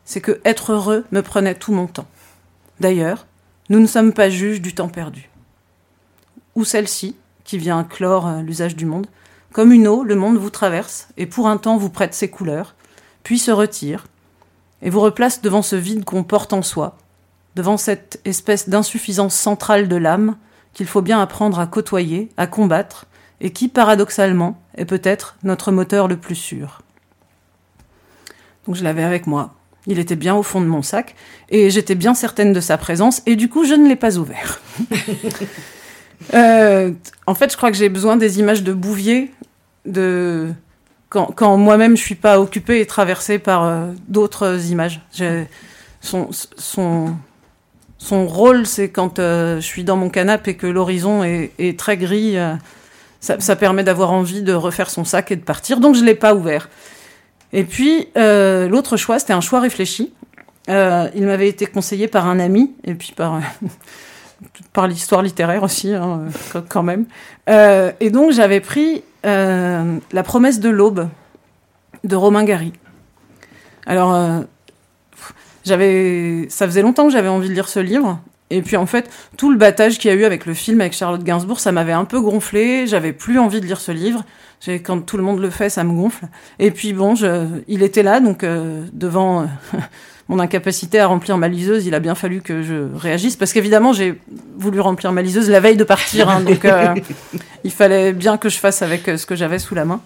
c'est que être heureux me prenait tout mon temps. D'ailleurs, nous ne sommes pas juges du temps perdu. Ou celle-ci, qui vient clore euh, l'usage du monde. Comme une eau, le monde vous traverse, et pour un temps vous prête ses couleurs, puis se retire, et vous replace devant ce vide qu'on porte en soi, devant cette espèce d'insuffisance centrale de l'âme qu'il faut bien apprendre à côtoyer, à combattre, et qui, paradoxalement, est peut-être notre moteur le plus sûr. Donc je l'avais avec moi. Il était bien au fond de mon sac, et j'étais bien certaine de sa présence, et du coup, je ne l'ai pas ouvert. euh, en fait, je crois que j'ai besoin des images de Bouvier, de... quand, quand moi-même je suis pas occupée et traversée par euh, d'autres images. J'ai... Son, son, son rôle, c'est quand euh, je suis dans mon canapé et que l'horizon est, est très gris, euh, ça, ça permet d'avoir envie de refaire son sac et de partir, donc je l'ai pas ouvert. Et puis, euh, l'autre choix, c'était un choix réfléchi. Euh, il m'avait été conseillé par un ami, et puis par, euh, par l'histoire littéraire aussi, hein, quand même. Euh, et donc, j'avais pris euh, La promesse de l'aube, de Romain Gary. Alors, euh, j'avais, ça faisait longtemps que j'avais envie de lire ce livre. Et puis, en fait, tout le battage qu'il y a eu avec le film, avec Charlotte Gainsbourg, ça m'avait un peu gonflé. J'avais plus envie de lire ce livre. J'ai, quand tout le monde le fait, ça me gonfle. Et puis bon, je, il était là, donc euh, devant euh, mon incapacité à remplir ma liseuse, il a bien fallu que je réagisse, parce qu'évidemment, j'ai voulu remplir ma liseuse la veille de partir, hein, donc euh, il fallait bien que je fasse avec ce que j'avais sous la main.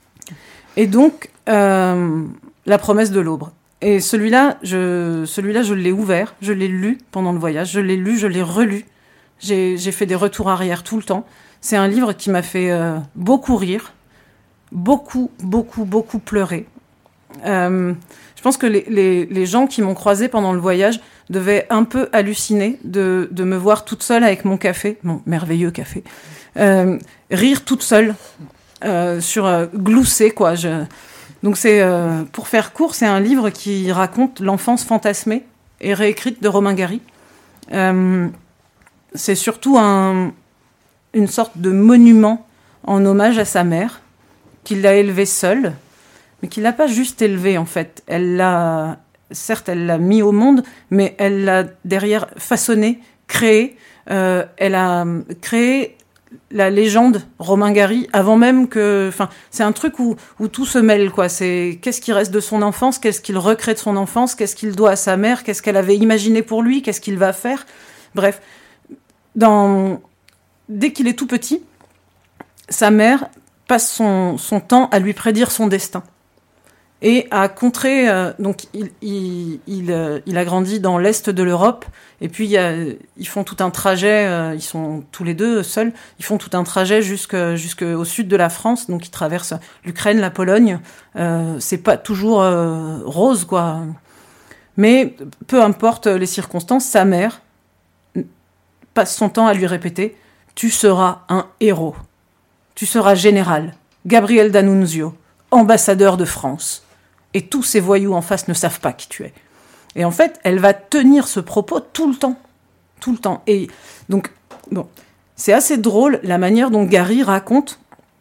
Et donc, euh, La promesse de l'aube. Et celui-là, je, celui-là, je l'ai ouvert, je l'ai lu pendant le voyage, je l'ai lu, je l'ai relu. J'ai, j'ai fait des retours arrière tout le temps. C'est un livre qui m'a fait euh, beaucoup rire, beaucoup, beaucoup, beaucoup pleurer. Euh, je pense que les, les, les gens qui m'ont croisée pendant le voyage devaient un peu halluciner de, de me voir toute seule avec mon café, mon merveilleux café, euh, rire toute seule, euh, sur euh, glousser, quoi. Je... Donc, c'est, euh, pour faire court, c'est un livre qui raconte l'enfance fantasmée et réécrite de Romain Gary. Euh, c'est surtout un, une sorte de monument en hommage à sa mère, qui l'a élevée seule, mais qui l'a pas juste élevée, en fait. Elle l'a, certes, elle l'a mis au monde, mais elle l'a derrière façonné, créé. Euh, elle a créé la légende Romain Gary avant même que... Enfin, c'est un truc où, où tout se mêle, quoi. C'est qu'est-ce qui reste de son enfance, qu'est-ce qu'il recrée de son enfance, qu'est-ce qu'il doit à sa mère, qu'est-ce qu'elle avait imaginé pour lui, qu'est-ce qu'il va faire. Bref, dans... dès qu'il est tout petit, sa mère passe son, son temps à lui prédire son destin et à contrer. Euh, donc, il, il, il, euh, il a grandi dans l'est de l'Europe, et puis il y a, ils font tout un trajet. Euh, ils sont tous les deux seuls. Ils font tout un trajet jusque jusqu'au sud de la France. Donc, ils traversent l'Ukraine, la Pologne. Euh, c'est pas toujours euh, rose, quoi. Mais peu importe les circonstances, sa mère passe son temps à lui répéter: tu seras un héros. Tu seras général, Gabriel D'Annunzio, ambassadeur de France. Et tous ces voyous en face ne savent pas qui tu es. Et en fait, elle va tenir ce propos tout le temps. Tout le temps. Et donc, bon, c'est assez drôle la manière dont Gary raconte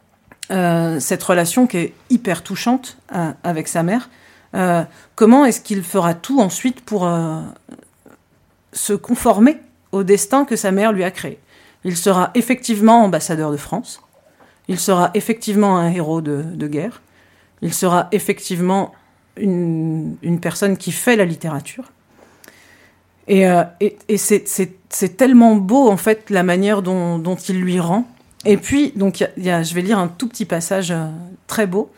euh, cette relation qui est hyper touchante euh, avec sa mère. Euh, comment est-ce qu'il fera tout ensuite pour euh, se conformer au destin que sa mère lui a créé? Il sera effectivement ambassadeur de France. Il sera effectivement un héros de, de guerre. Il sera effectivement une, une personne qui fait la littérature. Et, euh, et, et c'est, c'est, c'est tellement beau, en fait, la manière dont, dont il lui rend. Et puis, donc, y a, y a, je vais lire un tout petit passage euh, très beau.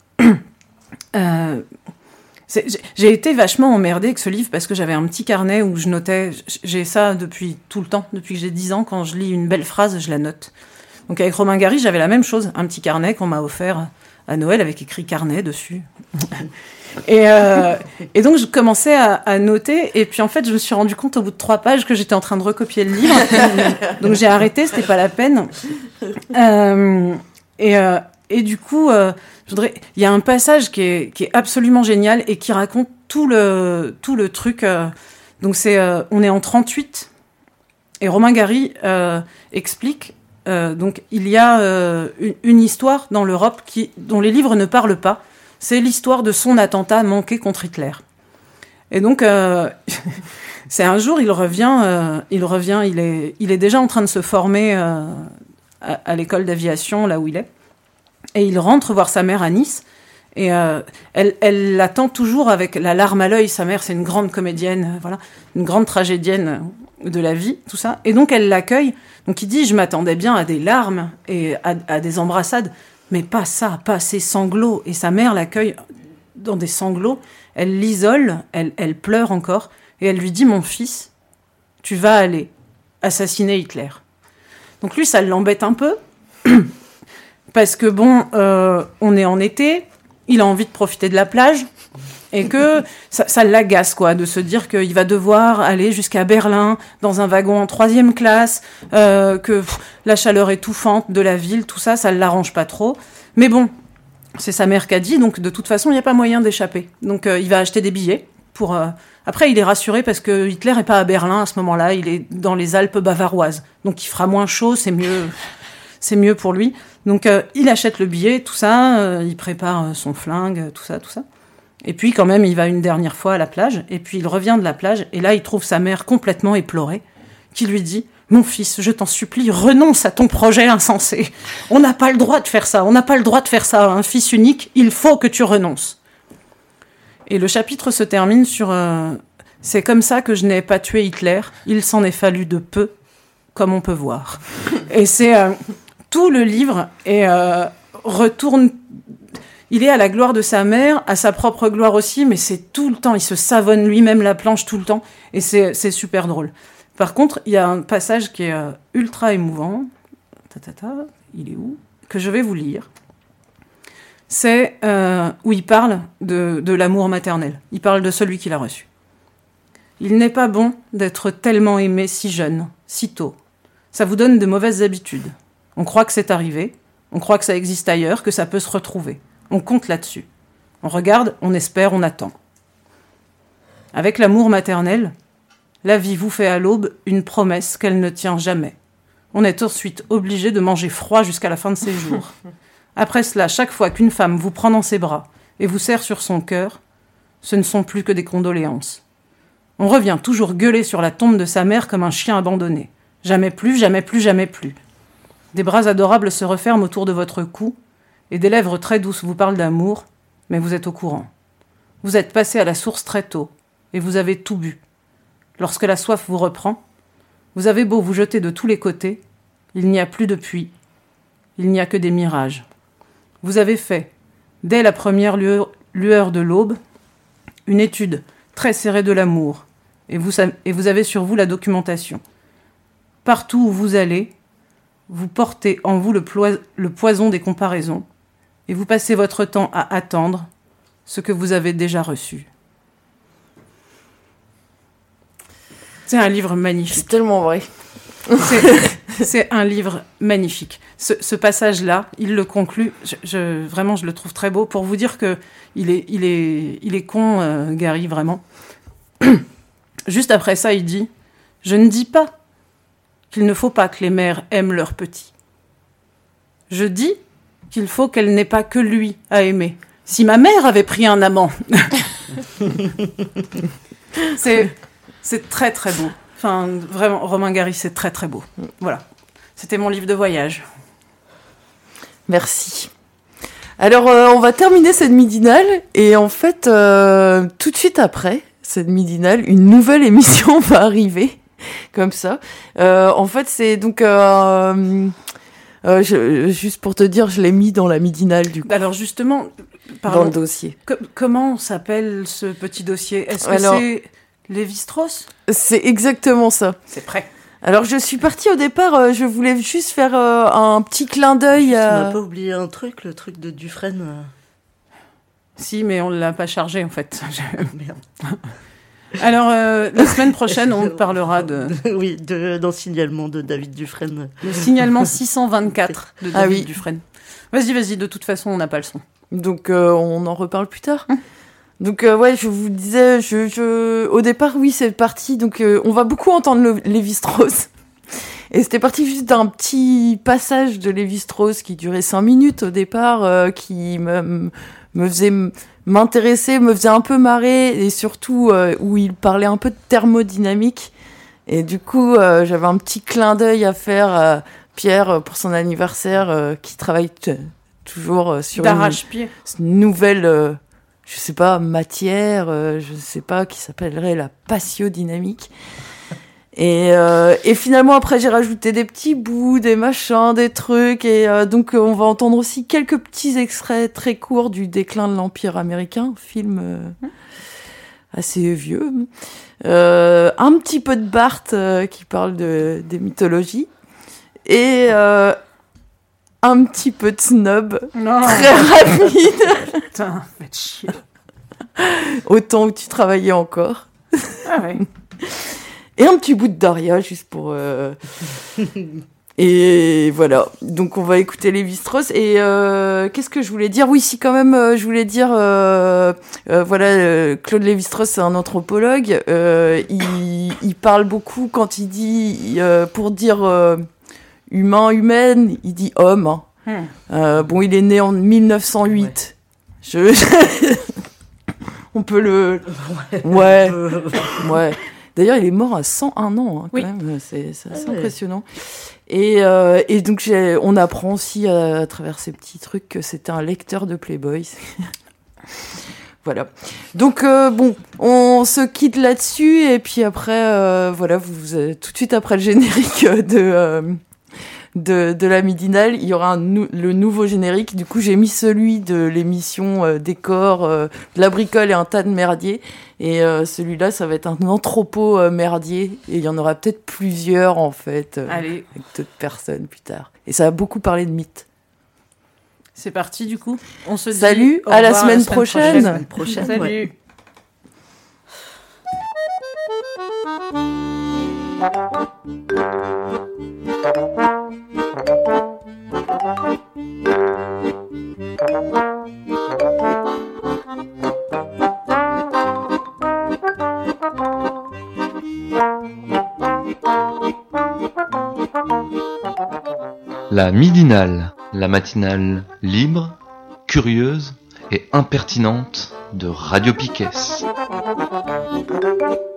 euh, c'est, j'ai, j'ai été vachement emmerdée avec ce livre parce que j'avais un petit carnet où je notais. J'ai ça depuis tout le temps, depuis que j'ai dix ans. Quand je lis une belle phrase, je la note. Donc avec Romain Gary, j'avais la même chose, un petit carnet qu'on m'a offert à Noël avec écrit carnet dessus. et, euh, et donc je commençais à, à noter, et puis en fait je me suis rendu compte au bout de trois pages que j'étais en train de recopier le livre. Donc j'ai arrêté, c'était pas la peine. Euh, et, euh, et du coup, euh, je voudrais, il y a un passage qui est, qui est absolument génial et qui raconte tout le, tout le truc. Euh, donc c'est, euh, on est en trente-huit, et Romain Gary euh, explique. Euh, donc il y a euh, une, une histoire dans l'Europe qui, dont les livres ne parlent pas. C'est l'histoire de son attentat manqué contre Hitler. Et donc, euh, c'est un jour, il revient, euh, il revient, il est, il est déjà en train de se former euh, à, à l'école d'aviation, là où il est. Et il rentre voir sa mère à Nice. Et euh, elle, elle l'attend toujours avec la larme à l'œil. Sa mère, c'est une grande comédienne, euh, voilà, une grande tragédienne de la vie, tout ça. Et donc, elle l'accueille. Donc, il dit, je m'attendais bien à des larmes et à, à des embrassades, mais pas ça, pas ces sanglots. Et sa mère l'accueille dans des sanglots. Elle l'isole, elle, elle pleure encore. Et elle lui dit, mon fils, tu vas aller assassiner Hitler. Donc, lui, ça l'embête un peu. Parce que, bon, euh, on est en été, il a envie de profiter de la plage, et que ça, ça l'agace, quoi, de se dire qu'il va devoir aller jusqu'à Berlin, dans un wagon en troisième classe, euh, que pff, la chaleur étouffante de la ville, tout ça, ça ne l'arrange pas trop. Mais bon, c'est sa mère qui a dit, donc de toute façon, il n'y a pas moyen d'échapper. Donc, euh, il va acheter des billets pour... Euh... Après, il est rassuré parce que Hitler n'est pas à Berlin à ce moment-là, il est dans les Alpes bavaroises. Donc, il fera moins chaud, c'est mieux... c'est mieux pour lui. Donc, euh, il achète le billet, tout ça, euh, il prépare euh, son flingue, tout ça, tout ça. Et puis, quand même, il va une dernière fois à la plage, et puis il revient de la plage, et là, il trouve sa mère complètement éplorée, qui lui dit « Mon fils, je t'en supplie, renonce à ton projet insensé. On n'a pas le droit de faire ça, on n'a pas le droit de faire ça, un fils unique, il faut que tu renonces. » Et le chapitre se termine sur euh, « C'est comme ça que je n'ai pas tué Hitler, il s'en est fallu de peu, comme on peut voir. » Et c'est... Euh, tout le livre et euh, retourne... Il est à la gloire de sa mère, à sa propre gloire aussi, mais c'est tout le temps. Il se savonne lui-même la planche tout le temps, et c'est, c'est super drôle. Par contre, il y a un passage qui est euh, ultra émouvant. Ta, ta, ta, il est où ? Que je vais vous lire. C'est euh, où il parle de, de l'amour maternel. Il parle de celui qu'il a reçu. Il n'est pas bon d'être tellement aimé si jeune, si tôt. Ça vous donne de mauvaises habitudes. On croit que c'est arrivé, on croit que ça existe ailleurs, que ça peut se retrouver. On compte là-dessus. On regarde, on espère, on attend. Avec l'amour maternel, la vie vous fait à l'aube une promesse qu'elle ne tient jamais. On est ensuite obligé de manger froid jusqu'à la fin de ses jours. Après cela, chaque fois qu'une femme vous prend dans ses bras et vous serre sur son cœur, ce ne sont plus que des condoléances. On revient toujours gueuler sur la tombe de sa mère comme un chien abandonné. Jamais plus, jamais plus, jamais plus. Des bras adorables se referment autour de votre cou, et des lèvres très douces vous parlent d'amour, mais vous êtes au courant. Vous êtes passé à la source très tôt, et vous avez tout bu. Lorsque la soif vous reprend, vous avez beau vous jeter de tous les côtés, il n'y a plus de puits, il n'y a que des mirages. Vous avez fait, dès la première lueur, lueur de l'aube, une étude très serrée de l'amour, et vous, et vous avez sur vous la documentation. Partout où vous allez, vous portez en vous le, plois- le poison des comparaisons et vous passez votre temps à attendre ce que vous avez déjà reçu. C'est un livre magnifique. C'est tellement vrai. C'est, c'est un livre magnifique. Ce, ce passage-là, il le conclut. Je, je, vraiment, je le trouve très beau pour vous dire que il est, il est, il est con, euh, Gary, vraiment. Juste après ça, il dit « Je ne dis pas qu'il ne faut pas que les mères aiment leurs petits. Je dis qu'il faut qu'elle n'ait pas que lui à aimer. Si ma mère avait pris un amant... » c'est, c'est très très beau. Enfin, vraiment, Romain Gary, c'est très très beau. Voilà. C'était mon livre de voyage. Merci. Alors, euh, on va terminer cette midinale, et en fait, euh, tout de suite après cette midinale, une nouvelle émission va arriver. Comme ça. Euh, en fait, c'est donc... Euh, euh, je, juste pour te dire, je l'ai mis dans la midinale, du coup. Alors justement, pardon, dans le dossier. Co- comment s'appelle ce petit dossier ? Est-ce que Alors, c'est Lévi-Strauss ? C'est exactement ça. C'est prêt. Alors, je suis partie au départ, euh, je voulais juste faire euh, un petit clin d'œil à... On n'a pas oublié un truc, le truc de Dufresne. Euh... Si, mais on ne l'a pas chargé, en fait. Merde. Alors, euh, la semaine prochaine, on parlera de... Oui, de, d'un signalement de David Dufresne. Le signalement six cent vingt-quatre de David ah oui. Dufresne. Vas-y, vas-y, de toute façon, on n'a pas le son. Donc, euh, on en reparle plus tard. Hum. Donc, euh, ouais, je vous disais, je, je... au départ, oui, c'est parti. Donc, euh, on va beaucoup entendre le Lévi-Strauss. Et c'était parti juste d'un petit passage de Lévi-Strauss qui durait cinq minutes au départ, euh, qui me, me faisait m'intéressait, me faisait un peu marrer, et surtout euh, où il parlait un peu de thermodynamique. Et du coup, euh, j'avais un petit clin d'œil à faire à Pierre pour son anniversaire, euh, qui travaille t- toujours euh, sur une, une nouvelle, euh, je sais pas, matière, euh, je sais pas, qui s'appellerait la spatiodynamique. Et, euh, et finalement, après, j'ai rajouté des petits bouts, des machins, des trucs. Et euh, donc, on va entendre aussi quelques petits extraits très courts du Déclin de l'Empire américain, film euh, assez vieux. Euh, un petit peu de Barthes euh, qui parle de, des mythologies. Et euh, un petit peu de Snob, non. très rapide. Putain, faites chier. Au temps où tu travaillais encore. Ah ouais. Et un petit bout de Daria, juste pour... Euh... Et voilà. Donc, on va écouter Lévi-Strauss. Et euh, qu'est-ce que je voulais dire ? Oui, si, quand même, euh, je voulais dire... Euh, euh, voilà, euh, Claude Lévi-Strauss, c'est un anthropologue. Euh, il, il parle beaucoup quand il dit... Euh, pour dire euh, humain, humaine, il dit homme. Hein. Hmm. Euh, bon, il est né en mille neuf cent huit. Ouais. Je... on peut le... Ouais. Ouais. ouais. D'ailleurs, il est mort à cent un ans, hein, quand oui. même. C'est, c'est assez ah ouais. impressionnant. Et, euh, et donc, j'ai, on apprend aussi à, à travers ces petits trucs que c'était un lecteur de Playboy. Voilà. Donc, euh, bon, on se quitte là-dessus. Et puis après, euh, voilà, vous, vous, tout de suite après le générique de... Euh, De, de la midinale, il y aura un nou- le nouveau générique. Du coup, j'ai mis celui de l'émission euh, Décor, euh, de la bricole et un tas de merdier. Et euh, celui-là, ça va être un entrepôt euh, merdier. Et il y en aura peut-être plusieurs, en fait, euh, Allez. avec d'autres personnes plus tard. Et ça va beaucoup parler de mythes. C'est parti, du coup. On se dit Salut, à la semaine, la semaine prochaine. prochaine. prochaine. Salut. Ouais. La midinale, la matinale libre, curieuse et impertinente de Radio Piquet.